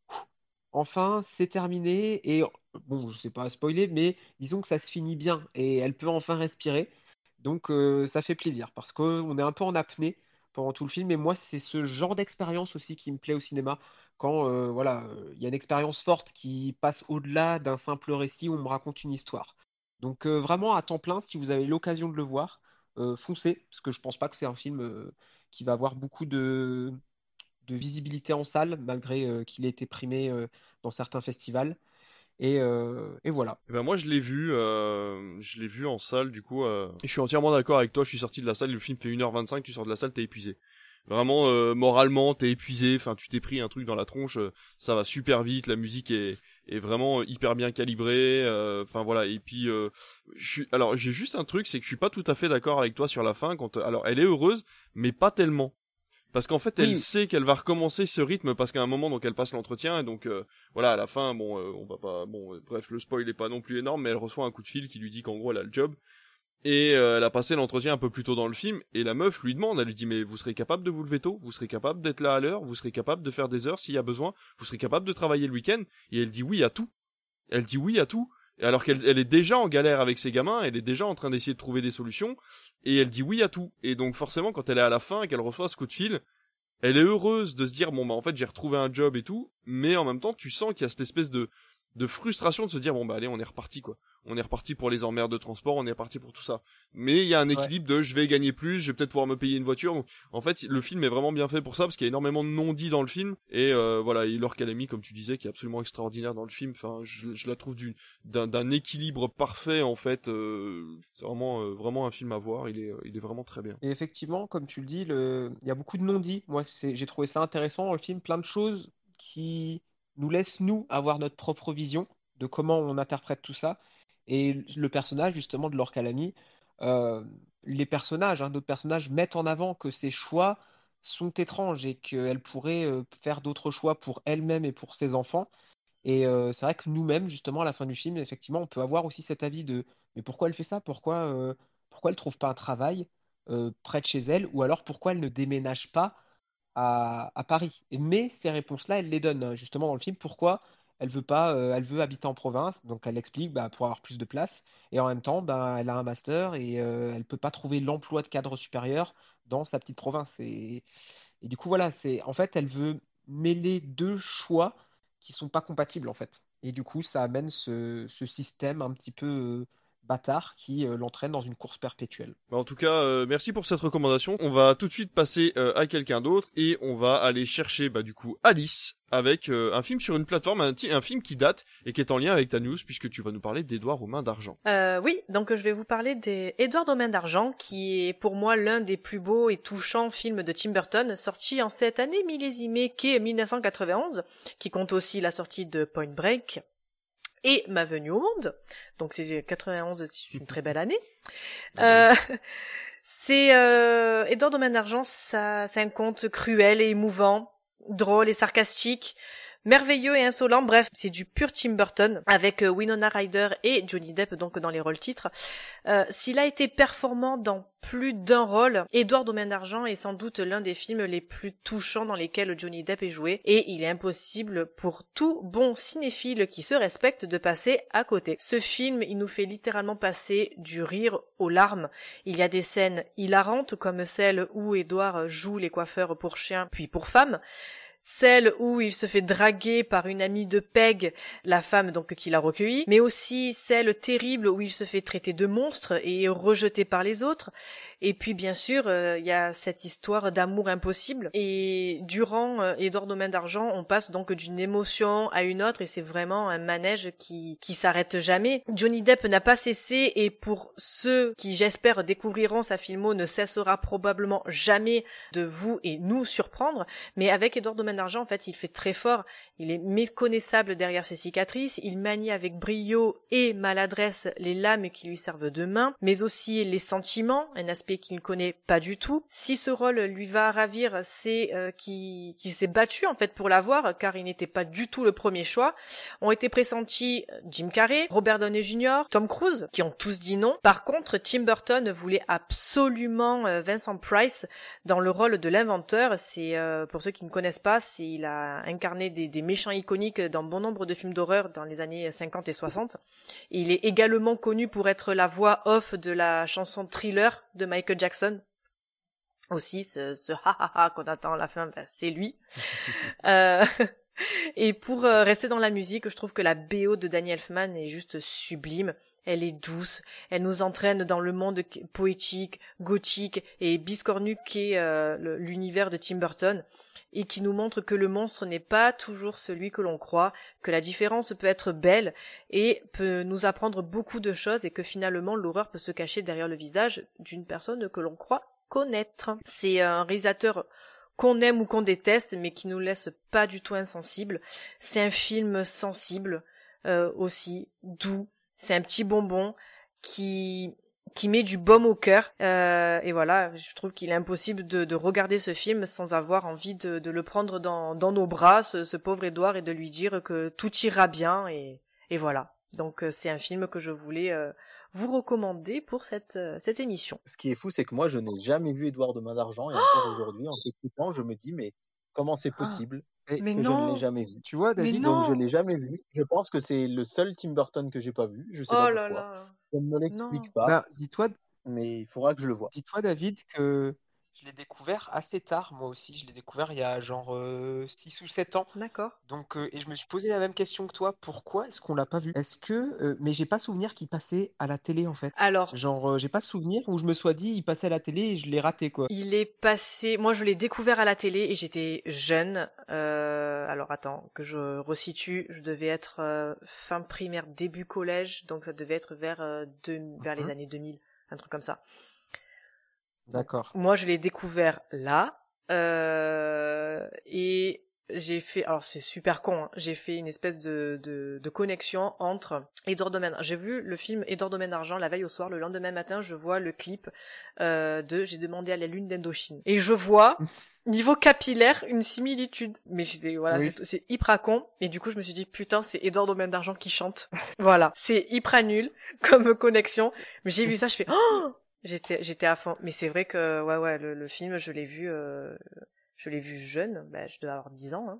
enfin, c'est terminé. Et bon, je sais pas spoiler, mais disons que ça se finit bien et elle peut enfin respirer. Donc, euh, ça fait plaisir parce qu'on est un peu en apnée pendant tout le film. Et moi, c'est ce genre d'expérience aussi qui me plaît au cinéma. Quand euh, voilà, euh, il y a une expérience forte qui passe au-delà d'un simple récit où on me raconte une histoire. Donc, euh, vraiment à temps plein, si vous avez l'occasion de le voir, euh, foncez, parce que je pense pas que c'est un film euh, qui va avoir beaucoup de, de visibilité en salle, malgré euh, qu'il ait été primé euh, dans certains festivals. Et, euh, et voilà. Eh ben moi je l'ai vu, euh, je l'ai vu en salle du coup. Euh... Et je suis entièrement d'accord avec toi. Je suis sorti de la salle, le film fait une heure vingt-cinq, tu sors de la salle, t'es épuisé. Vraiment euh, moralement, t'es épuisé. Enfin, tu t'es pris un truc dans la tronche. Euh, ça va super vite. La musique est est vraiment hyper bien calibrée. Euh, Enfin voilà. Et puis euh, je suis. Alors j'ai juste un truc, c'est que je suis pas tout à fait d'accord avec toi sur la fin. Quand alors elle est heureuse, mais pas tellement. Parce qu'en fait, elle Oui. sait qu'elle va recommencer ce rythme parce qu'à un moment, donc elle passe l'entretien et donc euh, voilà, à la fin, bon, euh, on va pas, bon, euh, bref, le spoil est pas non plus énorme, mais elle reçoit un coup de fil qui lui dit qu'en gros, elle a le job et euh, elle a passé l'entretien un peu plus tôt dans le film et la meuf lui demande, elle lui dit mais vous serez capable de vous lever tôt, vous serez capable d'être là à l'heure, vous serez capable de faire des heures s'il y a besoin, vous serez capable de travailler le week-end et elle dit oui à tout. Elle dit oui à tout. Alors qu'elle elle est déjà en galère avec ses gamins, elle est déjà en train d'essayer de trouver des solutions et elle dit oui à tout. Et donc forcément, quand elle est à la fin et qu'elle reçoit ce coup de fil, elle est heureuse de se dire bon bah en fait j'ai retrouvé un job et tout, mais en même temps tu sens qu'il y a cette espèce de de frustration de se dire bon bah allez on est reparti quoi. On est reparti pour les emmerdes de transport, on est reparti pour tout ça. Mais il y a un équilibre de je vais gagner plus, je vais peut-être pouvoir me payer une voiture. Donc, en fait, le film est vraiment bien fait pour ça parce qu'il y a énormément de non-dits dans le film et euh, voilà, et Laure Calamy comme tu disais qui est absolument extraordinaire dans le film. Enfin, je, je la trouve du d'un, d'un équilibre parfait en fait. Euh, c'est vraiment euh, vraiment un film à voir. Il est il est vraiment très bien. Et effectivement, comme tu le dis, le... il y a beaucoup de non-dits. Moi, c'est... j'ai trouvé ça intéressant dans le film, plein de choses qui nous laissent, nous, avoir notre propre vision de comment on interprète tout ça. Et le personnage, justement, de Laure Calamy, euh, les personnages, hein, d'autres personnages mettent en avant que ces choix sont étranges et qu'elle pourrait euh, faire d'autres choix pour elle-même et pour ses enfants. Et euh, c'est vrai que nous-mêmes, justement, à la fin du film, effectivement, on peut avoir aussi cet avis de mais pourquoi elle fait ça? Pourquoi, euh, pourquoi elle trouve pas un travail euh, près de chez elle? Ou alors pourquoi elle ne déménage pas à, à Paris? Et- Mais ces réponses-là, elle les donne hein, justement dans le film. Pourquoi elle veut pas, euh, elle veut habiter en province? Donc elle explique bah, pour avoir plus de place. Et en même temps, bah, elle a un master et euh, elle peut pas trouver l'emploi de cadre supérieur dans sa petite province. Et, et du coup, voilà, c'est en fait, elle veut mêler deux choix qui sont pas compatibles en fait. Et du coup, ça amène ce, ce système un petit peu euh, bâtard qui euh, l'entraîne dans une course perpétuelle. Bah, en tout cas, euh, merci pour cette recommandation. On va tout de suite passer euh, à quelqu'un d'autre et on va aller chercher bah du coup Alice avec euh, un film sur une plateforme, un, un film qui date et qui est en lien avec ta news puisque tu vas nous parler d'Édouard aux mains d'argent. Euh, oui, donc je vais vous parler d'Édouard aux mains d'argent, qui est pour moi l'un des plus beaux et touchants films de Tim Burton, sorti en cette année millésimée qu'est dix-neuf cent quatre-vingt-onze, qui compte aussi la sortie de Point Break et Ma venue au monde. Donc c'est quatre-vingt-onze, c'est une très belle année. Euh, c'est euh, Édouard aux mains d'argent, ça, c'est un conte cruel et émouvant, drôle et sarcastique, merveilleux et insolent, bref, c'est du pur Tim Burton, avec euh, Winona Ryder et Johnny Depp donc dans les rôles titres. Euh, s'il a été performant dans plus d'un rôle, Édouard aux mains d'argent est sans doute l'un des films les plus touchants dans lesquels Johnny Depp est joué, et il est impossible pour tout bon cinéphile qui se respecte de passer à côté. Ce film, il nous fait littéralement passer du rire aux larmes. Il y a des scènes hilarantes comme celle où Édouard joue les coiffeurs pour chiens puis pour femmes, celle où il se fait draguer par une amie de Peg, la femme donc qui l'a recueilli, mais aussi celle terrible où il se fait traiter de monstre et rejeté par les autres. Et puis bien sûr, il euh, y a cette histoire d'amour impossible. Et durant euh, Édouard aux mains d'argent, on passe donc d'une émotion à une autre et c'est vraiment un manège qui qui s'arrête jamais. Johnny Depp n'a pas cessé et pour ceux qui j'espère découvriront sa filmo ne cessera probablement jamais de vous et nous surprendre. Mais avec Édouard aux mains d'argent, en fait, il fait très fort. Il est méconnaissable derrière ses cicatrices. Il manie avec brio et maladresse les lames qui lui servent de main, mais aussi les sentiments, un aspect qu'il ne connaît pas du tout. Si ce rôle lui va ravir, c'est euh, qu'il, qu'il s'est battu en fait pour l'avoir, car il n'était pas du tout le premier choix. Ont été pressentis Jim Carrey, Robert Downey junior, Tom Cruise, qui ont tous dit non. Par contre, Tim Burton voulait absolument euh, Vincent Price dans le rôle de l'inventeur. C'est euh, pour ceux qui ne connaissent pas, c'est il a incarné des, des méchants iconiques dans bon nombre de films d'horreur dans les années cinquante et soixante. Et il est également connu pour être la voix off de la chanson Thriller de Michael Jackson. Aussi, ce, ce ha ha ha qu'on attend à la fin, ben, c'est lui. euh, et pour euh, rester dans la musique, je trouve que la B O de Danny Elfman est juste sublime. Elle est douce, elle nous entraîne dans le monde poétique, gothique et biscornu qu'est euh, l'univers de Tim Burton, et qui nous montre que le monstre n'est pas toujours celui que l'on croit, que la différence peut être belle et peut nous apprendre beaucoup de choses, et que finalement l'horreur peut se cacher derrière le visage d'une personne que l'on croit connaître. C'est un réalisateur qu'on aime ou qu'on déteste, mais qui nous laisse pas du tout insensibles. C'est un film sensible, euh, aussi, doux. C'est un petit bonbon qui qui met du baume au cœur. Euh, et voilà, je trouve qu'il est impossible de, de regarder ce film sans avoir envie de, de le prendre dans, dans nos bras, ce, ce pauvre Édouard, et de lui dire que tout ira bien. Et, et voilà. Donc c'est un film que je voulais euh, vous recommander pour cette, euh, cette émission. Ce qui est fou, c'est que moi, je n'ai jamais vu Édouard aux mains d'argent, et encore aujourd'hui, en t'écoutant, je me dis, mais comment c'est possible Et- que Mais je ne non. l'ai jamais vu? Tu vois, Mais David, non. Donc je l'ai jamais vu. Je pense que c'est le seul Tim Burton que j'ai pas vu. Je sais Oh pas là pourquoi. là. Je ne me l'explique Non. pas, ben, dis-toi, mais il faudra que je le voie. dis-toi, David, que je l'ai découvert assez tard, moi aussi. Je l'ai découvert il y a genre euh, six ou sept ans. D'accord. Donc, euh, et je me suis posé la même question que toi. Pourquoi est-ce qu'on l'a pas vu? Est-ce que, euh, mais j'ai pas souvenir qu'il passait à la télé en fait. Alors, Genre, euh, j'ai pas souvenir où je me sois dit il passait à la télé et je l'ai raté quoi. il est passé... Moi, je l'ai découvert à la télé et j'étais jeune. Euh... Alors, attends, que je resitue. Je devais être euh, fin primaire, début collège. Donc, ça devait être vers, euh, deux... vers les Mhm. années deux mille. Un truc comme ça. D'accord. Moi, je l'ai découvert là. Euh... Et j'ai fait... Alors, c'est super con. Hein. J'ai fait une espèce de, de, de connexion entre Édouard aux mains... J'ai vu le film Édouard aux mains d'argent la veille au soir. Le lendemain matin, je vois le clip euh, de J'ai demandé à la lune d'Indochine. Et je vois Niveau capillaire, une similitude. Mais j'étais, voilà, Oui. c'est, c'est hyper con. Et du coup, je me suis dit, putain, c'est Édouard Domaine d'Argent qui chante. Voilà. C'est hyper nul comme connexion. Mais j'ai vu ça, je fais, oh! J'étais, j'étais à fond. Mais c'est vrai que, ouais, ouais, le, le film, je l'ai vu, euh, je l'ai vu jeune. Bah, je devais avoir dix ans, hein.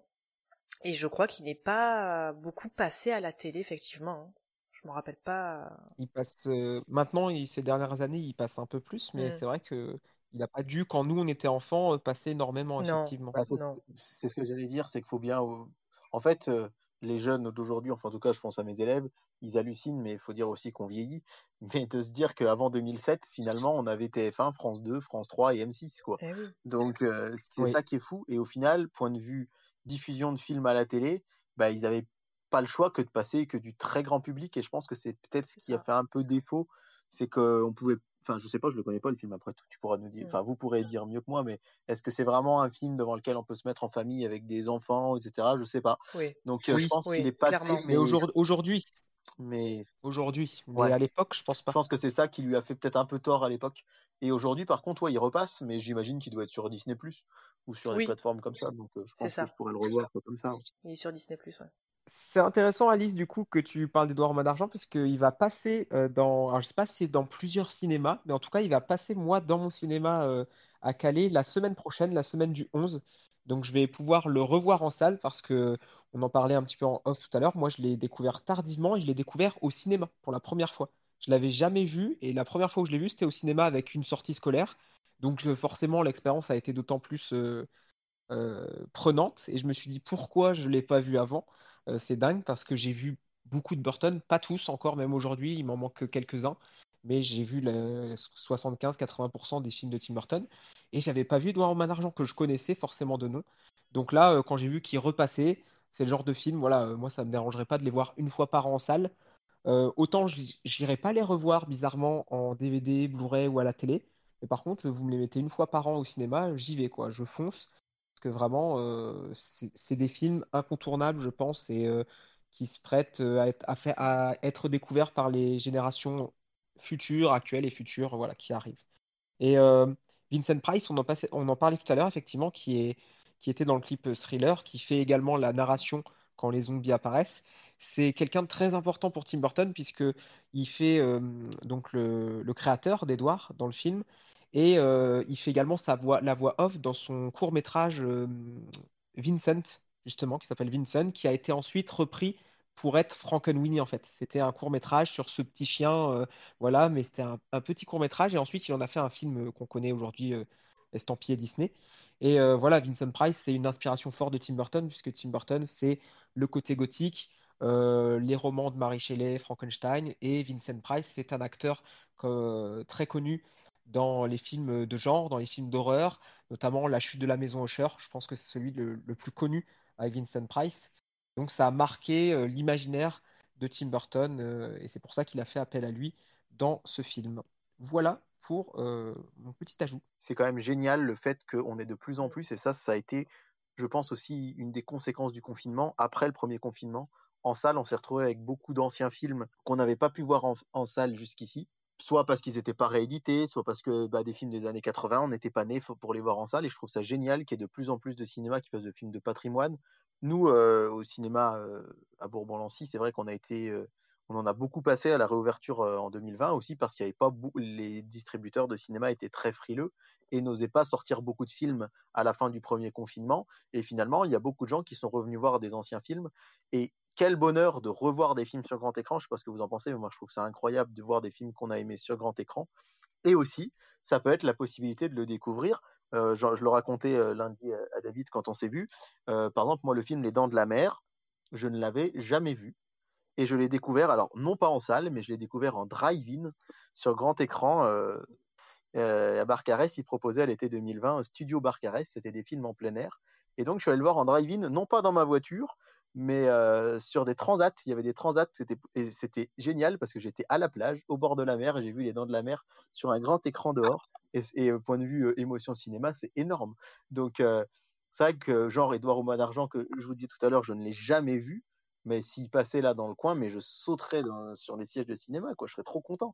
Et je crois qu'il n'est pas beaucoup passé à la télé, effectivement, hein. Je me rappelle pas. Il passe euh, maintenant, il- ces dernières années, il passe un peu plus, mais Hmm. c'est vrai que il n'a pas dû, quand nous on était enfants, euh, passer énormément, Non, effectivement. Bah, faut- non. C'est ce que j'allais dire, c'est qu'il faut bien. euh, En fait, euh, les jeunes d'aujourd'hui, enfin en tout cas, je pense à mes élèves, ils hallucinent, mais il faut dire aussi qu'on vieillit. Mais de se dire qu'avant deux mille sept, finalement, on avait T F un, France deux, France trois et M six, quoi. Eh oui. Donc euh, c'est Oui. ça qui est fou. Et au final, point de vue diffusion de films à la télé, bah ils avaient pas le choix que de passer que du très grand public. Et je pense que c'est peut-être ce C'est qui a ça. fait un peu défaut, c'est qu'on pouvait. Enfin, je sais pas, je le connais pas le film après tout. Tu pourras nous dire. Hmm. Enfin, vous pourrez dire mieux que moi, mais est-ce que c'est vraiment un film devant lequel on peut se mettre en famille avec des enfants, et cetera. Je sais pas. Oui, Donc euh, je Oui, pense qu'il oui, est passé, clairement. mais mais aujourd'hui, aujourd'hui, mais aujourd'hui, mais ouais. à l'époque, je pense Je pas. pense que c'est ça qui lui a fait peut-être un peu tort à l'époque. Et aujourd'hui, par contre, ouais, il repasse, mais j'imagine qu'il doit être sur Disney plus ou sur des Oui, plateformes comme ça. Donc euh, je c'est pense que je ça. pourrais le revoir quoi, comme ça. Il est sur Disney plus, ouais. C'est intéressant, Alice, du coup, que tu parles d'Edouard Main d'Argent, parce qu'il va passer euh, dans, alors je sais pas si c'est dans plusieurs cinémas, mais en tout cas, il va passer, moi, dans mon cinéma euh, à Calais la semaine prochaine, la semaine du onze. Donc, je vais pouvoir le revoir en salle, parce que on en parlait un petit peu en off tout à l'heure. Moi, je l'ai découvert tardivement et je l'ai découvert au cinéma pour la première fois. Je l'avais jamais vu, et la première fois où je l'ai vu, c'était au cinéma avec une sortie scolaire. Donc, euh, forcément, l'expérience a été d'autant plus euh, euh, prenante et je me suis dit pourquoi je ne l'ai pas vu avant. Euh, c'est dingue parce que j'ai vu beaucoup de Burton, pas tous encore, même aujourd'hui, il m'en manque quelques-uns, mais j'ai vu le soixante-quinze à quatre-vingts pour cent des films de Tim Burton et j'avais pas vu Edouard Main d'Argent que je connaissais forcément de nom. Donc là, euh, quand j'ai vu qu'il repassait, c'est le genre de film, voilà, euh, moi ça me dérangerait pas de les voir une fois par an en salle. Euh, autant j- j'irai pas les revoir bizarrement en D V D, Blu-ray ou à la télé, mais par contre, vous me les mettez une fois par an au cinéma, j'y vais quoi, je fonce parce que vraiment, euh, c'est c'est des films incontournables, je pense, et euh, qui se prêtent euh, à être, à faire- à être découverts par les générations futures, actuelles et futures, voilà, qui arrivent. Et euh, Vincent Price, on en, passait- on en parlait tout à l'heure, effectivement, qui est, qui était dans le clip euh, Thriller, qui fait également la narration quand les zombies apparaissent. C'est quelqu'un de très important pour Tim Burton, puisque il fait euh, donc le, le créateur d'Edward dans le film, et euh, il fait également sa voix, la voix off dans son court-métrage euh, Vincent, justement, qui s'appelle Vincent, qui a été ensuite repris pour être Frankenweenie, en fait. C'était un court-métrage sur ce petit chien, euh, voilà, mais c'était un, un petit court-métrage, et ensuite il en a fait un film euh, qu'on connaît aujourd'hui, euh, estampillé Disney. Et euh, voilà, Vincent Price, c'est une inspiration forte de Tim Burton, puisque Tim Burton, c'est le côté gothique, euh, les romans de Mary Shelley, Frankenstein, et Vincent Price, c'est un acteur euh, très connu dans les films de genre, dans les films d'horreur, notamment La chute de la maison Usher, je pense que c'est celui le, le plus connu avec Vincent Price. Donc ça a marqué euh, l'imaginaire de Tim Burton euh, et c'est pour ça qu'il a fait appel à lui dans ce film. Voilà pour euh, mon petit ajout. C'est quand même génial le fait qu'on est de plus en plus, et ça, ça a été, je pense aussi, une des conséquences du confinement. Après le premier confinement, en salle, on s'est retrouvé avec beaucoup d'anciens films qu'on n'avait pas pu voir en, en salle jusqu'ici, soit parce qu'ils n'étaient pas réédités, soit parce que bah, des films des années quatre-vingts, on n'était pas nés pour les voir en salle, et je trouve ça génial qu'il y ait de plus en plus de cinéma qui fasse de films de patrimoine. Nous, euh, au cinéma euh, à Bourbon-Lancy, c'est vrai qu'on a été... euh, on en a beaucoup passé à la réouverture euh, en deux mille vingt aussi parce qu'il y avait pas bou- les distributeurs de cinéma étaient très frileux et n'osaient pas sortir beaucoup de films à la fin du premier confinement. Et finalement, il y a beaucoup de gens qui sont revenus voir des anciens films. Et quel bonheur de revoir des films sur grand écran. Je sais pas ce que vous en pensez, mais moi je trouve que c'est incroyable de voir des films qu'on a aimés sur grand écran. Et aussi, ça peut être la possibilité de le découvrir. Euh, je, je le racontais euh, lundi à, à David quand on s'est vu. Euh, par exemple, moi, le film Les Dents de la Mer, je ne l'avais jamais vu. Et je l'ai découvert, alors non pas en salle, mais je l'ai découvert en drive-in sur grand écran euh, euh, à Barcarès. Ils proposaient à l'été deux mille vingt un studio Barcarès, c'était des films en plein air. Et donc je suis allé le voir en drive-in, non pas dans ma voiture, mais euh, sur des transats. Il y avait des transats, c'était, et c'était génial parce que j'étais à la plage, au bord de la mer, et j'ai vu Les Dents de la Mer sur un grand écran dehors. Et, et au point de vue euh, émotion cinéma, c'est énorme. Donc euh, c'est vrai que genre Édouard aux Mains d'Argent, que je vous disais tout à l'heure, je ne l'ai jamais vu. Mais s'il passait là dans le coin, mais je sauterais dans, sur les sièges de cinéma, quoi. Je serais trop content.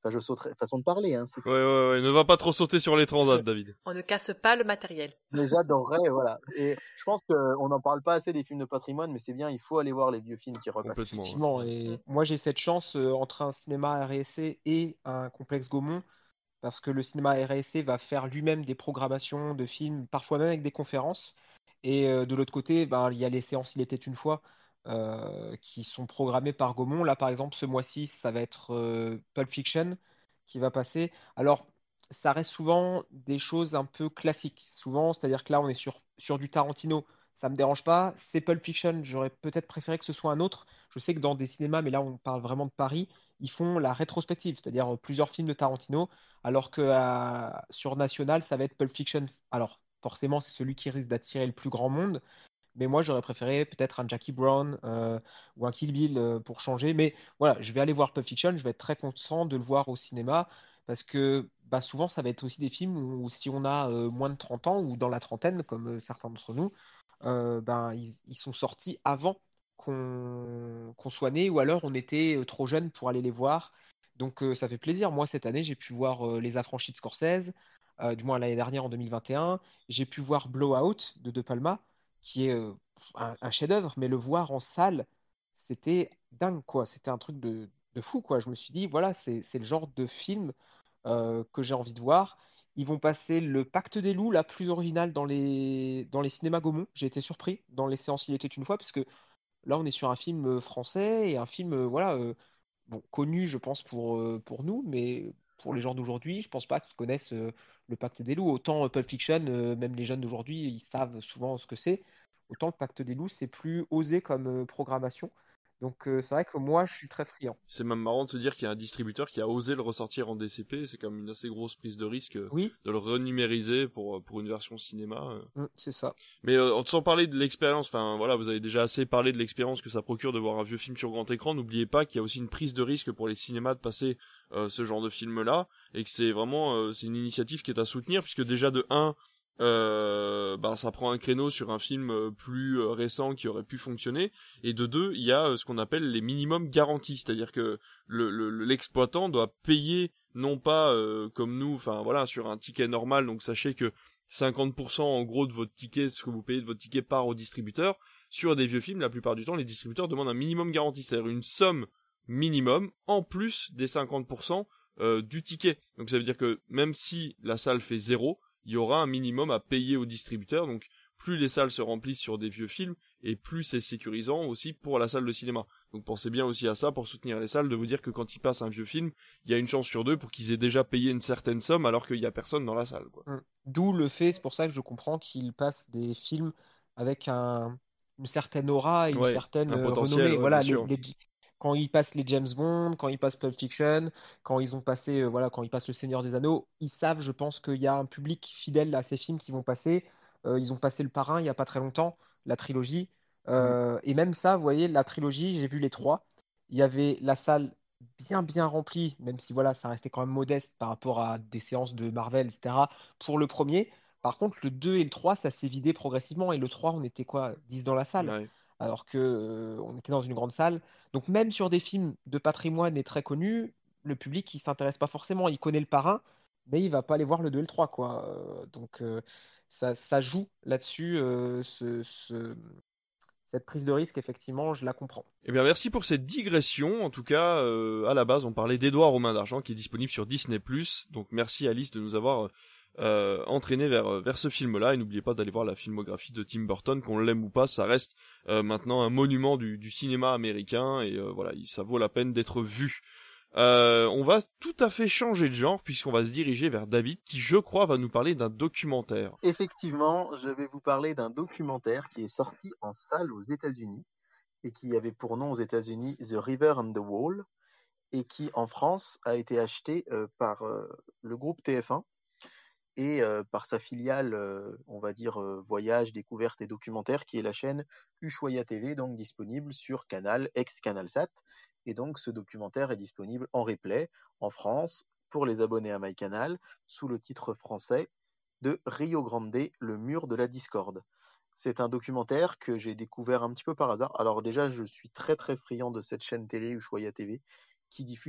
Enfin, je sauterai, façon de parler, hein. C'est... Ouais, ouais, ouais, ne va pas trop sauter sur les transats, David. On ne casse pas le matériel. Mais j'adorerais, voilà. Et je pense qu'on n'en parle pas assez des films de patrimoine, mais c'est bien, il faut aller voir les vieux films qui repassent. Effectivement, et moi j'ai cette chance euh, entre un cinéma R S C et un complexe Gaumont, parce que le cinéma R S C va faire lui-même des programmations de films, parfois même avec des conférences. Et euh, de l'autre côté, ben, il y a les séances Il était une fois euh, qui sont programmées par Gaumont. Là, par exemple, ce mois-ci, ça va être euh, Pulp Fiction qui va passer. Alors, ça reste souvent des choses un peu classiques. Souvent, c'est-à-dire que là, on est sur, sur du Tarantino. Ça me dérange pas. C'est Pulp Fiction. J'aurais peut-être préféré que ce soit un autre. Je sais que dans des cinémas, mais là, on parle vraiment de Paris, ils font la rétrospective, c'est-à-dire euh, plusieurs films de Tarantino, alors que euh, sur National, ça va être Pulp Fiction. Alors, forcément, c'est celui qui risque d'attirer le plus grand monde. Mais moi, j'aurais préféré peut-être un Jackie Brown euh, ou un Kill Bill euh, pour changer. Mais voilà, je vais aller voir Pulp Fiction. Je vais être très content de le voir au cinéma parce que bah, souvent, ça va être aussi des films où si on a euh, moins de trente ans ou dans la trentaine, comme euh, certains d'entre nous, euh, ben, ils, ils sont sortis avant qu'on qu'on soit né ou alors on était euh, trop jeune pour aller les voir. Donc euh, ça fait plaisir. Moi, cette année, j'ai pu voir euh, Les Affranchis de Scorsese, euh, du moins l'année dernière en deux mille vingt et un. J'ai pu voir Blowout de De Palma qui est euh, un, un chef-d'œuvre, mais le voir en salle, c'était dingue, quoi. C'était un truc de, de fou, quoi. Je me suis dit, voilà, c'est c'est le genre de film euh, que j'ai envie de voir. Ils vont passer le Pacte des loups, la plus originale dans les, dans les cinémas Gaumont. J'ai été surpris dans les séances Il était une fois, parce que là, on est sur un film euh, français et un film, euh, voilà, euh, bon, connu, je pense, pour, euh, pour nous, mais pour les gens d'aujourd'hui, je pense pas qu'ils connaissent euh, le Pacte des loups. Autant euh, Pulp Fiction, euh, même les jeunes d'aujourd'hui, ils savent souvent ce que c'est. Autant le Pacte des loups, c'est plus osé comme euh, programmation. Donc euh, c'est vrai que moi, je suis très friand. C'est même marrant de se dire qu'il y a un distributeur qui a osé le ressortir en D C P. C'est quand même une assez grosse prise de risque euh, Oui. de le renumériser pour pour une version cinéma. euh. Mm, c'est ça. Mais euh, sans parler de l'expérience, enfin voilà, vous avez déjà assez parlé de l'expérience que ça procure de voir un vieux film sur grand écran. N'oubliez pas qu'il y a aussi une prise de risque pour les cinémas de passer euh, ce genre de film-là, et que c'est vraiment euh, c'est une initiative qui est à soutenir, puisque déjà de un, euh, bah ça prend un créneau sur un film euh, plus euh, récent qui aurait pu fonctionner, et de deux, il y a euh, ce qu'on appelle les minimums garantis, c'est-à-dire que le, le, l'exploitant doit payer non pas euh, comme nous, enfin voilà, sur un ticket normal. Donc sachez que cinquante pour cent en gros de votre ticket, ce que vous payez de votre ticket part au distributeur. Sur des vieux films, la plupart du temps, les distributeurs demandent un minimum garanti, c'est-à-dire une somme minimum en plus des cinquante pour cent euh, du ticket. Donc ça veut dire que même si la salle fait zéro, il y aura un minimum à payer au distributeur. Donc plus les salles se remplissent sur des vieux films, et plus c'est sécurisant aussi pour la salle de cinéma. Donc pensez bien aussi à ça pour soutenir les salles, de vous dire que quand ils passent un vieux film, il y a une chance sur deux pour qu'ils aient déjà payé une certaine somme alors qu'il n'y a personne dans la salle, quoi. Mm. D'où le fait, c'est pour ça que je comprends qu'ils passent des films avec un, une certaine aura et une Ouais, certaine un euh, potentiel, renommée. ouais, Voilà, bien les, sûr. les- quand ils passent les James Bond, quand ils passent Pulp Fiction, quand ils ont passé, euh, voilà, quand ils passent Le Seigneur des Anneaux, ils savent, je pense, qu'il y a un public fidèle à ces films qui vont passer. Euh, ils ont passé Le Parrain il n'y a pas très longtemps, la trilogie. Euh, Et même ça, vous voyez, la trilogie, j'ai vu les trois. Il y avait la salle bien bien remplie, même si voilà, ça restait quand même modeste par rapport à des séances de Marvel, et cetera. Pour le premier. Par contre, le deux et le trois, ça s'est vidé progressivement. Et le trois, on était quoi, dix dans la salle, Ouais. alors que euh, on était dans une grande salle. Donc même sur des films de patrimoine et très connus, le public il s'intéresse pas forcément. Il connaît le parrain, mais il va pas aller voir le deux et le trois, quoi. Euh, donc euh, ça, ça joue là-dessus, euh, ce, ce- cette prise de risque, effectivement, je la comprends. Eh bien, merci pour cette digression. En tout cas, euh, à la base, on parlait d'Édouard aux mains d'argent, qui est disponible sur Disney plus. Donc merci Alice de nous avoir euh, entraîné vers vers ce film-là. Et n'oubliez pas d'aller voir la filmographie de Tim Burton, qu'on l'aime ou pas, ça reste euh, maintenant un monument du, du cinéma américain, et euh, voilà, ça vaut la peine d'être vu. Euh, on va tout à fait changer de genre, puisqu'on va se diriger vers David, qui, je crois, va nous parler d'un documentaire. Effectivement, je vais vous parler d'un documentaire qui est sorti en salle aux États-Unis et qui avait pour nom aux États-Unis The River and the Wall, et qui en France a été acheté euh, par euh, le groupe T F un et euh, par sa filiale, euh, on va dire euh, Voyage, Découverte et Documentaire, qui est la chaîne Ushuaïa T V, donc disponible sur Canal, ex-Canalsat. Et donc ce documentaire est disponible en replay en France pour les abonnés à MyCanal sous le titre français de Rio Grande, le mur de la discorde. C'est un documentaire que j'ai découvert un petit peu par hasard. Alors déjà, je suis très très friand de cette chaîne télé Ushuaïa T V qui diffuse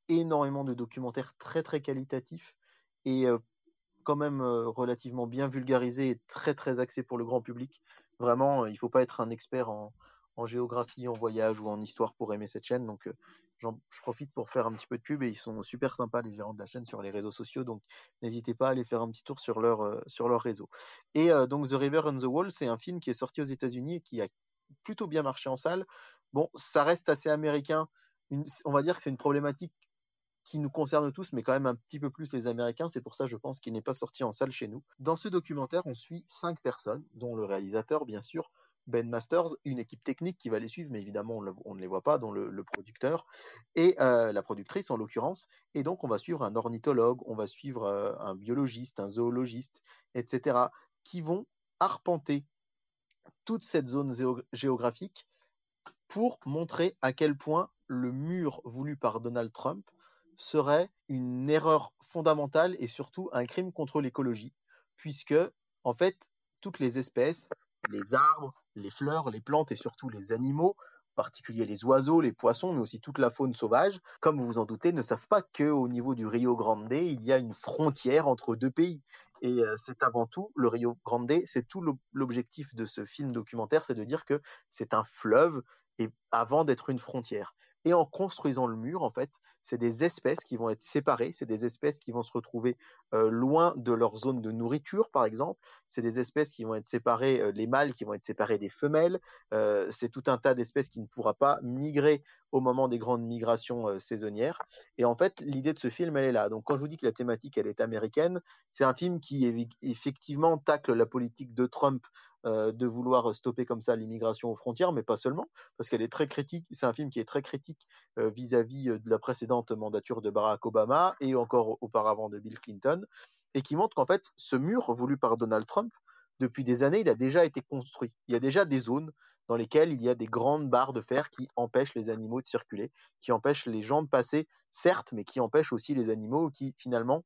énormément de documentaires très très qualitatifs et euh, quand même euh, relativement bien vulgarisés et très très axés pour le grand public. Vraiment, euh, il faut pas être un expert en, en géographie, en voyage ou en histoire pour aimer cette chaîne. Donc, euh, j'en- je profite pour faire un petit peu de pub et ils sont super sympas les gérants de la chaîne sur les réseaux sociaux. Donc, n'hésitez pas à aller faire un petit tour sur leur euh, sur leur réseau. Et euh, donc, The River and the Wall, c'est un film qui est sorti aux États-Unis et qui a plutôt bien marché en salle. Bon, ça reste assez américain. Une- on va dire que c'est une problématique qui nous concerne tous, mais quand même un petit peu plus les Américains. C'est pour ça, je pense, qu'il n'est pas sorti en salle chez nous. Dans ce documentaire, on suit cinq personnes, dont le réalisateur, bien sûr, Ben Masters, une équipe technique qui va les suivre, mais évidemment, on, le, on ne les voit pas, dont le, le producteur, et euh, la productrice, en l'occurrence. Et donc, on va suivre un ornithologue, on va suivre euh, un biologiste, un zoologiste, et cetera, qui vont arpenter toute cette zone géo- géographique pour montrer à quel point le mur voulu par Donald Trump serait une erreur fondamentale et surtout un crime contre l'écologie, puisque, en fait, toutes les espèces, les arbres, les fleurs, les plantes et surtout les animaux, en particulier les oiseaux, les poissons, mais aussi toute la faune sauvage, comme vous vous en doutez, ne savent pas qu'au niveau du Rio Grande, il y a une frontière entre deux pays. Et euh, c'est avant tout, le Rio Grande, c'est tout l'objectif de ce film documentaire, c'est de dire que c'est un fleuve et avant d'être une frontière. Et en construisant le mur, en fait, c'est des espèces qui vont être séparées, c'est des espèces qui vont se retrouver euh, loin de leur zone de nourriture, par exemple. C'est des espèces qui vont être séparées, euh, les mâles qui vont être séparés des femelles. Euh, c'est tout un tas d'espèces qui ne pourra pas migrer au moment des grandes migrations euh, saisonnières. Et en fait, l'idée de ce film, elle est là. Donc, quand je vous dis que la thématique, elle est américaine, c'est un film qui effectivement tacle la politique de Trump euh, de vouloir stopper comme ça l'immigration aux frontières, mais pas seulement, parce qu'elle est très critique. C'est un film qui est très critique euh, vis-à-vis euh, de la précédente mandature de Barack Obama et encore auparavant de Bill Clinton, et qui montre qu'en fait, ce mur voulu par Donald Trump, depuis des années, il a déjà été construit. Il y a déjà des zones dans lesquelles il y a des grandes barres de fer qui empêchent les animaux de circuler, qui empêchent les gens de passer, certes, mais qui empêchent aussi les animaux qui, finalement,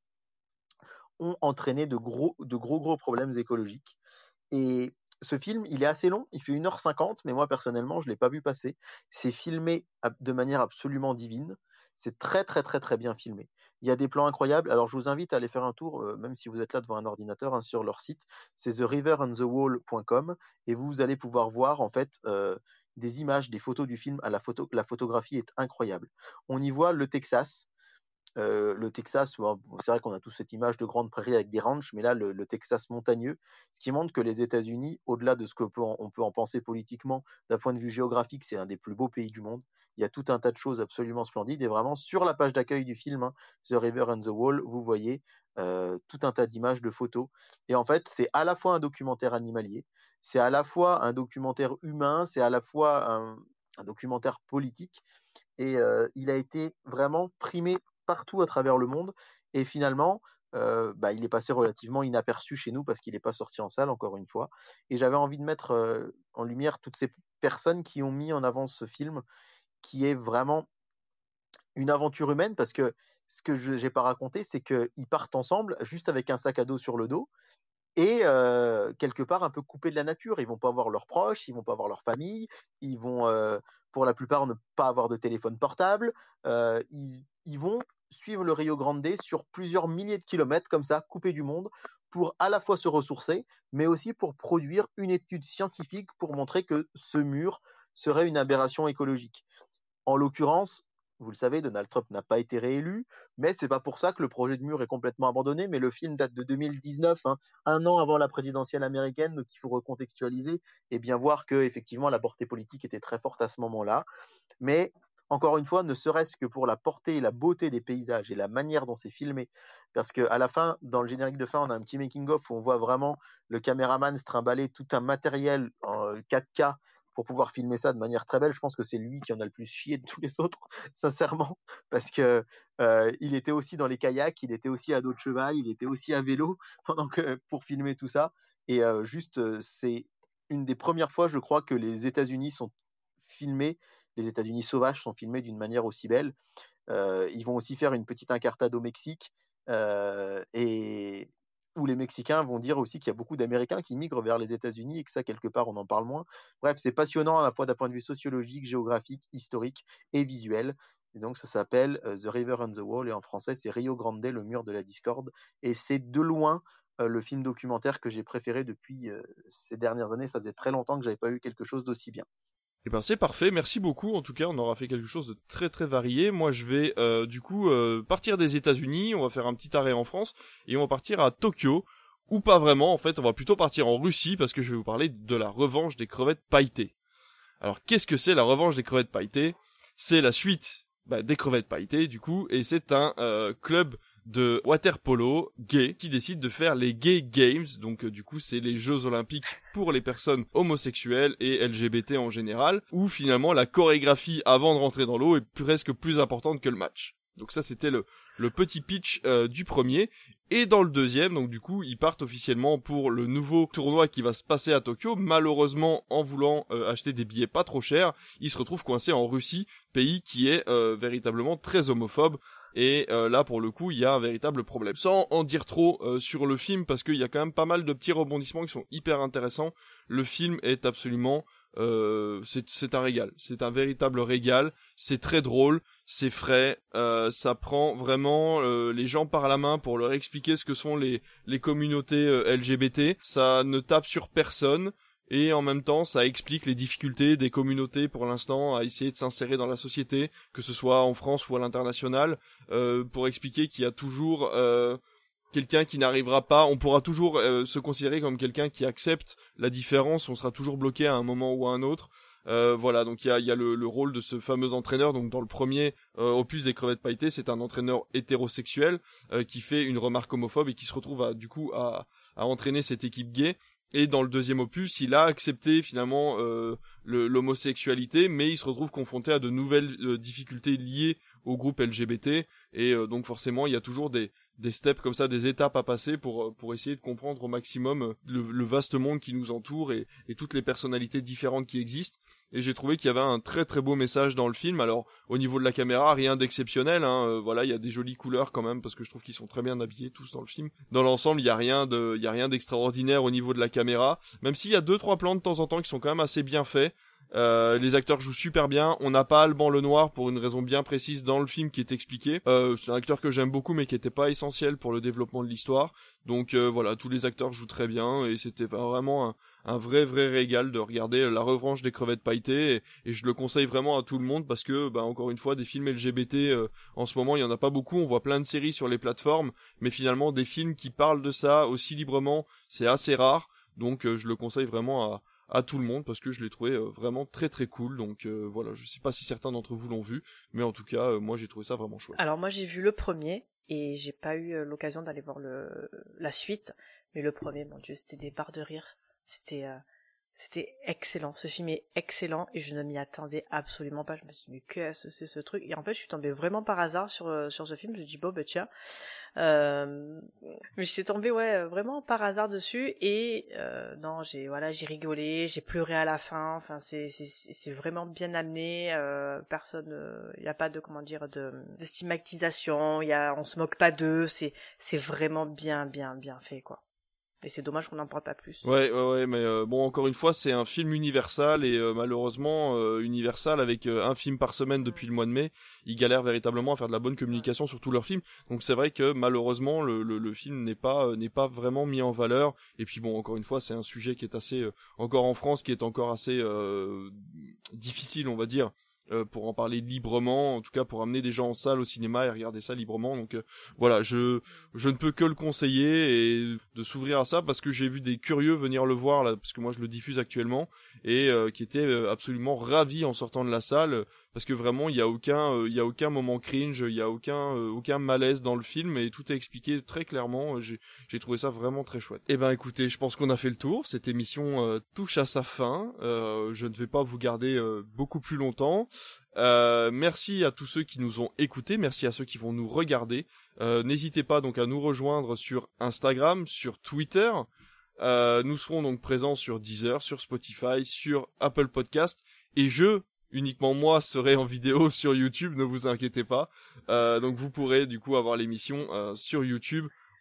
ont entraîné de gros, de gros, gros problèmes écologiques. Et ce film, il est assez long, il fait une heure cinquante, mais moi, personnellement, je ne l'ai pas vu passer. C'est filmé de manière absolument divine. C'est très, très, très, très bien filmé. Il y a des plans incroyables. Alors, je vous invite à aller faire un tour, euh, même si vous êtes là devant un ordinateur, hein, sur leur site. C'est the river and the wall point com et vous allez pouvoir voir, en fait, euh, des images, des photos du film. À la, photo, la photographie est incroyable. On y voit le Texas. Euh, le Texas, bon, c'est vrai qu'on a tous cette image de grande prairie avec des ranchs, mais là, le, le Texas montagneux, ce qui montre que les États-Unis, au-delà de ce qu'on peut, on peut en penser politiquement, d'un point de vue géographique, c'est l'un des plus beaux pays du monde. Il y a tout un tas de choses absolument splendides, et vraiment, sur la page d'accueil du film, hein, The River and the Wall, vous voyez euh, tout un tas d'images, de photos. Et en fait, c'est à la fois un documentaire animalier, c'est à la fois un documentaire humain, c'est à la fois un, un documentaire politique, et euh, il a été vraiment primé partout à travers le monde. Et finalement, euh, bah, il est passé relativement inaperçu chez nous parce qu'il n'est pas sorti en salle, encore une fois. Et j'avais envie de mettre euh, en lumière toutes ces personnes qui ont mis en avant ce film, qui est vraiment une aventure humaine, parce que ce que je n'ai pas raconté, c'est qu'ils partent ensemble, juste avec un sac à dos sur le dos, et euh, quelque part un peu coupés de la nature. Ils vont pas voir leurs proches, ils vont pas voir leur famille, ils vont, euh, pour la plupart, ne pas avoir de téléphone portable. Euh, ils, ils vont suivre le Rio Grande sur plusieurs milliers de kilomètres, comme ça, coupés du monde, pour à la fois se ressourcer, mais aussi pour produire une étude scientifique pour montrer que ce mur serait une aberration écologique. En l'occurrence, vous le savez, Donald Trump n'a pas été réélu, mais c'est pas pour ça que le projet de mur est complètement abandonné. Mais le film date de deux mille dix-neuf, hein, un an avant la présidentielle américaine, donc il faut recontextualiser et bien voir que effectivement la portée politique était très forte à ce moment-là. Mais encore une fois, ne serait-ce que pour la portée et la beauté des paysages et la manière dont c'est filmé, parce qu'à la fin, dans le générique de fin, on a un petit making-of où on voit vraiment le caméraman se trimballer tout un matériel en quatre K pour pouvoir filmer ça de manière très belle. Je pense que c'est lui qui en a le plus chié de tous les autres, sincèrement, parce que euh, il était aussi dans les kayaks, il était aussi à dos de cheval, il était aussi à vélo pendant que pour filmer tout ça. Et euh, juste, euh, c'est une des premières fois, je crois, que les États-Unis sont filmés, les États-Unis sauvages sont filmés d'une manière aussi belle. Euh, ils vont aussi faire une petite incartade au Mexique, euh, et où les Mexicains vont dire aussi qu'il y a beaucoup d'Américains qui migrent vers les États-Unis et que ça, quelque part, on en parle moins. Bref, c'est passionnant à la fois d'un point de vue sociologique, géographique, historique et visuel. Et donc ça s'appelle euh, The River and the Wall, et en français c'est Rio Grande, le mur de la discorde. Et c'est de loin euh, le film documentaire que j'ai préféré depuis euh, ces dernières années. Ça faisait très longtemps que j'avais pas eu quelque chose d'aussi bien. Eh ben c'est parfait, merci beaucoup. En tout cas, on aura fait quelque chose de très très varié. Moi, je vais euh, du coup euh, partir des États-Unis. On va faire un petit arrêt en France et on va partir à Tokyo, ou pas vraiment. En fait, on va plutôt partir en Russie parce que je vais vous parler de la revanche des crevettes pailletées. Alors, qu'est-ce que c'est la revanche des crevettes pailletées ? C'est la suite bah, des crevettes pailletées, du coup, et c'est un euh, club de water polo gay qui décide de faire les Gay Games. Donc euh, du coup c'est les Jeux Olympiques pour les personnes homosexuelles et L G B T en général, où finalement la chorégraphie avant de rentrer dans l'eau est presque plus importante que le match. Donc ça c'était le, le petit pitch euh, du premier. Et dans le deuxième, donc du coup, ils partent officiellement pour le nouveau tournoi qui va se passer à Tokyo. Malheureusement, en voulant euh, acheter des billets pas trop chers, ils se retrouvent coincés en Russie, pays qui est euh, véritablement très homophobe. Et euh, là, pour le coup, il y a un véritable problème. Sans en dire trop euh, sur le film, parce qu'il y a quand même pas mal de petits rebondissements qui sont hyper intéressants. Le film est absolument... Euh, c'est, c'est un régal, c'est un véritable régal, c'est très drôle, c'est frais, euh, ça prend vraiment euh, les gens par la main pour leur expliquer ce que sont les, les communautés euh, L G B T, ça ne tape sur personne, et en même temps ça explique les difficultés des communautés pour l'instant à essayer de s'insérer dans la société, que ce soit en France ou à l'international, euh, pour expliquer qu'il y a toujours... Euh, quelqu'un qui n'arrivera pas, on pourra toujours euh, se considérer comme quelqu'un qui accepte la différence, on sera toujours bloqué à un moment ou à un autre. Euh, voilà, donc il y a, y a le, le rôle de ce fameux entraîneur. Donc dans le premier euh, opus des crevettes pailletées, c'est un entraîneur hétérosexuel euh, qui fait une remarque homophobe et qui se retrouve à, du coup à, à entraîner cette équipe gay. Et dans le deuxième opus, il a accepté finalement euh, le, l'homosexualité, mais il se retrouve confronté à de nouvelles euh, difficultés liées au groupe L G B T. Et euh, donc forcément, il y a toujours des des steps comme ça, des étapes à passer pour pour essayer de comprendre au maximum le, le vaste monde qui nous entoure et, et toutes les personnalités différentes qui existent. Et j'ai trouvé qu'il y avait un très très beau message dans le film. Alors au niveau de la caméra, rien d'exceptionnel, hein. Euh, voilà, il y a des jolies couleurs quand même parce que je trouve qu'ils sont très bien habillés tous dans le film. Dans l'ensemble, il y a rien de il y a rien d'extraordinaire au niveau de la caméra, même s'il y a deux trois plans de temps en temps qui sont quand même assez bien faits. Euh, les acteurs jouent super bien. On n'a pas Alban Lenoir pour une raison bien précise dans le film qui est expliquée. Euh, c'est un acteur que j'aime beaucoup mais qui était pas essentiel pour le développement de l'histoire. Donc euh, voilà, tous les acteurs jouent très bien et c'était vraiment un, un vrai vrai régal de regarder la revanche des crevettes pailletées et, et je le conseille vraiment à tout le monde parce que bah encore une fois des films L G B T euh, en ce moment il y en a pas beaucoup. On voit plein de séries sur les plateformes mais finalement des films qui parlent de ça aussi librement c'est assez rare. Donc euh, je le conseille vraiment à à tout le monde parce que je l'ai trouvé euh, vraiment très très cool. Donc euh, voilà, je sais pas si certains d'entre vous l'ont vu, mais en tout cas euh, moi j'ai trouvé ça vraiment chouette. Alors moi j'ai vu le premier et j'ai pas eu euh, l'occasion d'aller voir le la suite, mais le premier, mon Dieu, c'était des barres de rire, c'était euh, c'était excellent, ce film est excellent et je ne m'y attendais absolument pas. Je me suis dit mais qu'est-ce que c'est ce truc, et en fait je suis tombée vraiment par hasard sur euh, sur ce film. Je me suis dit bon bah tiens, euh, je suis tombée ouais vraiment par hasard dessus et euh, non j'ai voilà j'ai rigolé, j'ai pleuré à la fin. Enfin c'est c'est c'est vraiment bien amené. Euh, personne, il euh, y a pas de comment dire de, de stigmatisation. Il y a on se moque pas d'eux. C'est c'est vraiment bien bien bien fait quoi. Et c'est dommage qu'on n'en parle pas plus. Ouais, ouais, ouais, mais euh, bon, encore une fois, c'est un film Universal et euh, malheureusement, euh, Universal avec euh, un film par semaine depuis le mois de mai, ils galèrent véritablement à faire de la bonne communication sur tous leurs films. Donc c'est vrai que malheureusement, le, le, le film n'est pas euh, n'est pas vraiment mis en valeur. Et puis bon, encore une fois, c'est un sujet qui est assez euh, encore en France, qui est encore assez euh, difficile, on va dire. Euh, pour en parler librement, en tout cas pour amener des gens en salle au cinéma et regarder ça librement. Donc euh, voilà, je je ne peux que le conseiller et de s'ouvrir à ça parce que j'ai vu des curieux venir le voir là, parce que moi je le diffuse actuellement et euh, qui étaient euh, absolument ravis en sortant de la salle parce que vraiment il y a aucun euh, il y a aucun moment cringe, il y a aucun euh, aucun malaise dans le film et tout est expliqué très clairement. J'ai j'ai trouvé ça vraiment très chouette. Et ben écoutez, je pense qu'on a fait le tour. Cette émission euh, touche à sa fin. Euh, je ne vais pas vous garder euh, beaucoup plus longtemps. Euh, merci à tous ceux qui nous ont écoutés, merci à ceux qui vont nous regarder. Euh, n'hésitez pas donc à nous rejoindre sur Instagram, sur Twitter. Euh, nous serons donc présents sur Deezer, sur Spotify, sur Apple Podcast et je, uniquement moi, serai en vidéo sur YouTube, ne vous inquiétez pas. Euh, donc vous pourrez du coup avoir l'émission euh, sur YouTube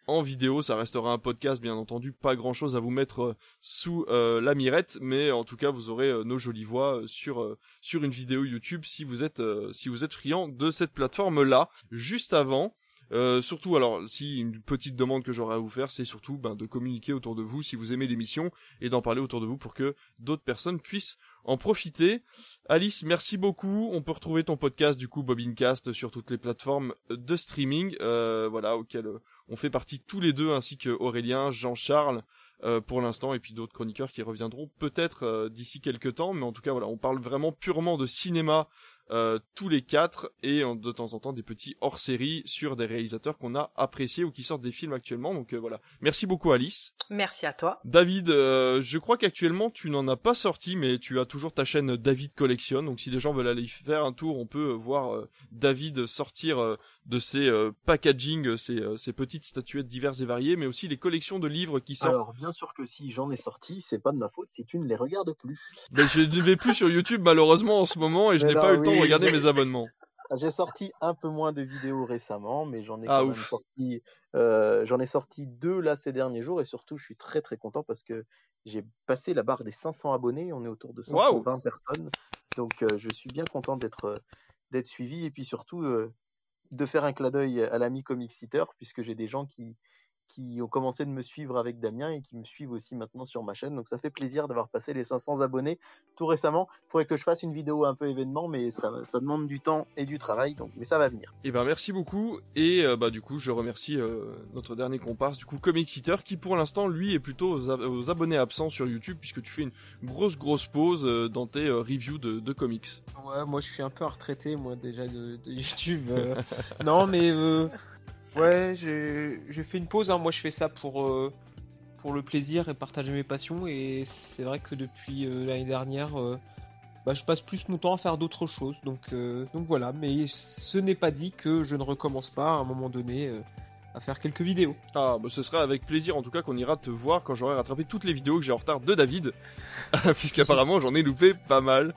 en vidéo. Ça restera un podcast, bien entendu, pas grand-chose à vous mettre euh, sous euh, la mirette, mais en tout cas, vous aurez euh, nos jolies voix euh, sur euh, sur une vidéo YouTube si vous êtes euh, si vous êtes friand de cette plateforme-là. Juste avant. Euh, surtout, alors, si une petite demande que j'aurais à vous faire, c'est surtout ben, de communiquer autour de vous si vous aimez l'émission et d'en parler autour de vous pour que d'autres personnes puissent en profiter. Alice, merci beaucoup. On peut retrouver ton podcast, du coup, Bobincast, sur toutes les plateformes de streaming, euh, voilà, auxquelles euh, on fait partie tous les deux, ainsi que Aurélien, Jean-Charles, euh, pour l'instant, et puis d'autres chroniqueurs qui reviendront peut-être euh, d'ici quelques temps, mais en tout cas, voilà, on parle vraiment purement de cinéma. Euh, tous les quatre, et euh, de temps en temps des petits hors-série sur des réalisateurs qu'on a appréciés ou qui sortent des films actuellement. Donc euh, voilà. Merci beaucoup Alice. Merci à toi. David, euh, je crois qu'actuellement tu n'en as pas sorti, mais tu as toujours ta chaîne David Collection. Donc si les gens veulent aller y faire un tour, on peut voir euh, David sortir euh, de ses euh, packaging, ses, euh, ses petites statuettes diverses et variées, mais aussi les collections de livres qui sortent. Alors bien sûr que si j'en ai sorti, c'est pas de ma faute si tu ne les regardes plus. Mais je ne vais plus sur YouTube malheureusement en ce moment et je mais n'ai non, pas eu le oui. temps de regarder mes abonnements. J'ai sorti un peu moins de vidéos récemment, mais j'en ai ah, quand ouf. même sorti. Euh, j'en ai sorti deux là ces derniers jours et surtout je suis très très content parce que j'ai passé la barre des cinq cents abonnés. On est autour de cinq cent vingt wow. personnes, donc euh, je suis bien content d'être euh, d'être suivi et puis surtout euh, de faire un clin d'œil à l'ami Comic Seater puisque j'ai des gens qui qui ont commencé de me suivre avec Damien et qui me suivent aussi maintenant sur ma chaîne. Donc ça fait plaisir d'avoir passé les cinq cents abonnés tout récemment. Il faudrait que je fasse une vidéo un peu événement, mais ça, ça demande du temps et du travail, donc mais ça va venir. Et ben merci beaucoup. Et euh, bah du coup je remercie euh, notre dernier comparse, du coup Comic Seater, qui pour l'instant lui est plutôt aux, ab- aux abonnés absents sur YouTube puisque tu fais une grosse grosse pause euh, dans tes euh, reviews de, de comics. Ouais, moi je suis un peu retraité moi déjà de, de YouTube. Euh... non mais euh... Ouais, j'ai, j'ai fait une pause, hein. Moi je fais ça pour, euh, pour le plaisir et partager mes passions, et c'est vrai que depuis euh, l'année dernière, euh, bah, je passe plus mon temps à faire d'autres choses, donc, euh, donc voilà, mais ce n'est pas dit que je ne recommence pas à un moment donné euh, à faire quelques vidéos. Ah, bah ce sera avec plaisir en tout cas qu'on ira te voir quand j'aurai rattrapé toutes les vidéos que j'ai en retard de David, puisqu'apparemment j'en ai loupé pas mal.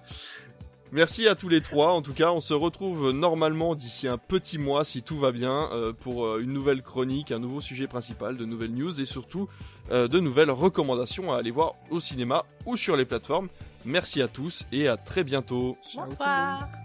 Merci à tous les trois, en tout cas on se retrouve normalement d'ici un petit mois si tout va bien euh, pour euh, une nouvelle chronique, un nouveau sujet principal, de nouvelles news et surtout euh, de nouvelles recommandations à aller voir au cinéma ou sur les plateformes. Merci à tous et à très bientôt. Bonsoir.